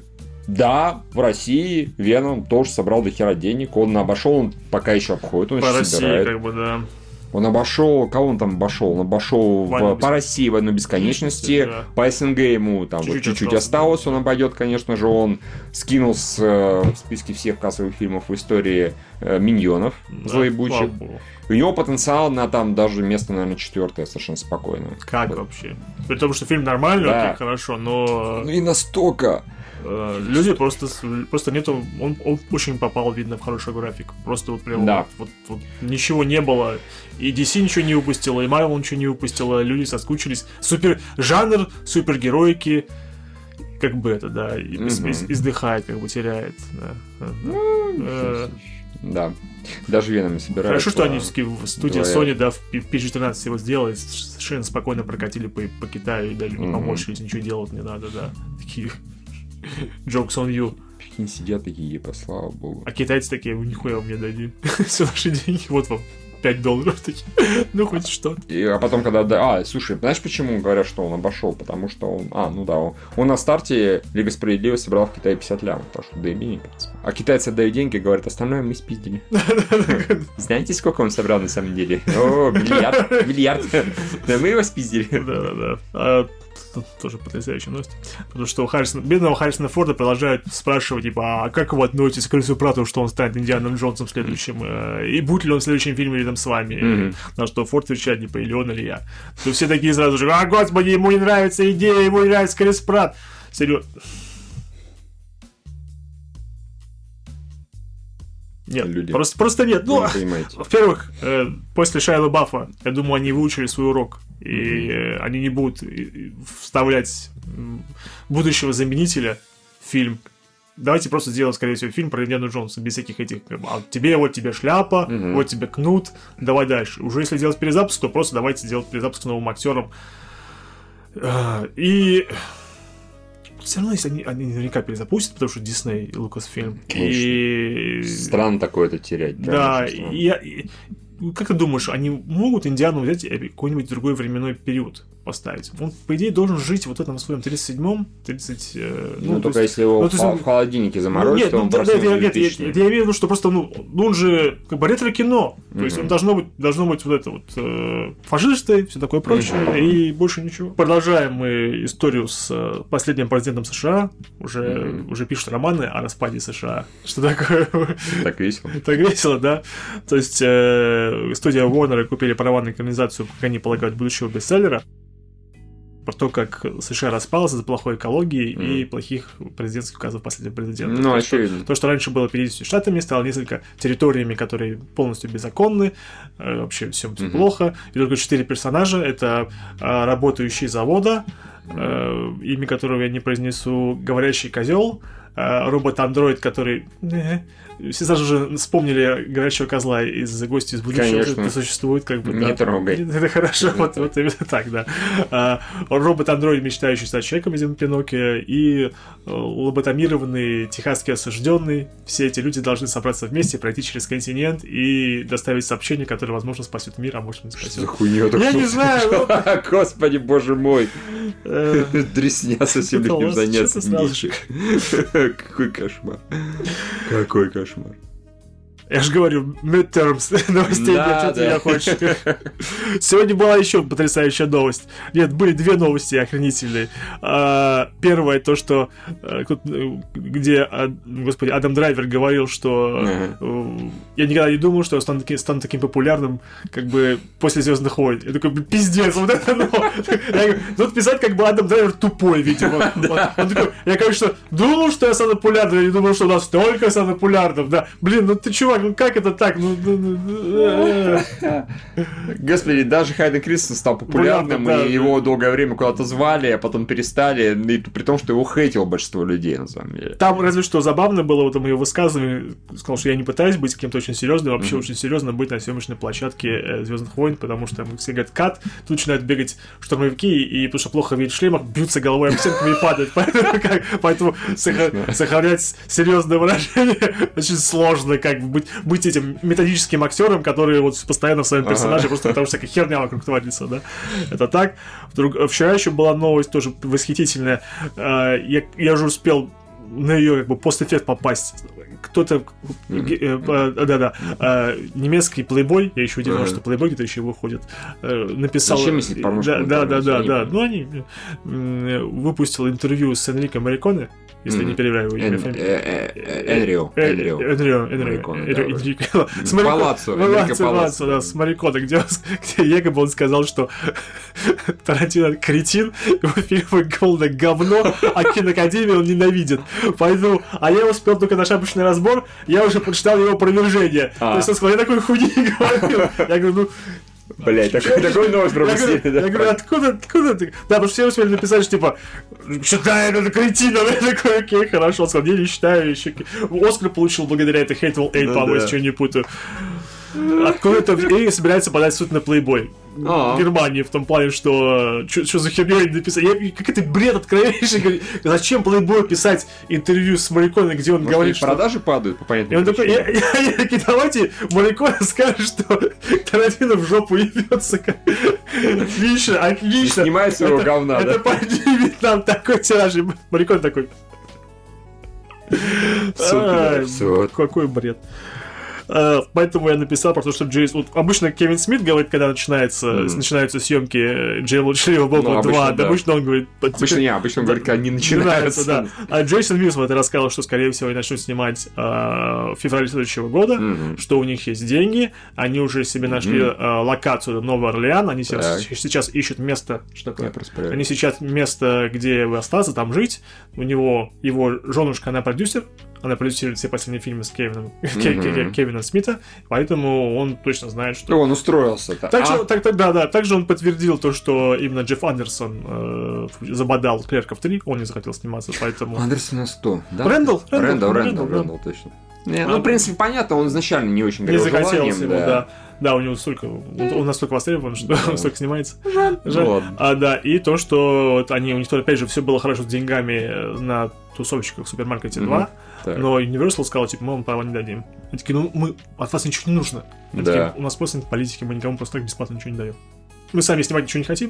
Да, в России Веном тоже собрал до хера денег. Он обошел, он пока еще обходит, он По еще России, собирает. как бы, да. Он обошел, кого он там обошел? Он обошел по России «Войну бесконечности», да. по СНГ ему там чуть-чуть осталось, он обойдет, конечно же, он скинул в списке всех кассовых фильмов в истории «Миньонов», да, злоебучих. У него потенциал на там даже место, наверное, 4 совершенно спокойно. Как вот. Вообще? При том, что фильм нормальный, да. Окей, хорошо, но... Ну и настолько... Люди просто нету. Он очень попал, видно, в хороший график. Просто вот прям да. вот ничего не было. И DC ничего не выпустила, и Marvel ничего не выпустила. Люди соскучились. Жанр супергероики, как бы это, да, издыхает, как бы теряет. Да. Да. Даже Веном не собирается. Хорошо, что они в студии Sony, да, в PG-13 его сделали, совершенно спокойно прокатили по Китаю и даже не поморщились, ничего делать не надо, да. Такие jokes on you. Не сидят такие, слава богу. А китайцы такие, нихуя вы мне дадим. Все наши деньги, вот вам $5 такие. Ну, хоть что. А потом, когда... слушай, знаешь, почему говорят, что он обошел? Потому что он... Он на старте Лига Справедливости собрал в Китае 50 лямов, потому что не принципе. А китайцы отдают деньги и говорят, остальное мы спиздили. Знаете, сколько он собрал на самом деле? О, миллиард. Да мы его спиздили. Да. Тоже потрясающая новость. Потому что бедного Харрисона Форда продолжают спрашивать, типа, а как вы относитесь к Крису Пратту, что он станет Индианом Джонсом следующим? И будет ли он в следующем фильме рядом с вами? На что Форд отвечает, типа, или он, или я. То все такие сразу же, господи, ему не нравится идея, ему не нравится Крис Пратт. Серьезно. Нет, люди. Просто нет. Ну, во-первых, после Шайа Лабафа, я думаю, они выучили свой урок. И они не будут вставлять будущего заменителя в фильм. Давайте просто сделаем, скорее всего, фильм про Индиану Джонса без всяких этих... вот тебе шляпа, вот тебе кнут, давай дальше. Уже если делать перезапуск, то просто давайте делать перезапуск с новым актером. И... Все равно, если они наверняка перезапустят, потому что Disney и Lucasfilm. И... Странно такое-то терять. Да, как ты думаешь, они могут Индиану взять и какой-нибудь другой временной период поставить? Он, по идее, должен жить вот в этом своем 37-м, 30... только есть, если его в холодильнике заморозить, то он просто... Я имею в виду, что просто, он же как бы ретро-кино. То есть он должно быть вот это вот фашисты, все такое прочее, и больше ничего. Продолжаем мы историю с последним президентом США. Уже пишут романы о распаде США. Что такое? Так весело. Так весело, да. То есть студия Warner купили права на экранизацию, как они полагают, будущего бестселлера. Про то, как США распалась из-за плохой экологии и плохих президентских указов последнего президента. Ну, очевидно. То, что раньше было 50 штатами, стало несколько территориями, которые полностью беззаконны, вообще все плохо. И только 4 персонажа — это работающий завода, имя которого я не произнесу, говорящий козел, робот-андроид, который... Все сразу же вспомнили говорящего козла из «Гостей из будущего». Конечно. Это существует как бы... Не трогай. Это хорошо, вот именно так, да. Робот-андроид, мечтающий стать человеком из Пиноккио, и лоботомированный техасский осужденный. Все эти люди должны собраться вместе, пройти через континент и доставить сообщение, которое, возможно, спасет мир, а может, не спасет. Что за хуйня? Я не знаю. Господи, боже мой. Дресня совсем лишним заняться. Какой кошмар. Какой кошмар. Я же говорю, midterms новостей, что ты хочешь. Сегодня была еще потрясающая новость. Нет, были 2 новости охренительные. Первое, то, что где, Адам Драйвер говорил, что я никогда не думал, что я стану таким популярным, как бы после «Звездных войн». Я такой, пиздец, вот это тут писать, как бы Адам Драйвер тупой, видимо. Он такой, я, конечно, думал, что я стану популярным, я не думал, что у нас столько стану популярным, да. Блин, ну ты, чувак, ну как это так? Господи, даже Хайден Кристенсен стал популярным, и его долгое время куда-то звали, а потом перестали, и при том, что его хейтило большинство людей, на самом деле. Там разве что забавно было вот его высказывание, сказал, что я не пытаюсь быть каким-то очень серьезным, вообще очень серьезно быть на съемочной площадке «Звездных войн», потому что все говорят «кат», тут начинают бегать штурмовики, и потому что плохо видят в шлемах, бьются головой об стенку и падают. Поэтому сохранять серьезное выражение очень сложно, как бы быть этим методическим актером, который вот постоянно в своем персонаже, просто потому что всякая херня вокруг творится, да. Это так. Вчера еще была новость тоже восхитительная. Я уже успел на ее как бы пост-эффект попасть. Кто-то, немецкий плейбой, я еще удивлен, что плейбой где-то еще выходит, написал... Зачем если порнушку? Да. Ну, они выпустил интервью с Энрико Морриконе, если я не перевираю его имя. Энрико. Палаццо, с Морриконе, где якобы он сказал, что Тарантино кретин, его фильмы полное говно, а киноакадемию он ненавидит. Поэтому, а я успел только на шапочный разбор, я уже прочитал его опровержение. То есть он сказал, я такой хуйни говорил. Я говорю, ну... Блять, такой новость пропустили. Я говорю, откуда ты? Да, потому что все успели написать, что типа, считаю это кретином. Я такой, окей, хорошо. Он сказал, я не считаю еще. Оскар получил благодаря этой Hateful Eight, по-моему, если не путаю. Откуда это и собирается подать в суд на Playboy в Германии, в том плане, что за хернёй написать. Как это бред откровеннейший. Зачем Playboy писать интервью с Морриконе, где он говорит, что... продажи падают, по понятным причинам. И он такой, давайте Морриконе скажет, что Тарантино в жопу ебется. Отлично. Снимает своего говна, да? Это поднимет нам такой тираж. Морриконе такой... Суд. Какой бред. Поэтому я написал про то, что Джейс... Вот обычно Кевин Смит говорит, когда начинаются съемки Джей Молчаливого Боба 2, обычно он говорит... Обычно он говорит, когда они начинаются. Да. А Джейсон Вилсон это рассказал, что, скорее всего, они начнут снимать в феврале следующего года, что у них есть деньги, они уже себе нашли локацию Новый Орлеан, они сейчас ищут место... Что такое? Они сейчас место, где вы остаться, там жить. У него его женушка, она продюсер, она продюсирует все последние фильмы с Кевина Смита, поэтому он точно знает, что... Он устроился. Также он подтвердил то, что именно Джефф Андерсон забодал Клерков 3, он не захотел сниматься, поэтому... Андерсон на 100, да? Рэндалл, точно. Ну, в принципе, понятно, он изначально не очень горел желанием. Ему, да, у него столько... Он настолько востребован, что он столько снимается. Жаль. И то, что у них, опять же, все было хорошо с деньгами на тусовщиках в Супермаркете 2, но Universal сказал, типа, мы вам права не дадим. Они такие, мы от вас ничего не нужно. Они такие, у нас просто нет политики, мы никому просто так бесплатно ничего не даем. Мы сами снимать ничего не хотим.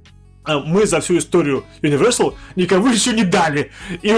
Мы за всю историю Universal никому еще не дали.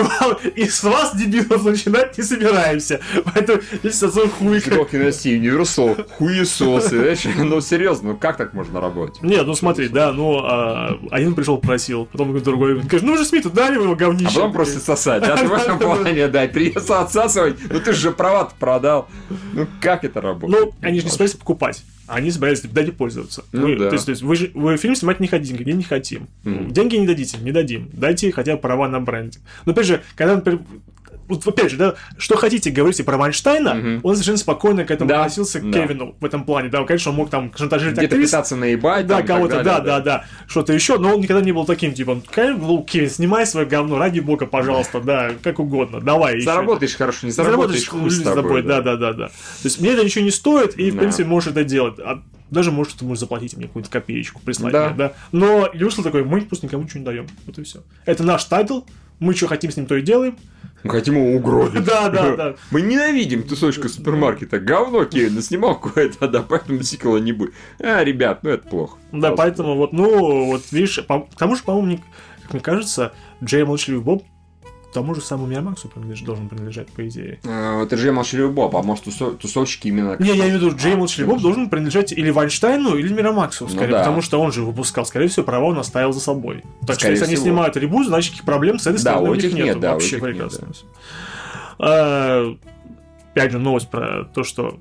И с вас, дебилов, начинать не собираемся. Поэтому здесь отсюда хуй. Universal хуесосы, знаешь? Ну, серьезно, как так можно работать? Нет, ну смотри, да, один пришел, просил, потом другой, говорит, ну уже Смиту дали его говнище. А потом просто сосать, да, в этом плане, да, придется отсасывать. Ну ты же права-то продал. Ну как это работает? Ну, они же не собирались покупать. Они собирались, дайте пользоваться. То есть вы фильм снимать не хотите, не хотим. Деньги не дадите, не дадим. Дайте хотя бы права на бренде. Но опять же, когда, например, вот опять же, да, что хотите, говорите про Вайнштейна, он совершенно спокойно к этому относился, к Кевину в этом плане. Да, конечно, он мог там шантажировать актрис. Где-то пытаться наебать. Да, кого-то, да, что-то еще, но он никогда не был таким, типа, Кевин, снимай свое говно, ради бога, пожалуйста, да, как угодно, давай. Заработаешь хорошо, не заработаешь, хуй с тобой. Да. То есть мне это ничего не стоит, и, в принципе, можешь это делать. Даже, может, ты можешь заплатить мне какую-то копеечку, прислать мне, да. Но Universal такой, мы просто никому ничего не даем. Вот и все. Это наш тайтл, мы что хотим с ним, то и делаем. Мы хотим его угробить. Да. Мы ненавидим тусовочку супермаркета. Говно Кевин снимал какое-то, да, поэтому сиквела не будет. Ребят, это плохо. Да, поэтому видишь, к тому же, по-моему, как мне кажется, Джей Молчаливый Боб тому же самому Мирамаксу должен принадлежать, по идее. Это Джей Молчаливый Боб, а может тусовщики именно... Не, я имею в виду, Джей Молчаливый Боб должен принадлежать или Вайнштейну, или Мирамаксу, скорее, потому что он же выпускал, скорее всего, права он оставил за собой. Так что, если они снимают ребут, значит, никаких проблем с этой стороны у них нет. Вообще прекрасно. Опять же, новость про то, что...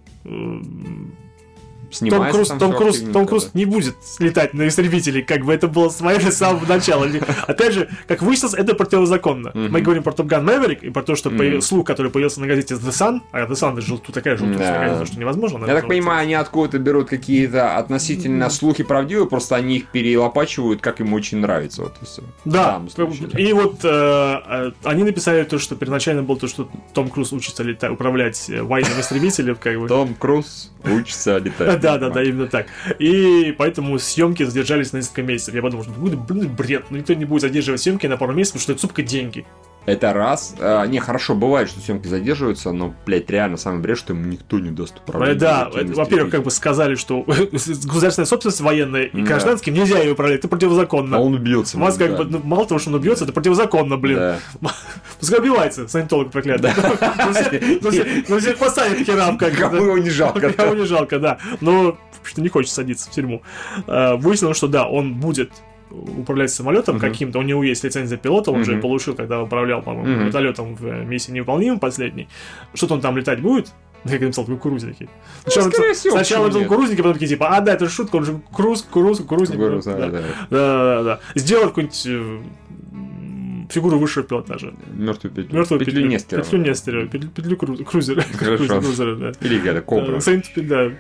Том Круз не будет летать на истребителей, как бы это было с самого начала. Опять же, как выяснилось, это противозаконно. Мы говорим про Top Gun Maverick и про то, что слух, который появился на газете The Sun, а The Sun это тут такая желтая газета, что невозможно. Я так понимаю, они откуда-то берут какие-то относительно слухи правдивые, просто они их перелопачивают, как им очень нравится. Вот и все. Да, и вот они написали то, что первоначально было то, что Том Круз учится управлять военным истребителем. Том Круз учится летать. Да, именно так. И поэтому съемки задержались на несколько месяцев. Я подумал, что будет, бред, но никто не будет задерживать съемки на пару месяцев, потому что это, сука, деньги. Это раз. Не, хорошо, бывает, что съемки задерживаются, но, блядь, реально самый бред, что ему никто не даст управлять. Да, во-первых, как бы сказали, что государственная собственность военная и гражданским нельзя ее управлять, это противозаконно. А он убьется. У вас как бы, мало того, что он убьется, это противозаконно, блин. Да. Пускай убивается, санитолог проклятый. Ну всех посадят херам, как бы. Кому его не жалко. Кому не жалко, да. Но что не хочет садиться в тюрьму. Выяснилось, что да, он будет управлять самолетом каким-то, у него есть лицензия пилота, он же получил, когда управлял, по-моему, вертолетом в миссии невыполнимой последней. Что-то он там летать будет? Я написал, кукурузники. Сначала написал кукурузники, потом такие типа, да, это же шутка, он же кукурузник. Да. Сделал какую-нибудь фигуру высшего пилота даже. Мертвую петлю. Петлю Нестерова. Петлю крузера. Хорошо. Да. Или какая-то кобра. Да.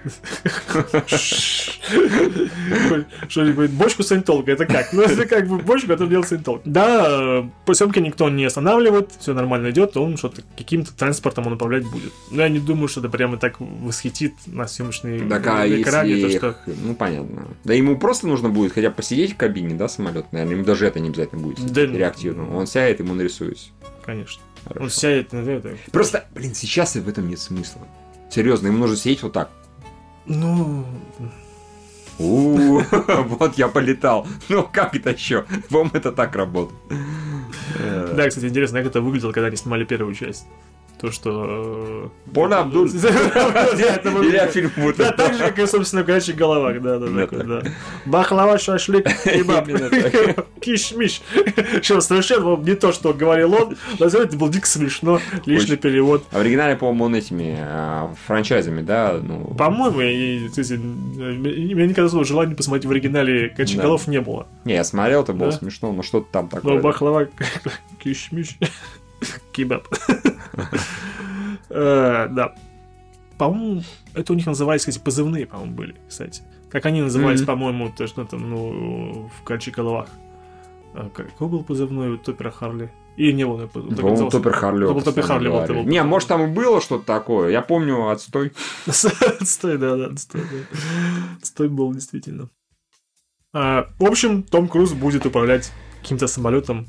Что-нибудь, бочку санитолога, это как? Ну, это как бы бочку, которую делал санитолог. Да, по съемке никто не останавливает, все нормально идет, он что-то каким-то транспортом он управлять будет. Но я не думаю, что это прямо так восхитит на съемочной экране. Ну, понятно. Да ему просто нужно будет хотя бы посидеть в кабине, да, самолет, наверное, ему даже это не обязательно будет реактивно. Он сядет, ему нарисуется. Конечно. Хорошо. Он сядет на это. Просто, блин, сейчас и в этом нет смысла. Серьезно, ему нужно сидеть вот так. Ну... Вот я полетал. Ну, как это еще? По-моему, это так работает. Да, кстати, интересно, как это выглядело, когда они снимали первую часть. То, что... Боля Абдуль. Или фильм будет. Да, так же, как и, собственно, в «Горячих головах». Да. Бахлава, шашлык, кебаб, киш-миш. Что, совершенно не то, что говорил он, но это было дико смешно. Личный перевод. В оригинале, по-моему, он этими франчайзами, да? По-моему, у меня никогда такого желания посмотреть в оригинале «Горячих голов» не было. Не, я смотрел, это было смешно, но что-то там такое. Ну, бахлава, киш-миш. Кебаб. Да. По-моему, это у них назывались, кстати, позывные, по-моему, были, кстати. Как они назывались, по-моему, то, что там, в «Горячих головах». Какой был позывной у Топпера Харли? И не было. Топпер Харли. Не, может, там и было что-то такое. Я помню «Отстой». Отстой, да. Отстой был, действительно. В общем, Том Круз будет управлять каким-то самолетом.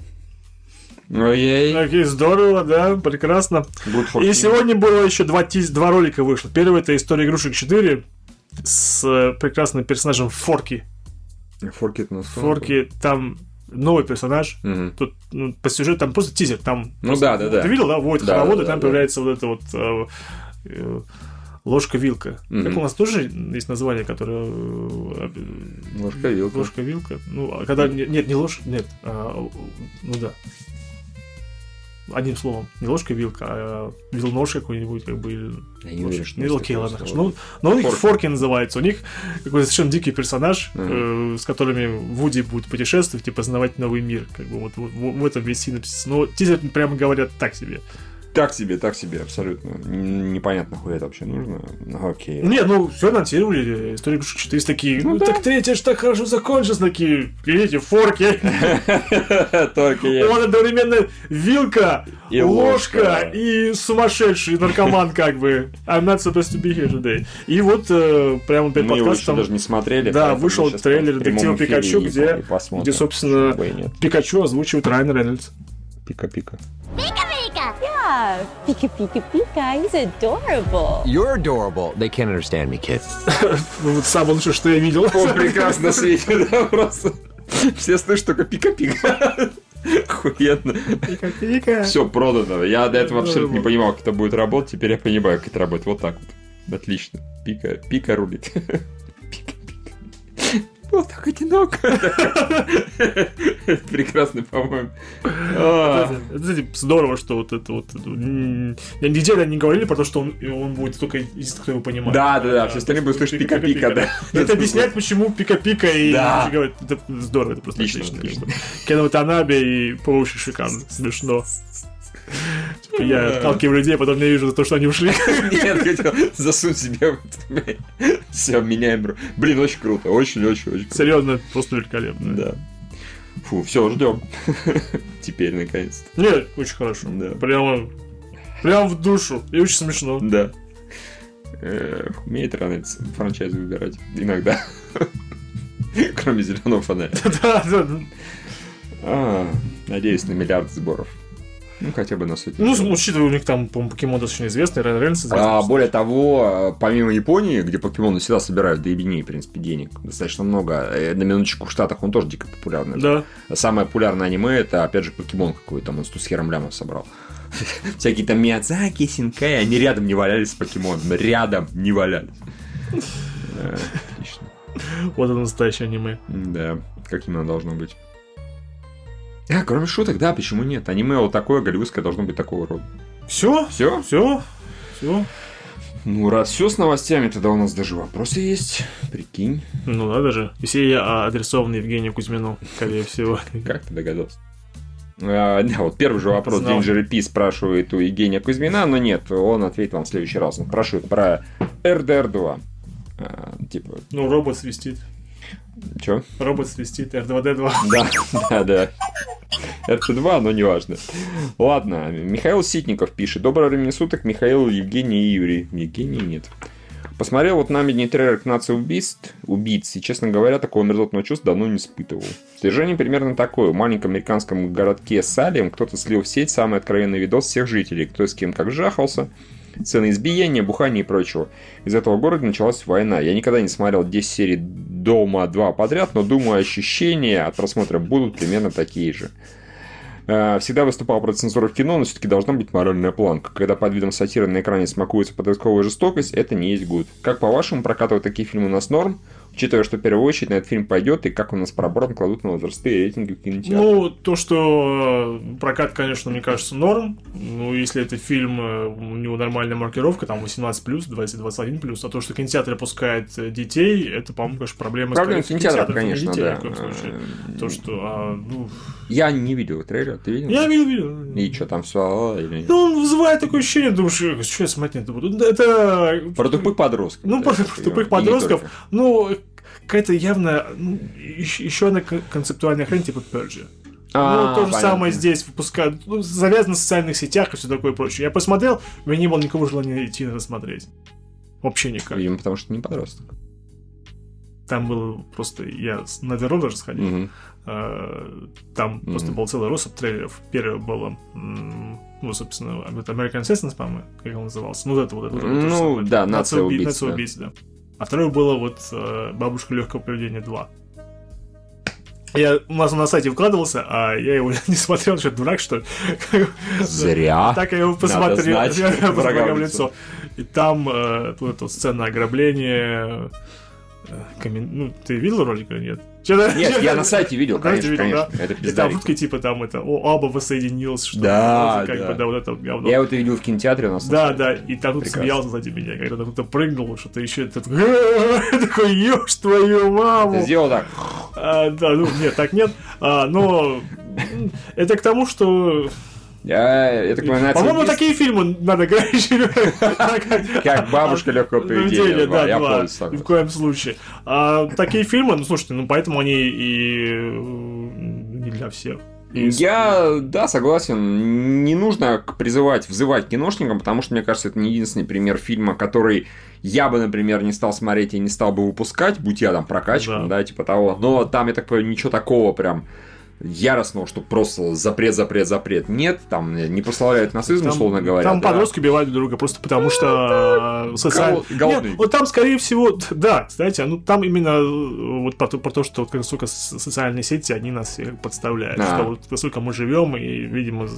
Окей, здорово, да, прекрасно. И сегодня было еще два ролика вышло. Первый — это «История игрушек 4» с прекрасным персонажем Форки. Форки, там новый персонаж. Тут по сюжету там просто тизер. Там да. Ты видел, да? Водит хоровод, и там появляется вот эта вот ложка-вилка. Как у нас тоже есть название, которое... Ложка-вилка. Ложка-вилка. Ну, когда... Нет, не ложка, нет. Ну да. Одним словом, не ложка-вилка, а вилнож какой-нибудь, как бы... Я не уверен, что... Окей, ладно, хорошо. Но у них Форки называется. У них какой-то совершенно дикий персонаж, с которыми Вуди будет путешествовать и познавать новый мир. Как бы вот в этом весь синопсис. Но тизер, прямо говорят, так себе. Так себе, абсолютно. Непонятно, нахуй это вообще нужно. Окей. Не, все анонсировали. «История игрушек 4» такие. Так третья ж так хорошо закончилась. Такие, видите, Форки. Он одновременно вилка, и ложка, и сумасшедший наркоман, как бы. I'm not supposed to be here today. И вот прямо перед подкастом... Мы его еще даже не смотрели. Да, вышел трейлер «Детектива Пикачу», где, собственно, Пикачу озвучивает Райан Рейнольдс. Пика-пика. Pika-pika! Yeah, Pika-pika-pika, he's adorable. You're adorable. They can't understand me, kid. Вот самое лучшее, что я видел. Он прекрасно светит, да, просто. Все слышат только пика-пика. Охуенно. Пика-пика. Все продано. Я до этого абсолютно не понимал, как это будет работать. Теперь я понимаю, как это работает. Вот так вот. Отлично. Пика рулит. Вот так одиноко. Прекрасно, по-моему. Это, здорово, что вот это вот... Нигде не говорили про то, что он будет только единственный, кто его понимает. Да, все остальные будут слышать пика-пика, да. Это объясняет, почему пика-пика и... говорят, это здорово, это просто отлично. Кен Ватанаbe и Поуши шикарно, смешно. Типа я отталкиваю людей, а потом не вижу за то, что они ушли. Нет, хотел засунуть себе все, меняем. Блин, очень круто, очень-очень круто. Серьезно, просто великолепно. Да. Фу, все, ждем. Теперь, наконец-то. Нет, очень хорошо. Да. Прямо в душу. И очень смешно. Да. Умеет Рейнольдс франчайз выбирать. Иногда. Кроме «Зеленого фонаря». Да. Надеюсь на миллиард сборов. Ну, хотя бы на сути. Ну, учитывая, у них там, по-моему, покемон достаточно известный, Райан Рейнольдс известный. Более того, помимо Японии, где покемоны всегда собирают до ебеней, в принципе, денег, достаточно много, на минуточку в Штатах он тоже дико популярный. Да. Самое популярное аниме, это, опять же, покемон какой-то, он 100 с хером лямов собрал. Всякие там Миядзаки, Синкай, они рядом не валялись с покемоном, рядом не валялись. Отлично. Вот это настоящее аниме. Да, каким оно должно быть. Кроме шуток, да, почему нет? Аниме вот такое, голливудское, должно быть такого рода. Все? Ну, раз все с новостями, тогда у нас даже вопросы есть. Прикинь. Ну, надо же. И все адресованы Евгению Кузьмину, скорее всего. Как ты догадался? Да, вот первый же вопрос. Danger P спрашивает у Евгения Кузьмина, но нет, он ответит вам в следующий раз. Он спрашивает про RDR 2. Типа... Ну, робот свистит. Чё? Робот свистит, R2D2. Да. RT2, но неважно. Ладно, Михаил Ситников пишет. Доброго времени суток, Михаил, Евгений и Юрий. Евгений нет. Посмотрел вот намедни трейлер к нации убийц, и, честно говоря, такого мерзотного чувства давно не испытывал. Содержание примерно такое. В маленьком американском городке Салем кто-то слил в сеть самый откровенный видос всех жителей, кто с кем как жахался, сцены избиения, бухания и прочего. Из этого города началась война. Я никогда не смотрел 10 серий Дома 2 подряд, но думаю, ощущения от просмотра будут примерно такие же. Всегда выступал против цензуры в кино, но все-таки должна быть моральная планка. Когда под видом сатиры на экране смакуется подростковая жестокость, это не есть гуд. Как по-вашему, прокатывать такие фильмы у нас норм? Учитывая, что в первую очередь на этот фильм пойдет, и как у нас пробором кладут на возрастные рейтинги в кинотеатре. Ну, то, что прокат, конечно, мне кажется, норм. Ну, если это фильм, у него нормальная маркировка, там 18+, 20-21+, а то, что кинотеатр пускает детей, это, по-моему, конечно, проблема кинотеатра, конечно, детей, да. То, что, Я не видел трейлер, ты видел? Я видел. И что там все? Или... Ну, он вызывает такое ощущение, думаешь, что я смотреть не буду. Это... Про тупых подростков. Ну, про тупых подростков. Ну, какая-то явно... еще одна концептуальная хрень, типа Purge. Ну, то же самое здесь выпускают. Ну, завязано в социальных сетях и все такое прочее. Я посмотрел, у меня не было никакого желания идти на это смотреть. Вообще никак. Видимо, потому что не подросток. Там было просто... Я на The Road даже сходил. Там просто был целый россыпь трейлеров. Первое было... Ну, собственно, American Assassin's, по-моему, как он назывался. Ну, это вот это. Ну, да, «Нация убийц». А второе было вот «Бабушка легкого поведения 2». У нас на сайте вкладывался, а я его не смотрел, что дурак, что ли. Зря. Так я его посмотрел. Я посмотрел в лицо. И там вот эта сцена ограбления... Ну, ты видел ролик или нет? Нет, я на сайте видел, конечно. Это и там шутки типа там это, оба воссоединилось, что да, как бы, да, вот это вот говно. Я его видел в кинотеатре у нас. Да, и там тут смеялся сзади меня, когда кто-то прыгнул, что-то еще, такой, ешь твою маму. Ты сделал так? Да, ну, нет, так нет, но это к тому, что... По-моему, такие фильмы надо говорить. Как «Бабушка легкого поведения». Да, я помню. Ни в коем случае. Такие фильмы, ну, слушайте, ну, поэтому они и не для всех. Я, да, согласен. Не нужно взывать киношникам, потому что, мне кажется, это не единственный пример фильма, который я бы, например, не стал смотреть и не стал бы выпускать, будь я там прокачком, да, типа того. Но там, я так понимаю, ничего такого прям... яростного, что просто запрет. Нет, там не прославляют нацизм, условно говоря. Там подростки убивают друг друга просто потому, что голодные. Вот там, скорее всего, да, кстати, ну там именно вот про то, что вот насколько социальные сети, они нас всех подставляют. Что вот насколько мы живем и, видимо,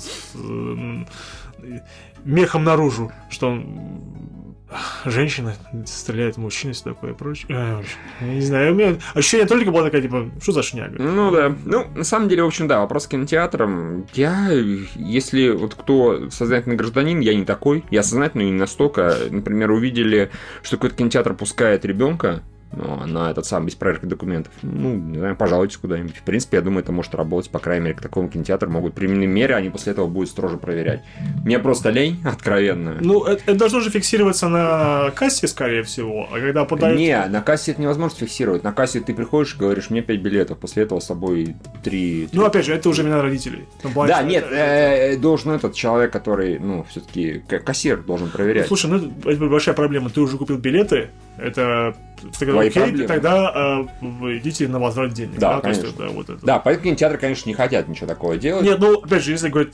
мехом наружу, что женщина стреляет в мужчину, все такое и прочее. Я не знаю, у меня ощущение только было такое, типа, что за шняга? Ну да. Ну, на самом деле, в общем, да, вопрос с кинотеатром. Если вот кто сознательный гражданин, я не такой. Я сознательный не настолько. Например, увидели, что какой-то кинотеатр пускает ребенка на этот сам без проверки документов. Ну, не знаю, пожалуйтесь куда-нибудь. В принципе, я думаю, это может работать. По крайней мере, к такому кинотеатру могут применить меры, они после этого будут строже проверять. Мне просто лень, откровенно. Ну, это должно же фиксироваться на кассе, скорее всего. А когда подают... Не, на кассе это невозможно фиксировать. На кассе ты приходишь и говоришь, мне 5 билетов. После этого с собой 3... Ну, опять же, это уже вина родителей. Да, нет, должен этот человек, который, ну, все-таки кассир должен проверять. Ну, слушай, ну, это большая проблема. Ты уже купил билеты, это... твои окей, проблемы. Тогда вы идите на возврат денег. Да, то есть конечно. это вот это. Да, поэтому кинотеатры, конечно, не хотят ничего такого делать. Нет, ну, опять же, если говорить,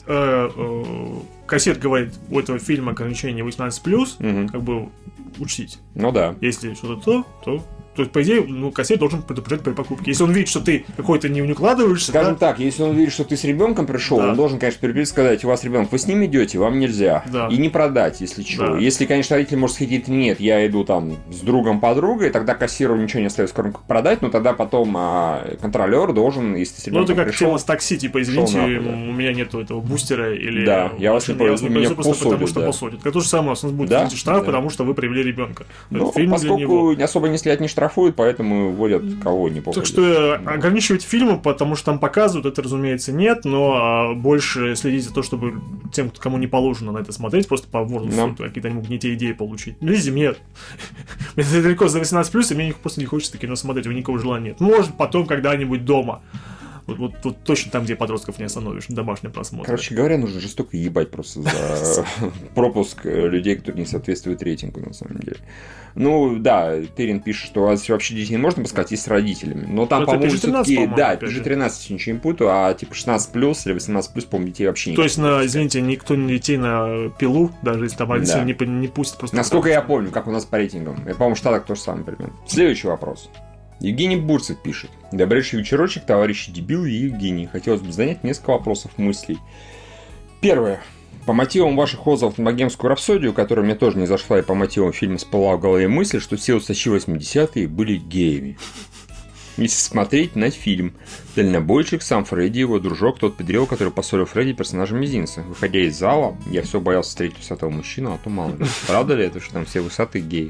кассет говорит, у этого фильма ограничение 18+, как бы учтите. Ну да. Если что-то то есть, по идее, ну, кассет должен предупреждать при покупке. Если он видит, что ты какой-то не укладываешься, Скажем так, если он видит, что ты с ребенком пришел, Да. он должен, конечно, предупредить, сказать: у вас ребенок, вы с ним идете, вам нельзя. Да. И не продать, если что. Да. Если, конечно, родитель может сказать: нет, я иду там с другом, подругой, тогда кассиру ничего не остается, кроме как продать, но тогда потом контролер должен, если с ну, ребенком это как пришел... тема с такси, типа, извините, шел нахуй, да. у меня нету этого бустера, или... Да, я вас не пользуюсь, меня просто потому, посадят, что да. посадят. Это то же самое, у нас будет Да? штраф, Да. потому что вы привели ребенка. Ну, Фильм для него. поскольку особо не след не штрафуют, поэтому вводят кого не попадет. Так что ограничивать фильмы, потому что там показывают, это, разумеется, нет, но больше следить за то, чтобы тем, кому не положено на это смотреть, просто по возрасту какие-то они могут не те идеи получить. Лизе, нет. Это далеко за 18+, и мне просто не хочется кино смотреть, у меня никакого желания нет. Может, потом когда-нибудь дома. Вот точно там, где подростков не остановишь, домашний просмотр. Короче говоря, нужно жестоко ебать просто за пропуск людей, которые не соответствуют рейтингу, на самом деле. Ну, да, Терин пишет, что вообще детей не можно пускать, есть с родителями. Но там, это по-моему, PG-13, все-таки... по-моему, Да, опять же. PG-13, если ничего не путаю, а типа 16+, или 18+, по-моему, детей вообще не То есть, извините, никто не детей на пилу, даже если там родители Да. не пустят просто... Насколько я помню, как у нас по рейтингам. Я, по-моему, в Штатах то же самое примерно. Следующий вопрос. Евгений Бурцев пишет: добрейший вечерочек, товарищи дебилы и Евгений. Хотелось бы занять несколько вопросов, мыслей. Первое. По мотивам ваших отзывов на «Богемскую рапсодию», которая мне тоже не зашла, и по мотивам фильма «Спала в голове мысль», что все усачи 80-е были геями. Если смотреть на фильм, дальнобойщик, сам Фредди, его дружок, тот педрил, который поссорил Фредди персонажа Мизинца. Выходя из зала, я все боялся встретить усатого мужчину, а то мало ли. Правда ли это, что там все высатые геи?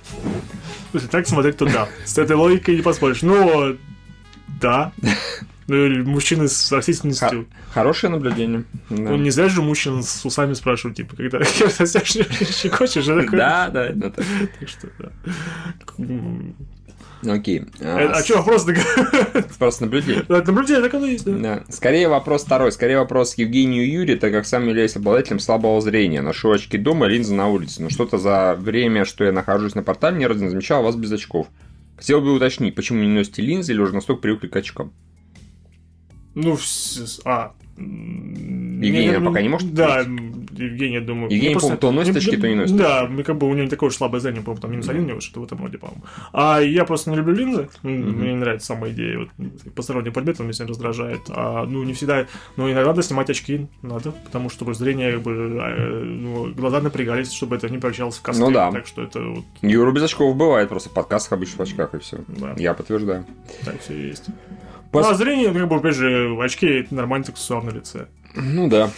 Слушай, так смотреть, то да. С этой логикой не поспоришь. Ну, да. Ну, мужчины с растительностью. Хорошее наблюдение. Да. Ну, не зря же мужчин с усами спрашивают, типа, когда щекочешь, а такой... Да, это так. Так что, да. Окей. А что, вопрос? Просто наблюдение. Наблюдение, так оно и есть, да. Да. Скорее вопрос второй. Скорее вопрос к Евгению Юрию, так как сам являюсь обладателем слабого зрения. Ношу очки дома, линзы на улице. Но что-то за время, что я нахожусь на портале, ни разу не замечал вас без очков. Хотел бы уточнить, почему не носите линзы или уже настолько привыкли к очкам? Ну, Евгений пока не может Да, ответить? Евгений, я думаю... Евгений, по-моему, то носит очки, то не носит. Да, как бы у него не такое уж слабое зрение, по-моему, там минус 1 у него, что-то в этом роде, по-моему. А я просто не люблю линзы. Мне не нравится сама идея. Вот, посторонний предмет, он меня сильно раздражает. Ну, не всегда... Но иногда надо снимать очки, надо, потому что зрение, как бы, глаза напрягались, чтобы это не превращалось в костры. Ну да. Так что это вот... Юра без очков бывает, просто в подкастах обычно в очках, и все. Да. Я подтверждаю. Так все и есть. Ну, а зрение, как бы, опять же, очки — это нормальный аксессуар на лице. Ну да.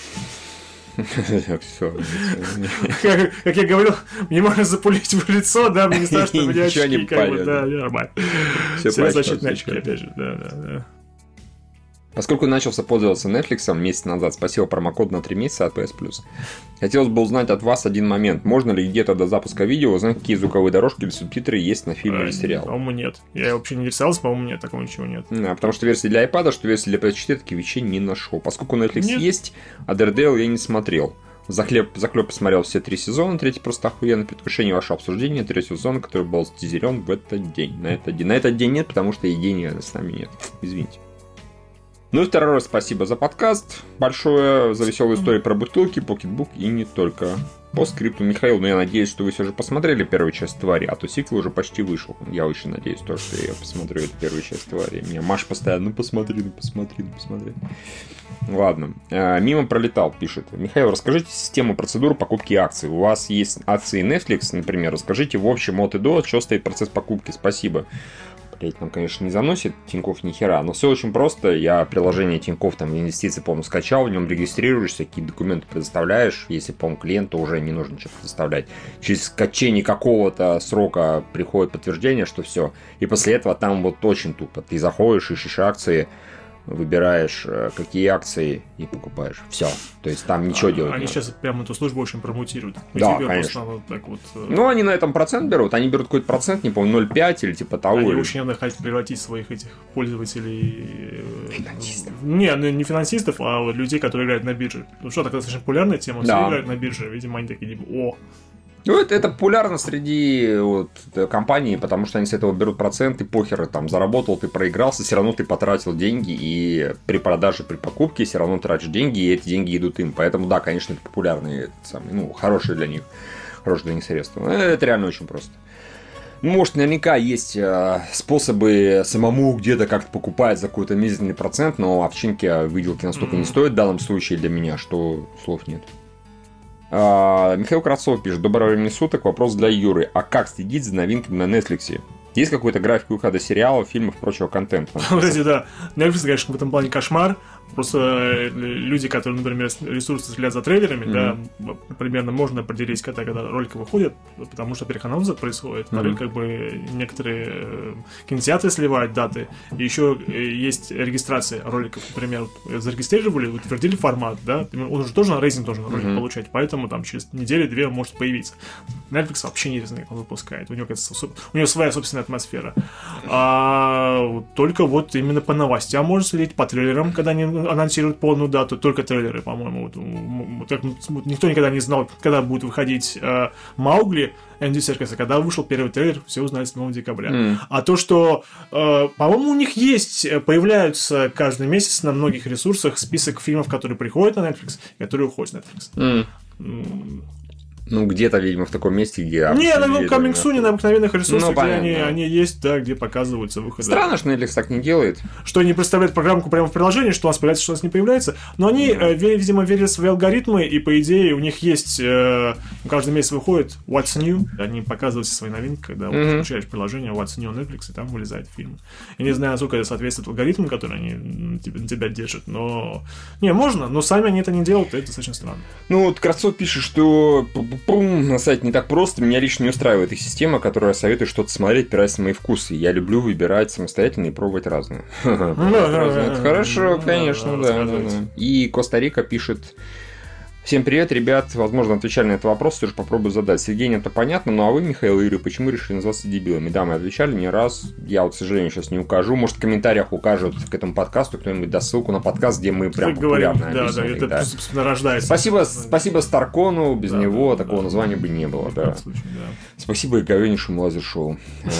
Как я говорил, мне можно запулить в лицо, да, мне не страшно, у меня Ничего не очки, как бы, палит. да, нормально. Всё Все прочитал, защитные всё очки, опять же, да. Поскольку начался пользоваться Netflix месяц назад, спасибо промокод на 3 месяца от PS Plus. Хотелось бы узнать от вас один момент. Можно ли где-то до запуска видео узнать, какие звуковые дорожки или субтитры есть на фильме или сериал? По-моему, нет. Я вообще не интересовался, по-моему, нет, такого ничего нет. Да, потому что версии для iPad, что версии для PS4 таких вещей не нашел. Поскольку Netflix Нет. есть, а Daredevil я не смотрел. Заклеп посмотрел все 3 сезона, третий просто охуенно. Предвкушение вашего обсуждения 3-го сезона, который был стизерен в этот день. На этот день нет, потому что Евгения с нами нет. Извините. Ну и второй раз спасибо за подкаст большое, за веселую историю про бутылки, покетбук и не только. По скрипту, Михаил, я надеюсь, что вы все же посмотрели первую часть «Твари», а то сиквел уже почти вышел. Я очень надеюсь тоже, что я посмотрю эту первую часть «Твари». Меня Маш постоянно, посмотри. Ладно. Мимо пролетал, пишет. Михаил, расскажите систему процедуры покупки акций. У вас есть акции Netflix, например. Расскажите в общем от и до, что стоит процесс покупки. Спасибо. Блять, нам, конечно, не заносит Тинькофф ни хера, но все очень просто. Я приложение Тинькофф, там, инвестиции, по-моему, скачал, в нем регистрируешься, какие документы предоставляешь. Если, по-моему, клиенту уже не нужно что-то предоставлять. Через скачение какого-то срока приходит подтверждение, что все. И после этого там вот очень тупо. Ты заходишь, ищешь акции, выбираешь, какие акции и покупаешь. Все. То есть там ничего делать Они не надо. сейчас прямо эту службу очень промутируют. Да, тебе конечно. просто так вот... Ну, они на этом процент берут. Они берут какой-то процент, не помню, 0,5 или типа того. Они или- очень явно хотят превратить своих этих пользователей... Финансистов. Не финансистов, а людей, которые играют на бирже. Ну что, такая достаточно популярная тема, все Да. играют на бирже. Видимо, они такие, типа, Ну, это популярно среди вот, компаний, потому что они с этого берут проценты, похер, там, заработал, ты проигрался, все равно ты потратил деньги, и при продаже, при покупке все равно тратишь деньги, и эти деньги идут им. Поэтому, да, конечно, это популярные, хорошие для них средства. Но это реально очень просто. Ну, может, наверняка есть способы самому где-то как-то покупать за какой-то мизерный процент, но овчинки выделки настолько не стоят в данном случае для меня, что слов нет. Михаил Кравцов пишет: доброго времени суток, вопрос для Юры. А как следить за новинками на Netflix? Есть какой-то график выхода сериалов, фильмов и прочего контента? Кстати, да. Netflix, конечно, в этом плане кошмар. Просто люди, которые, например, ресурсы следят за трейлерами, да, примерно можно определить, когда ролики выходят, потому что переанонс происходит. Как бы некоторые кинотеатры сливают даты, и еще есть регистрация роликов, например, зарегистрировали, утвердили формат, да, он уже тоже на рейтинг должен ролик получать, поэтому там через неделю-две он может появиться. Netflix вообще не знаю, как он выпускает, у него своя собственная атмосфера. Только вот именно по новостям можно следить, по трейлерам, когда они анонсируют полную дату, только трейлеры, по-моему. Никто никогда не знал, когда будет выходить Маугли Энди Серкиса. Когда вышел первый трейлер, все узнали 7 декабря. А то, что, по-моему, у них появляются каждый месяц на многих ресурсах список фильмов, которые приходят на Netflix, и которые уходят на Netflix. Ну, где-то, видимо, в таком месте, где... Не, на Coming Soon, на обыкновенных ресурсах, где они есть, да, где показываются выходы. Странно, что Netflix так не делает. Что они представляют программку прямо в приложении, что у нас появляется, что у нас не появляется. Но они, видимо, верят в свои алгоритмы, и, по идее, у них есть... каждый месяц выходит What's New. Они показывают все свои новинки, когда включаешь приложение What's New Netflix, и там вылезает фильм. Я не знаю, насколько это соответствует алгоритмам, которые они на тебя держат, но... Не, можно, но сами они это не делают, это достаточно странно. Ну, вот Кравцов пишет, что... на сайте не так просто. Меня лично не устраивает их система, которая советует что-то смотреть, опираясь на мои вкусы. Я люблю выбирать самостоятельно и пробовать разное. Это хорошо, конечно, да. И Коста-Рика пишет: всем привет, ребят. Возможно, отвечали на этот вопрос, все же попробую задать. С Евгением это понятно, ну а вы, Михаил и Юрий, почему решили называться дебилами? Да, мы отвечали не раз. Я вот, к сожалению, сейчас не укажу. Может, в комментариях укажут к этому подкасту кто-нибудь даст ссылку на подкаст, где мы прям популярно объяснили. Да, это, собственно, рождается. Спасибо Старкону, без него такого названия бы не было. Да. Спасибо и говеннейшему лазер-шоу.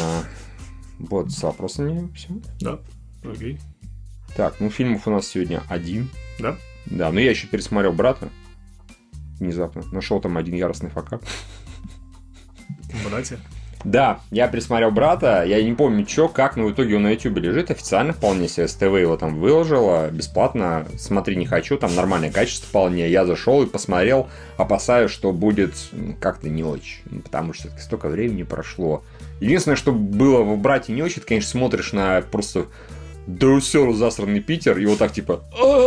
Вот, с вопросами все. Да, окей. Так, ну фильмов у нас сегодня один. Да? Да, но я еще пересмотрел «Брата». Внезапно. Нашел там один яростный факап. Братья? Да, я пересмотрел «Брата». Я не помню, как, но в итоге он на YouTube лежит официально вполне себе. СТВ его там выложила бесплатно. Смотри, не хочу, там нормальное качество вполне. Я зашел и посмотрел, опасаюсь, что будет как-то не очень. Потому что столько времени прошло. Единственное, что было в «Брате» не очень, ты, конечно, смотришь на просто... Друсер засранный Питер, и вот так типа: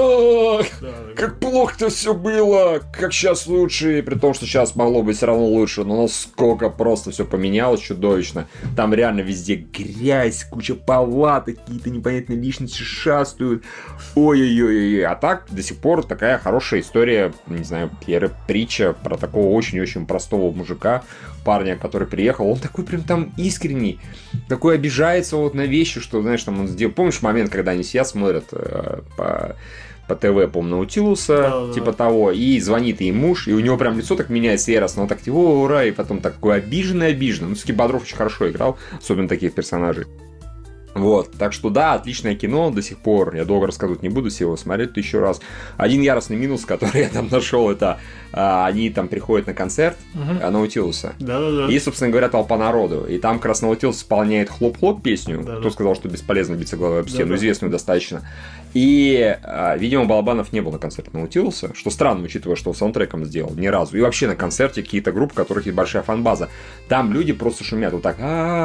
как плохо-то все было, как сейчас лучше, при том, что сейчас могло быть все равно лучше, но насколько просто все поменялось чудовищно. Там реально везде грязь, куча палат, какие-то непонятные личности шастают. Ой-ой-ой. А так до сих пор такая хорошая история, не знаю, притча про такого очень-очень простого мужика, парня, который приехал, он такой прям там искренний, такой обижается вот на вещи, что, знаешь, там он сделал. Помнишь момент, когда они сидят, смотрят по ТВ, по-моему, Наутилуса, типа того, и звонит ей муж, и у него прям лицо так меняется яростно, он так типа: о, ура, и потом такой обиженный. Ну, все-таки Бодров очень хорошо играл, особенно таких персонажей. Вот, так что да, отличное кино до сих пор. Я долго рассказывать не буду, все его смотреть 1000 раз. Один яростный минус, который я там нашел, это они там приходят на концерт Наутилуса. Да-да-да. И, собственно говоря, толпа народу. И там как раз Наутилус исполняет «Хлоп-хлоп» песню. Да-да. Кто сказал, что бесполезно биться головой об стену, известную достаточно. И, видимо, Балабанов не был на концерте Наутилуса, что странно, учитывая, что он саундтреком сделал ни разу. И вообще на концерте какие-то группы, у которых есть большая фан-база. Там люди просто шумят вот так: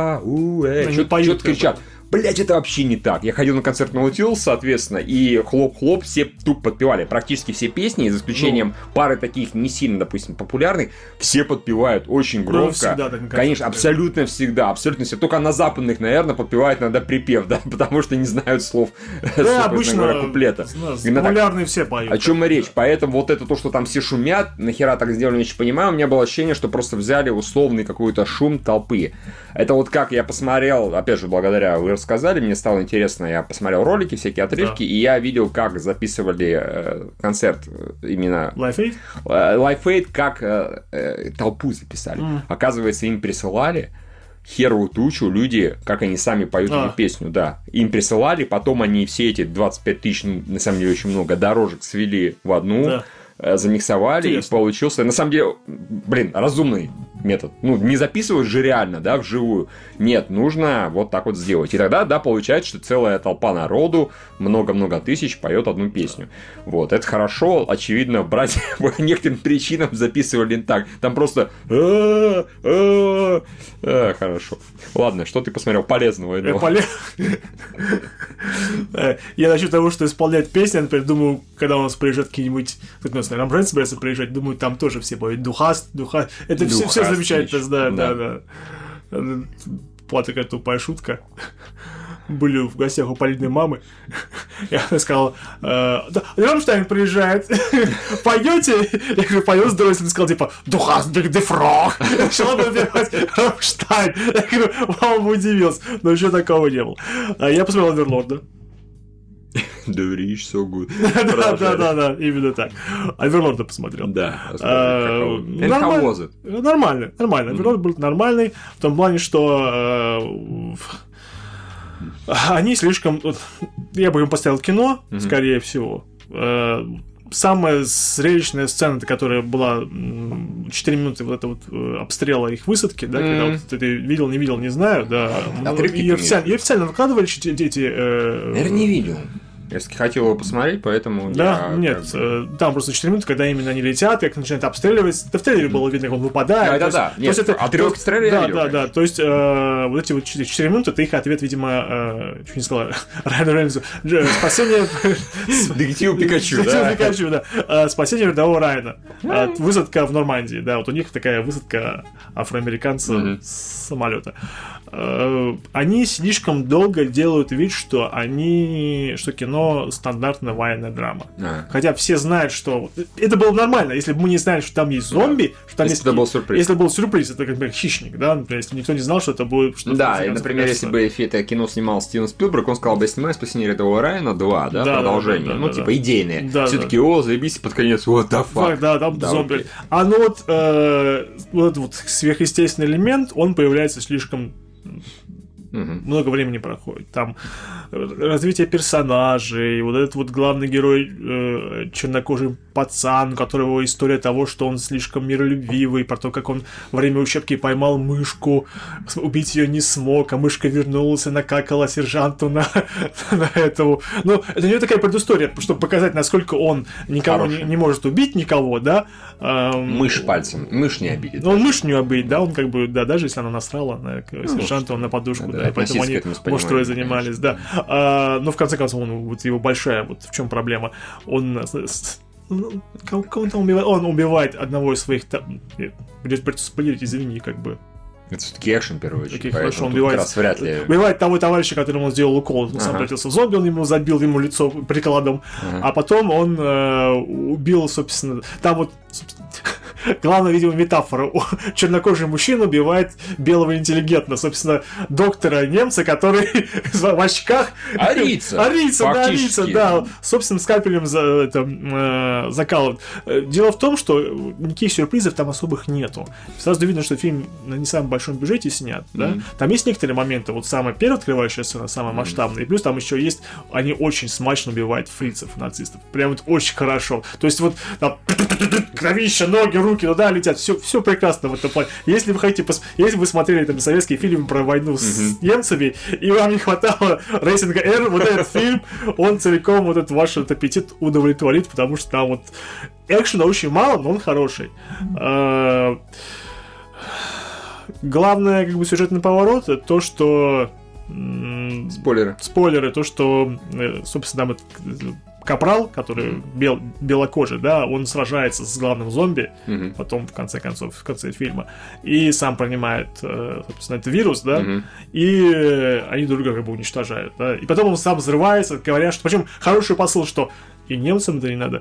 что-то кричат. Блять, это вообще не так. Я ходил на концерт Наутилус, соответственно, и хлоп-хлоп все тут подпевали. Практически все песни, за исключением пары таких не сильно, допустим, популярных, все подпевают очень громко. Всегда так, конечно, абсолютно всегда. Только на западных, наверное, подпевают иногда припев, да, потому что не знают слов, да, обычно говоря, куплета. Популярные все поют. О чем и речь. Поэтому вот это то, что там все шумят, нахера так сделали, не очень понимаю. У меня было ощущение, что просто взяли условный какой-то шум толпы. Это вот как я посмотрел, опять же, благодаря рассказали, мне стало интересно, я посмотрел ролики, всякие отрывки, и я видел, как записывали концерт именно... Live Aid? Live Aid, как толпу записали. Оказывается, им присылали херовую тучу люди, как они сами поют эту песню, да. Им присылали, потом они все эти 25 тысяч, на самом деле очень много, дорожек свели в одну, замиксовали, интересно. И получился, на самом деле, разумный метод. Ну, не записывают же реально, да, вживую. Нет, нужно вот так вот сделать. И тогда, да, получается, что целая толпа народу, много-много тысяч поет одну песню. Вот, это хорошо. Очевидно, братья по некоторым причинам записывали не так. Там просто... Хорошо. Ладно, что ты посмотрел полезного? Я насчет того, что исполнять песни, например, думаю, когда у нас приезжают какие-нибудь... Нам брат собирается приезжать, думаю, там тоже все поют. Духаст. Это все замечательно, да. Была такая тупая шутка. Были в гостях у Полиной мамы. И она сказала: Рамштайн приезжает. Пойдете? Я говорю, пою с удовольствием. Она сказала, типа, Духаст биг де фрог. Начала напевать Рамштайн. Я говорю, мама удивилась. Но еще такого не было. Я посмотрел Оверлорда. The Rich, so good. Да, именно так. Оверлорда посмотрел. Да. Нормально. Оверлорд был нормальный, в том плане, что они слишком... Я бы им поставил кино, скорее всего. Самая зрелищная сцена, которая была 4 минуты вот это вот обстрела их высадки, да, когда вот ты видел, не видел, не знаю, да. И официально выкладывали эти... Наверное, не видел. Я хотел его посмотреть, поэтому... Да, нет, там просто 4 минуты, когда именно они летят, как начинают обстреливать. Да в трейлере было видно, как он выпадает. Да. Нет, отрывок в трейлере я видел. Да. То есть, вот эти вот 4 минуты, это их ответ, видимо, чуть не сказал, Райану Рейнольдсу. Спасение... Детективу Пикачу, да. Спасение рядового Райана. Высадка в Нормандии, да. Вот у них такая высадка афроамериканца с самолета. Они слишком долго делают вид, что кино стандартная военная драма. Хотя все знают, что это было нормально, если бы мы не знали, что там есть зомби, что там если был сюрприз. Если был сюрприз, это, например, «Хищник», да, например, если никто не знал, что это будет... Да, и, например, если бы это кино снимал Стивен Спилберг, он сказал бы, я снимаю «Спасение рядового Райана 2», да, продолжение, типа идейное. Все-таки, заебись, под конец, what the fuck. Да, там зомби. А ну вот этот сверхъестественный элемент, он появляется слишком... Много времени проходит. Там развитие персонажей, вот этот вот главный герой, чернокожий пацан, у которого история того, что он слишком миролюбивый, про то, как он во время учебки поймал мышку, убить ее не смог, а мышка вернулась и накакала сержанту на этого. Ну, это не такая предыстория, чтобы показать, насколько он никого не может убить, никого, да. Мышь пальцем, мышь не обидит. Ну, он мышь не обидит, да, он как бы, да, даже если она насрала на сержанта, он на подушку, да, поэтому они, может, трое занимались, да. Но в конце концов, вот его большая, вот в чем проблема, он... Кого-то убивает? Он убивает одного из своих... Придется спойлерить, извини, как бы. Это все-таки экшен, в первую очередь. Хорошо, он убивает того товарища, которому он сделал укол. Он сам превратился в зомби, он ему забил ему лицо прикладом. А потом он убил, собственно... Там вот... Главная, видимо, метафора. Чернокожий мужчина убивает белого интеллигента. Собственно, доктора немца, который в очках... Арийца, да. Собственно, скальпелем закалывает. Дело в том, что никаких сюрпризов там особых нету. Сразу видно, что фильм на не самом большом бюджете снят. Да? Там есть некоторые моменты. Вот самая первая открывающая сцена, самая масштабная. И плюс там еще есть... Они очень смачно убивают фрицев, нацистов. Прям вот очень хорошо. То есть вот там... Кровища, ноги, руки туда летят, все прекрасно в этом плане. Если вы хотите, если вы смотрели там советские фильмы про войну с немцами, и вам не хватало рейтинга R, вот этот фильм, он целиком вот этот ваш аппетит удовлетворит, потому что там вот экшена очень мало, но он хороший. Главное, как бы, сюжетный поворот, это то, что... Спойлеры, то, что, собственно, там Капрал, который белокожий, да, он сражается с главным зомби, потом, в конце концов, в конце фильма, и сам принимает, собственно, этот вирус, да, и они друг друга как бы уничтожают, да, и потом он сам взрывается, говоря, что, причем хороший посыл, что и немцам это не надо,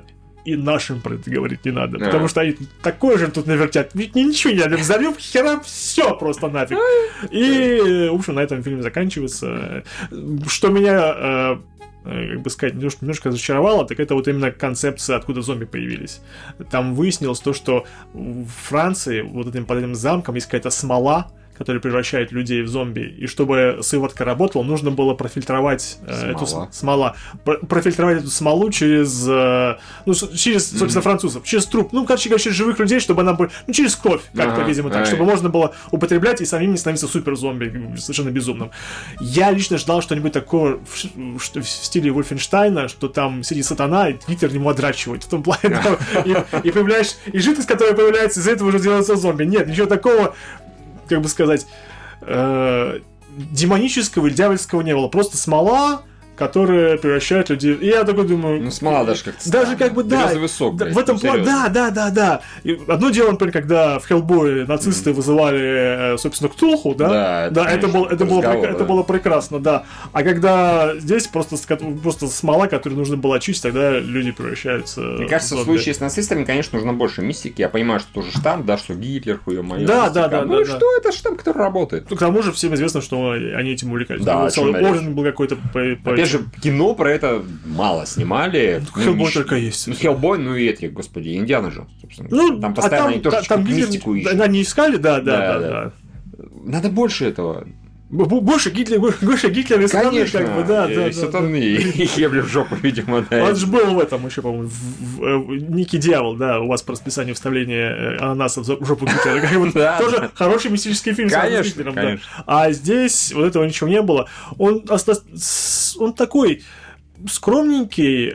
и нашим про это говорить не надо. Потому что они такое же тут навертят. Ведь ничего не надо, взорвем хера, все просто нафиг. И, в общем, на этом фильм заканчивается. Что меня... как бы сказать, немножко разочаровало, так это вот именно концепция, откуда зомби появились. Там выяснилось то, что в Франции вот под этим замком есть какая-то смола, которая превращает людей в зомби. И чтобы сыворотка работала, нужно было профильтровать профильтровать эту смолу через, собственно, французов, через труп, через живых людей, чтобы она была, через кровь, как-то, видимо, так, чтобы можно было употреблять и самим не становиться супер-зомби, совершенно безумным. Я лично ждал что-нибудь такого в стиле Вольфенштейна, что там сидит сатана, и Гитлер ему отрачивает. В том плане, и появляешь, и жидкость, которая появляется, из-за этого уже делается зомби. Нет, ничего такого, как бы сказать, демонического или дьявольского не было. Просто смола, которая превращает людей... И я такой думаю... смола даже как-то... Даже как бы, да. В этом плане... Да. И одно дело, например, когда в Хеллбое нацисты вызывали, собственно, Ктулху, да? Да, это было прекрасно, да. А когда здесь просто смола, которую нужно было очистить, тогда люди превращаются... Мне кажется, в случае с нацистами, конечно, нужно больше мистики. Я понимаю, что тоже штамп, да, что Гитлер, хуё-моё. Да. Что это штамп, который работает? К тому же всем известно, что они этим увлекались. Да, целый орден был какой-то... Опять же, кино про это мало снимали. Хеллбой только есть. Хеллбой, и эти, господи, Индиана же, собственно. Там постоянно они тоже мистику ищут. Они искали, да. Надо больше этого. Больше Гитлера и сатаны, конечно, как бы, да. И сатаны, и ебли в жопу, видимо, да. Он же был в этом еще, по-моему, в Никий Дьявол, да, у вас по расписанию вставление ананаса в жопу Гитлера. Тоже хороший мистический фильм с Гитлером, да. А здесь вот этого ничего не было. Он такой скромненький,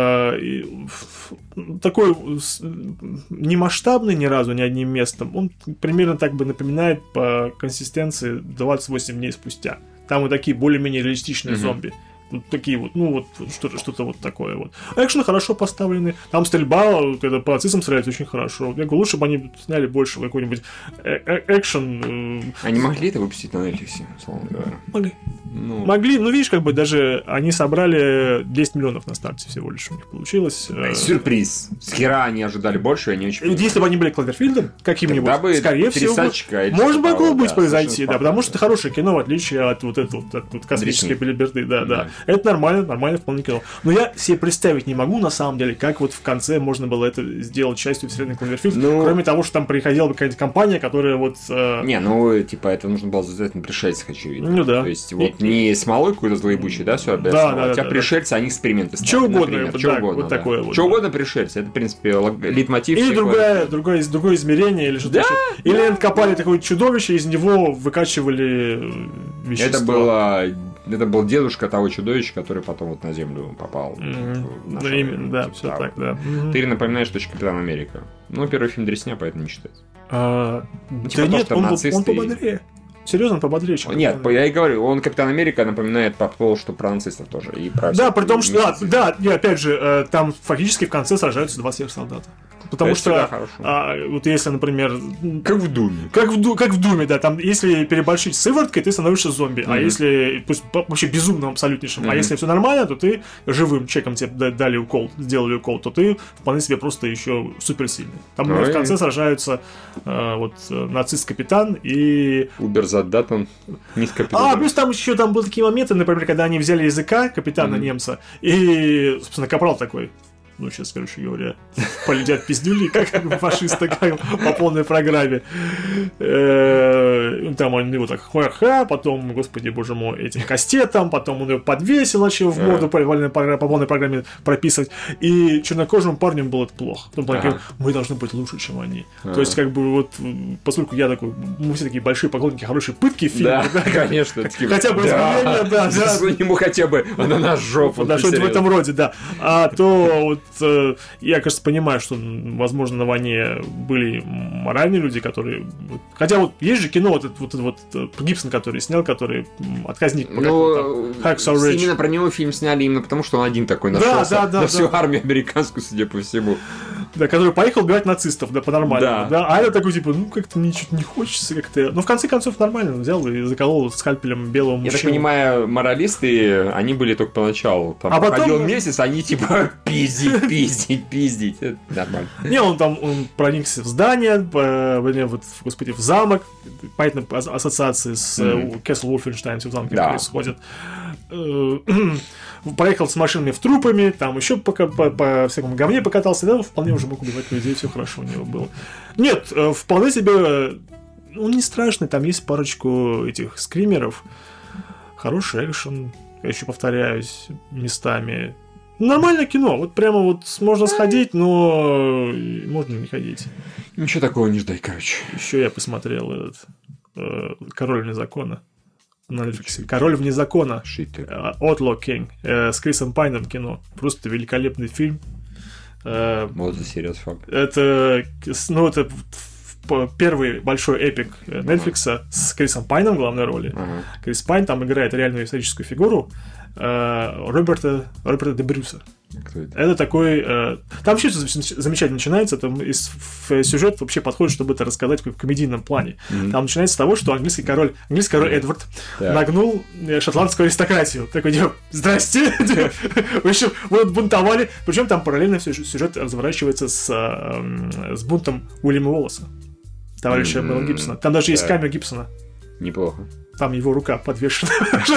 такой не масштабный ни разу, ни одним местом. Он примерно так бы напоминает по консистенции 28 дней спустя. Там вот такие более-менее реалистичные зомби. Вот такие вот, что-то вот такое вот. Экшены хорошо поставлены. Там стрельба, когда по нацистам стреляют, очень хорошо. Я говорю, лучше бы они сняли больше какой-нибудь экшен. Они могли это выпустить на Netflix, условно говоря? Могли, видишь, как бы даже они собрали 10 миллионов на старте всего лишь у них получилось. Сюрприз. С хера они ожидали больше, они очень... Если бы они были Кловерфилдом каким-нибудь, скорее всего, может могло быть произойти, да, потому что это хорошее кино, в отличие от вот этой вот космической белиберды, да. Это нормально вполне кино. Но я себе представить не могу, на самом деле, как вот в конце можно было это сделать частью вселенной Кловерфилд, кроме того, что там приходила бы какая-то компания, которая вот... это нужно было задать на пришельцах, очевидно. Да. То есть, вот не смолой какой-то злоебучий, да, все обязательно. Да, пришельцы, они эксперименты ставят. Что угодно, вот такое вот. Что угодно пришельцы, это, в принципе, лейтмотив. Или другое измерение, или что-то еще. Или они копали такое чудовище, из него выкачивали вещества. Это был дедушка того чудовища, который потом вот на Землю попал. Именно, все так, да. Ты напоминаешь точку Капитан Америка. Первый фильм дресня, поэтому не считается. Да нет, он пободрее. Серьезно, он пободрее, чем... Нет, я и говорю, он Капитан Америка напоминает по полу, что про нацистов тоже. И про при том, что... и опять же, там фактически в конце сражаются 2 сверхсолдата. Потому что, вот если, например... Как в Думе. Как в Думе, да. Там, если переборщить с сывороткой, ты становишься зомби. А если... То есть, вообще безумным, абсолютнейшим. А если все нормально, то ты живым человеком тебе дали укол, сделали укол, то ты вполне себе просто еще суперсильный. Там в конце сражаются нацист-капитан и... Убер-задатан, низ-капитан. Плюс там еще были такие моменты, например, когда они взяли языка капитана немца, и, собственно, капрал такой... сейчас, короче говоря, полетят пиздюли, как фашисты, по полной программе. Там он его так потом, господи, боже мой, этим кастетом, потом он его подвесил, начал в морду по полной программе прописывать. И чернокожим парнем было это плохо. Мы должны быть лучше, чем они. То есть, как бы, вот, поскольку я такой, мы все такие большие поклонники хорошей пытки в фильме. Да, конечно. Хотя бы измерения, да. Засунь ему хотя бы на жопу. Да, что-то в этом роде, да. То вот я, кажется, понимаю, что, возможно, на войне были моральные люди, которые... Хотя вот есть же кино, вот Гибсон, который снял, который отказник по Hacksaw Ridge. Именно про него фильм сняли именно потому, что он один такой нашелся на всю армию американскую, судя по всему. Да, который поехал убивать нацистов, да, по-нормальному. Да. А это такой, типа, как-то мне что-то не хочется как-то... Но в конце концов нормально, он взял и заколол скальпелем белого мужчину. Я так понимаю, моралисты, они были только поначалу. Там проходил месяц, они типа, пиздите Пиздить. Это нормально. Не, он проникся в здание, в замок. Понятно, ассоциации с Castle Wolfenstein в замке происходят. Проехал с машинами в трупами, там еще по всякому говне покатался, да, вполне уже мог убивать людей, все хорошо у него было. Нет, вполне себе, он не страшный, там есть парочку этих скримеров, хороший экшен, я еще повторяюсь, местами. Нормальное кино, вот прямо вот можно сходить, но можно не ходить. Ничего такого не ждай, короче. Еще я посмотрел этот «Король вне закона». На Netflix. «Король вне закона». Outlaw King. С Крисом Пайном кино. Просто великолепный фильм. Вот за serious факт. Это первый большой эпик Netflix с Крисом Пайном в главной роли. Крис Пайн там играет реальную историческую фигуру Роберта де Брюса. Это такой... Там вообще замечательно начинается. Там сюжет вообще подходит, чтобы это рассказать в комедийном плане. Там начинается с того, что английский король Эдвард нагнул шотландскую аристократию. Такой, типа, здрасте! В общем, вот бунтовали. Причем там параллельно сюжет разворачивается с бунтом Уильяма Уоллеса, товарища Мела Гибсона. Там даже есть камео Гибсона. Неплохо. Там его рука подвешена.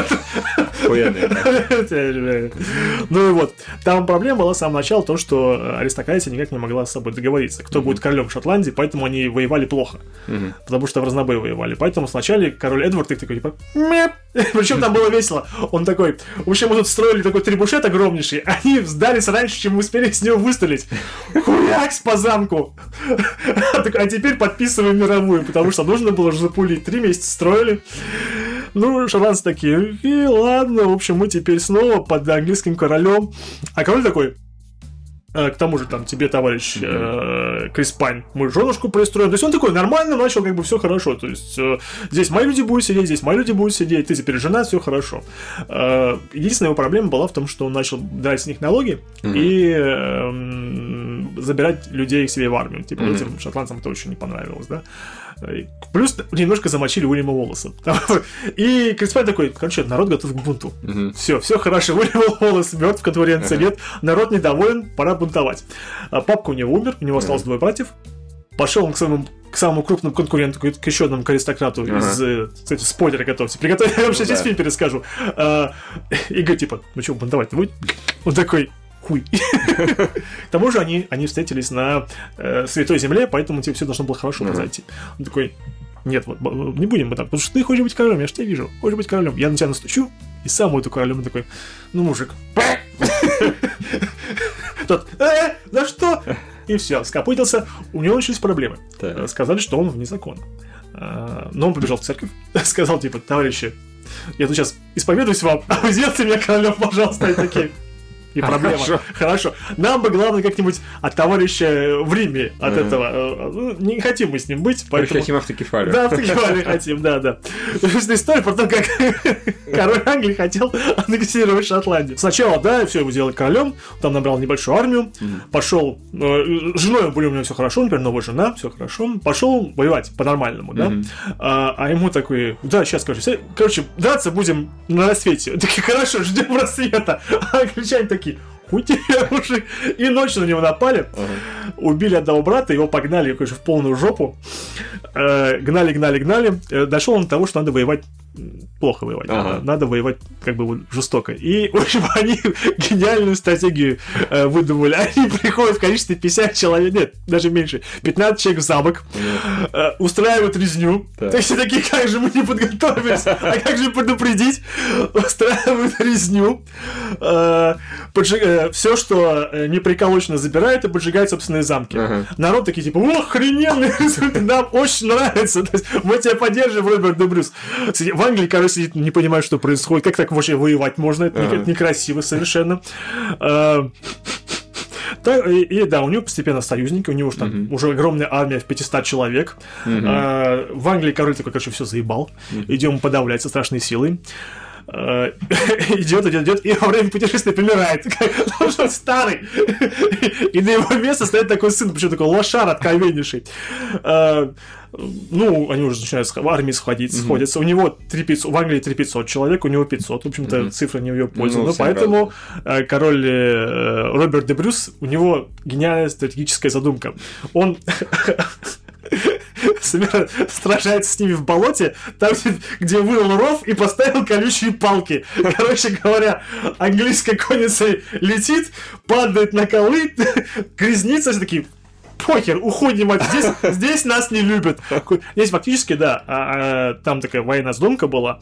Хуяная. Ну и вот. Там проблема была с самого начала в том, что аристократия никак не могла с собой договориться, кто будет королем Шотландии, поэтому они воевали плохо. Потому что в разнобой воевали. Поэтому сначала король Эдвард такой, типа, мэп. Причем там было весело. Он такой, в общем, мы тут строили такой трибушет огромнейший, они сдались раньше, чем мы успели с него выстрелить. Хуякс по замку. А теперь подписываем мировую, потому что нужно было же запулить. 3 месяца строили. Ну, шотландцы такие, и ладно, в общем, мы теперь снова под английским королем. А король такой, к тому же, там, тебе, товарищ Крис Пайн, мы женушку пристроим. То есть он такой нормально начал, как бы все хорошо. То есть здесь мои люди будут сидеть, здесь мои люди будут сидеть, ты теперь жена, все хорошо. Единственная его проблема была в том, что он начал драть с них налоги и забирать людей к себе в армию. Типа, этим шотландцам это очень не понравилось, да. Плюс немножко замочили Уильяма Уоллеса. И Крис Пайн такой, короче, народ готов к бунту. Все хорошо. Уильям Уоллес мертв, конкуренции нет, народ недоволен, пора бунтовать. Папка у него умер, у него осталось 2 братьев. Пошел он к самому крупному конкуренту, к еще одному аристократу из, кстати, спойлеры готовьте. Приготовьте, я вообще здесь фильм перескажу. И говорит, типа, ну что, бунтовать-то будет? Он такой, хуй. К тому же они встретились на Святой Земле, поэтому тебе все должно было хорошо произойти. Он такой, нет, вот не будем мы так, потому что ты хочешь быть королем, я же тебя вижу, хочешь быть королем. Я на тебя настучу, и сам эту королем такой, ну, мужик. Тот, за что? И все, скопытился, у него начались проблемы. Сказали, что он вне закона. Но он побежал в церковь, сказал, типа, товарищи, я тут сейчас исповедуюсь вам, а вы сделайте меня королем, пожалуйста, и такие. И проблема. Хорошо. Нам бы главное как-нибудь от товарища в Риме, от этого. Не хотим мы с ним быть. Поэтому... Хотим автокефалию. Да, автокефалию хотим, да. История про то, как король Англии хотел аннексировать Шотландию. Сначала, да, все его сделали королем, там набрал небольшую армию, пошел, с женой были у него все хорошо, например, новая жена, все хорошо, пошел воевать по-нормальному, да. А ему такой, да, сейчас, короче, драться будем на рассвете. Такие, хорошо, ждем рассвета. А англичане такие, хуй тебе, мужик. И ночью на него напали, убили одного брата, его погнали, конечно, в полную жопу. Гнали. Дошел он до того, что надо воевать, плохо воевать. Надо воевать как бы жестоко. И, в общем, они гениальную стратегию выдумали. Они приходят в количестве 50 человек, нет, даже меньше, 15 человек в замок, устраивают резню. То есть такие, как же мы не подготовились, а как же предупредить? Устраивают резню. Все, что не приколочено, забирают и поджигают собственные замки. Народ такие, типа, охрененный, нам очень нравится. То есть мы тебя поддерживаем, Роберт де Брюс. В Англии, короче, сидит, не понимает, что происходит, как так вообще воевать можно, это некрасиво совершенно. И да, у него постепенно союзники, у него там уже огромная армия в 500 человек. В Англии король такой, короче, все заебал. Идем подавлять со страшной силой. идет, и во время путешествия помирает. Потому что он старый. И на его место стоит такой сын, причем такой лошар откровеннейший. Ну, они уже начинают в армии сходятся. У него 3500, в Англии 3500 человек, у него 500. В общем-то, цифра не в ее пользу. Но поэтому король Роберт де Брюс, у него гениальная стратегическая задумка. Он сражается с ними в болоте, там, где вырыл ров и поставил колючие палки. Короче говоря, английская конница летит, падает на колы, грязнится, все такие... Похер, уходим от здесь нас не любят. Здесь фактически, да, там такая военная-сдумка была.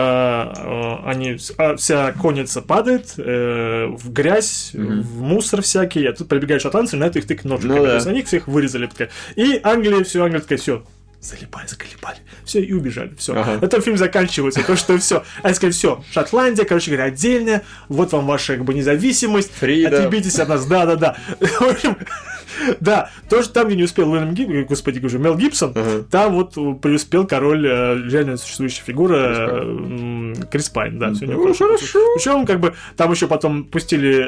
Вся конница падает в грязь, в мусор всякий, а тут прибегают шотландцы, на это их тык ножиками. То есть они их всех вырезали. И Англия такая, все. Заколебали. Все, и убежали. Все. На этом фильм заканчивается. То, что все. Они сказали, все, Шотландия, короче говоря, отдельная. Вот вам ваша независимость. Отъебитесь от нас. Да. В общем, да, тоже там, где не успел Мел Гибсон, там вот преуспел король, реально существующая фигура Крис Пайн, да, все у него хорошо. Причем, как бы, там еще потом пустили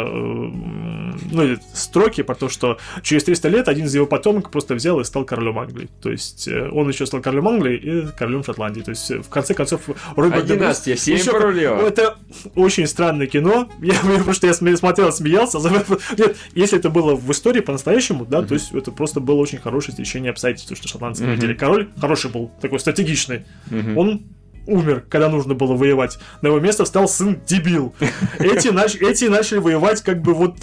строки про то, что через 300 лет один из его потомков просто взял и стал королем Англии. То есть он еще стал королем Англии и королем Шотландии. То есть, в конце концов, Роберт де Брюс... Это очень странное кино. Потому что я смотрел, смеялся. Нет, если это было в истории по-настоящему, да, то есть это просто было очень хорошее стечение обстоятельств, что шотландцы победили. Король хороший был, такой стратегичный. Он умер, когда нужно было воевать. На его место встал сын-дебил. Эти начали воевать как бы вот,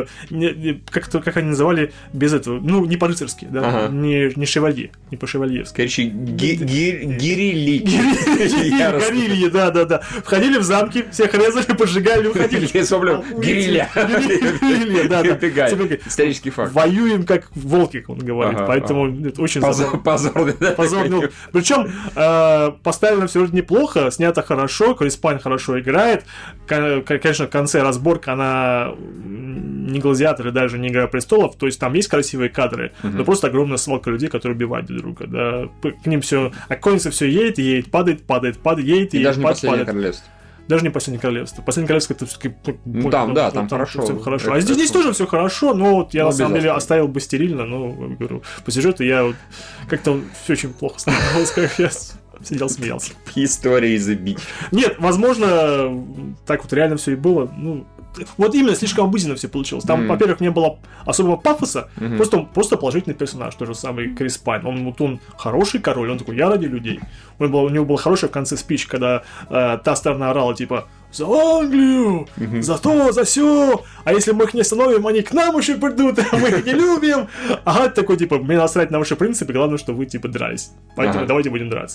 как они называли, без этого, ну, не по-рыцарски, да, не шевалье, не по-шевальевски. Короче, гирильи. Гирильи, да. Входили в замки, всех резали, поджигали, уходили. Гирилья. Гирилья, да. Исторический факт. Воюем как волки, он говорит, поэтому это очень позорный. Причем поставлено все неплохо, снято хорошо, Крис Пайн хорошо играет. Конечно, в конце разборка, она не «Гладиатор» и даже не «Игра престолов», то есть там есть красивые кадры, но просто огромная свалка людей, которые убивают друг друга. Да. К ним все, а конница все едет, падает, едет, и даже не «Последнее королевство». Даже не «Последнее королевство». «Последнее королевство» это все-таки... Там хорошо. А здесь тоже все хорошо, но вот я на самом деле оставил бы стерильно, но говорю, по сюжету я вот как-то все очень плохо становилось, как я сидел, смеялся. Истории забить. Нет, возможно, так вот реально все и было. Ну, вот именно слишком обыденно все получилось. Там, во-первых, не было особого пафоса, просто положительный персонаж, тот же самый Крис Пайн. Он хороший король, он такой, я ради людей. У него был хороший в конце спич, когда та сторона орала, типа, за Англию, за то, за сё, а если мы их не остановим, они к нам еще придут, а мы их не любим. Ага, такой, типа, мне насрать на ваши принципы, главное, что вы, типа, дрались. Поэтому давайте будем драться.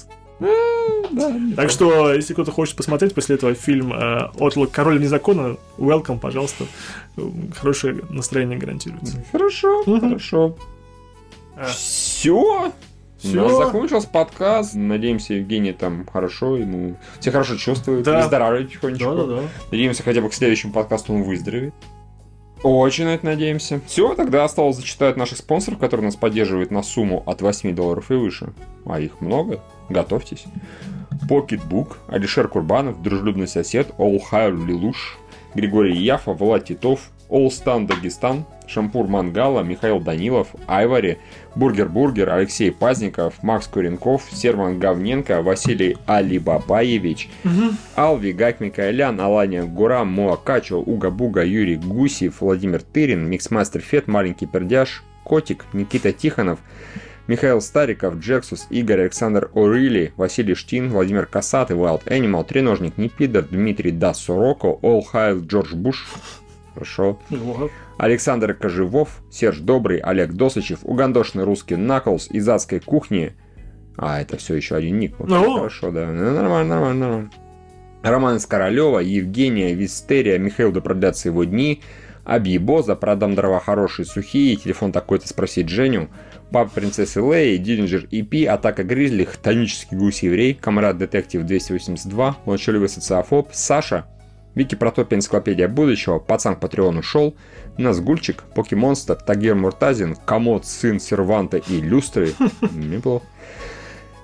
Так что, если кто-то хочет посмотреть после этого фильм от «Король вне закона», welcome, пожалуйста. Хорошее настроение гарантируется. Хорошо. Все. У нас закончился подкаст. Надеемся, Евгений там хорошо, ему все хорошо чувствует, выздоравливает потихонечку. Да. Надеемся, хотя бы к следующему подкасту он выздоровеет. Очень на это надеемся. Все, тогда осталось зачитать наших спонсоров, которые нас поддерживают на сумму от $8 и выше. А их много. Готовьтесь. Pocketbook, Алишер Курбанов, Дружелюбный сосед, Олхайр Лилуш, Григорий Яфа, Влад Титов, Олстан Дагестан, Шампур Мангала, Михаил Данилов, Айвари, Бургер, Алексей Пазников, Макс Куренков, Серман Говненко, Василий Алибабаевич, Алви Гак Микаэлян, Алания Гурам, Муакачо, Уга-Буга, Юрий Гусев, Владимир Тырин, Миксмастер Фет, Маленький Пердяж, Котик, Никита Тихонов, Михаил Стариков, Джексус, Игорь, Александр Орили, Василий Штин, Владимир Касат, Wild Animal, Треножник Непидор, Дмитрий Дас Сороко, All Hail Джордж Буш. Хорошо. Александр Кожевов, Серж Добрый, Олег Досычев, угандошный русский Наклз из адской кухни. А, это все еще один ник. Хорошо, да. Нормально. Роман из Королева, Евгения Вистерия, Михаил да продлятся его дни, Абьебоза, продам дрова хорошие, сухие, телефон такой-то спросить Женю, Папа принцессы Леи, Диллинджер EP, Атака Гризли, Хтонический гусь-еврей, Комрад Детектив 282, Молчаливый социофоб, Саша, Вики Протопия, Энциклопедия будущего, Пацан к Патреону шел, Назгульчик, Покемонстер, Тагир Муртазин, Комод, сын Серванта и Люстры, неплохо.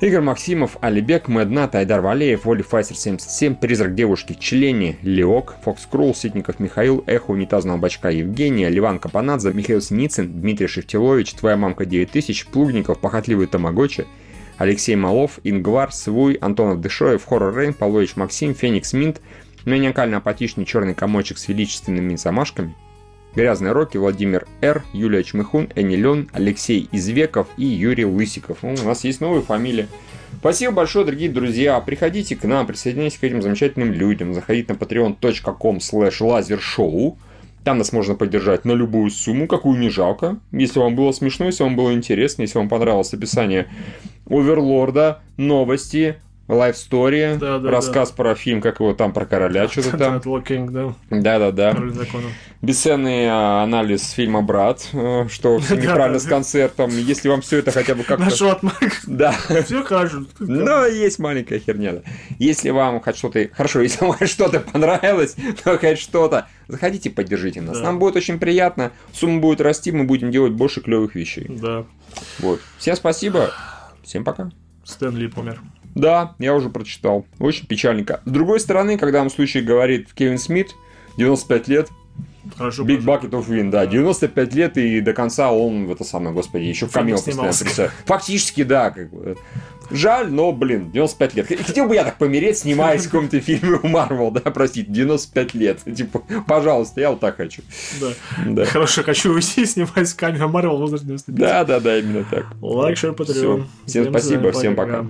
Игорь Максимов, Алибек, Мэднат, Айдар Валеев, Воли Файсер 77, Призрак девушки Члени, Леок, Фокс Крул, Ситников Михаил, Эхо унитазного бачка Евгения, Ливан Капанадзе, Михаил Синицын, Дмитрий Шевтилович, Твоя мамка 9000, Плугников, Похотливый Тамагочи, Алексей Малов, Ингвар, Свуй, Антонов Дышоев, Хоррор Рейн, Павлович Максим, Феникс Минт, маниакально-апатичный черный комочек с величественными замашками, Грязный Рокки, Владимир Р, Юлия Чмыхун, Энни Лен, Алексей Извеков и Юрий Лысиков. У нас есть новые фамилии. Спасибо большое, дорогие друзья. Приходите к нам, присоединяйтесь к этим замечательным людям. Заходите на patreon.com/lasershow. Там нас можно поддержать на любую сумму, какую не жалко. Если вам было смешно, если вам было интересно, если вам понравилось описание Оверлорда, новости, лайфстори, рассказ про фильм, как его там, про короля, что-то там. Да. Бесценный анализ фильма «Брат», что неправильно с концертом. Если вам все это хотя бы как-то... Нашел отмак. Да. Все хорошо. Но есть маленькая херня. Если вам хоть что-то... Хорошо, если вам хоть что-то понравилось, то хоть что-то... Заходите, поддержите нас. Нам будет очень приятно. Сумма будет расти, мы будем делать больше клевых вещей. Да. Вот. Всем спасибо. Всем пока. Стэн Ли помер. Да, я уже прочитал. Очень печальненько. С другой стороны, когда в случае говорит Кевин Смит, 95 лет, хорошо, Big Bucket of Win, да, 95 лет, и до конца он, это самое, господи, еще в камео постоянно представляет. Фактически, да, как бы. Жаль, но, 95 лет. Хотел бы я так помереть, снимаясь в каком-то фильме у Марвел, да, простите, 95 лет. Типа, пожалуйста, я вот так хочу. Да. Хорошо, хочу уйти, снимать с камеры Марвел, возраст 95. Да, именно так. Лайк, шер, Patreon. Всем спасибо, всем пока.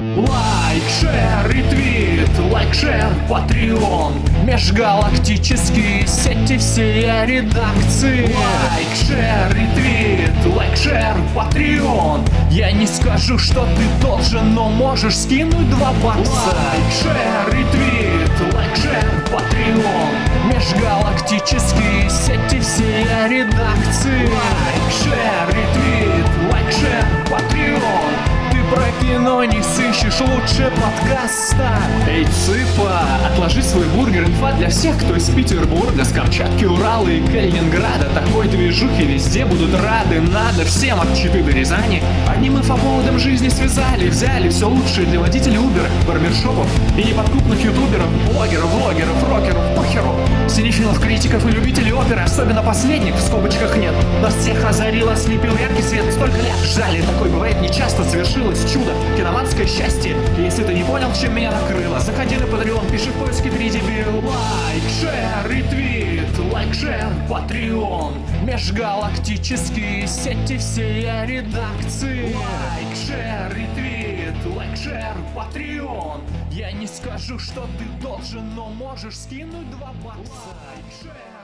Лайк, шер, ретвит, лайк, шер, Patreon. Межгалактические сети всей редакции. Лайк, шер, ретвит, лайк, шер, Patreon. Я не скажу, что ты должен, но можешь скинуть $2. Лайк, шер, ретвит, лайк, шер, Patreon. Межгалактические сети всей редакции. Лайк, шер, ретвит, лайк, шер, Patreon. Про кино не сыщешь лучше подкаста. Эй, цыпа, отложи свой бургер. Инфа для всех, кто из Петербурга, с Камчатки, Урала и Калининграда. Такой движухи везде будут рады. Надо всем от Читы до Рязани. Одним инфоповодом жизни связали. Взяли все лучшее для водителей Uber, барбершопов и неподкупных ютуберов, блогеров, влогеров, рокеров, похеру, синефилов, критиков и любителей оперы. Особенно последних в скобочках нет. Нас всех озарил, ослепил яркий свет. Столько лет ждали, такое бывает нечасто. Совершилось чудо, киноманское счастье. Если ты не понял, чем меня накрыло, заходи на Patreon, пиши в поиске «Передебил». Лайк, шер, ретвит, лайк, шер, Patreon. Межгалактические сети всей редакции. Лайк, шер, ретвит, лайк, шер, Patreon. Я не скажу, что ты должен, но можешь скинуть $2. Лайк, шер.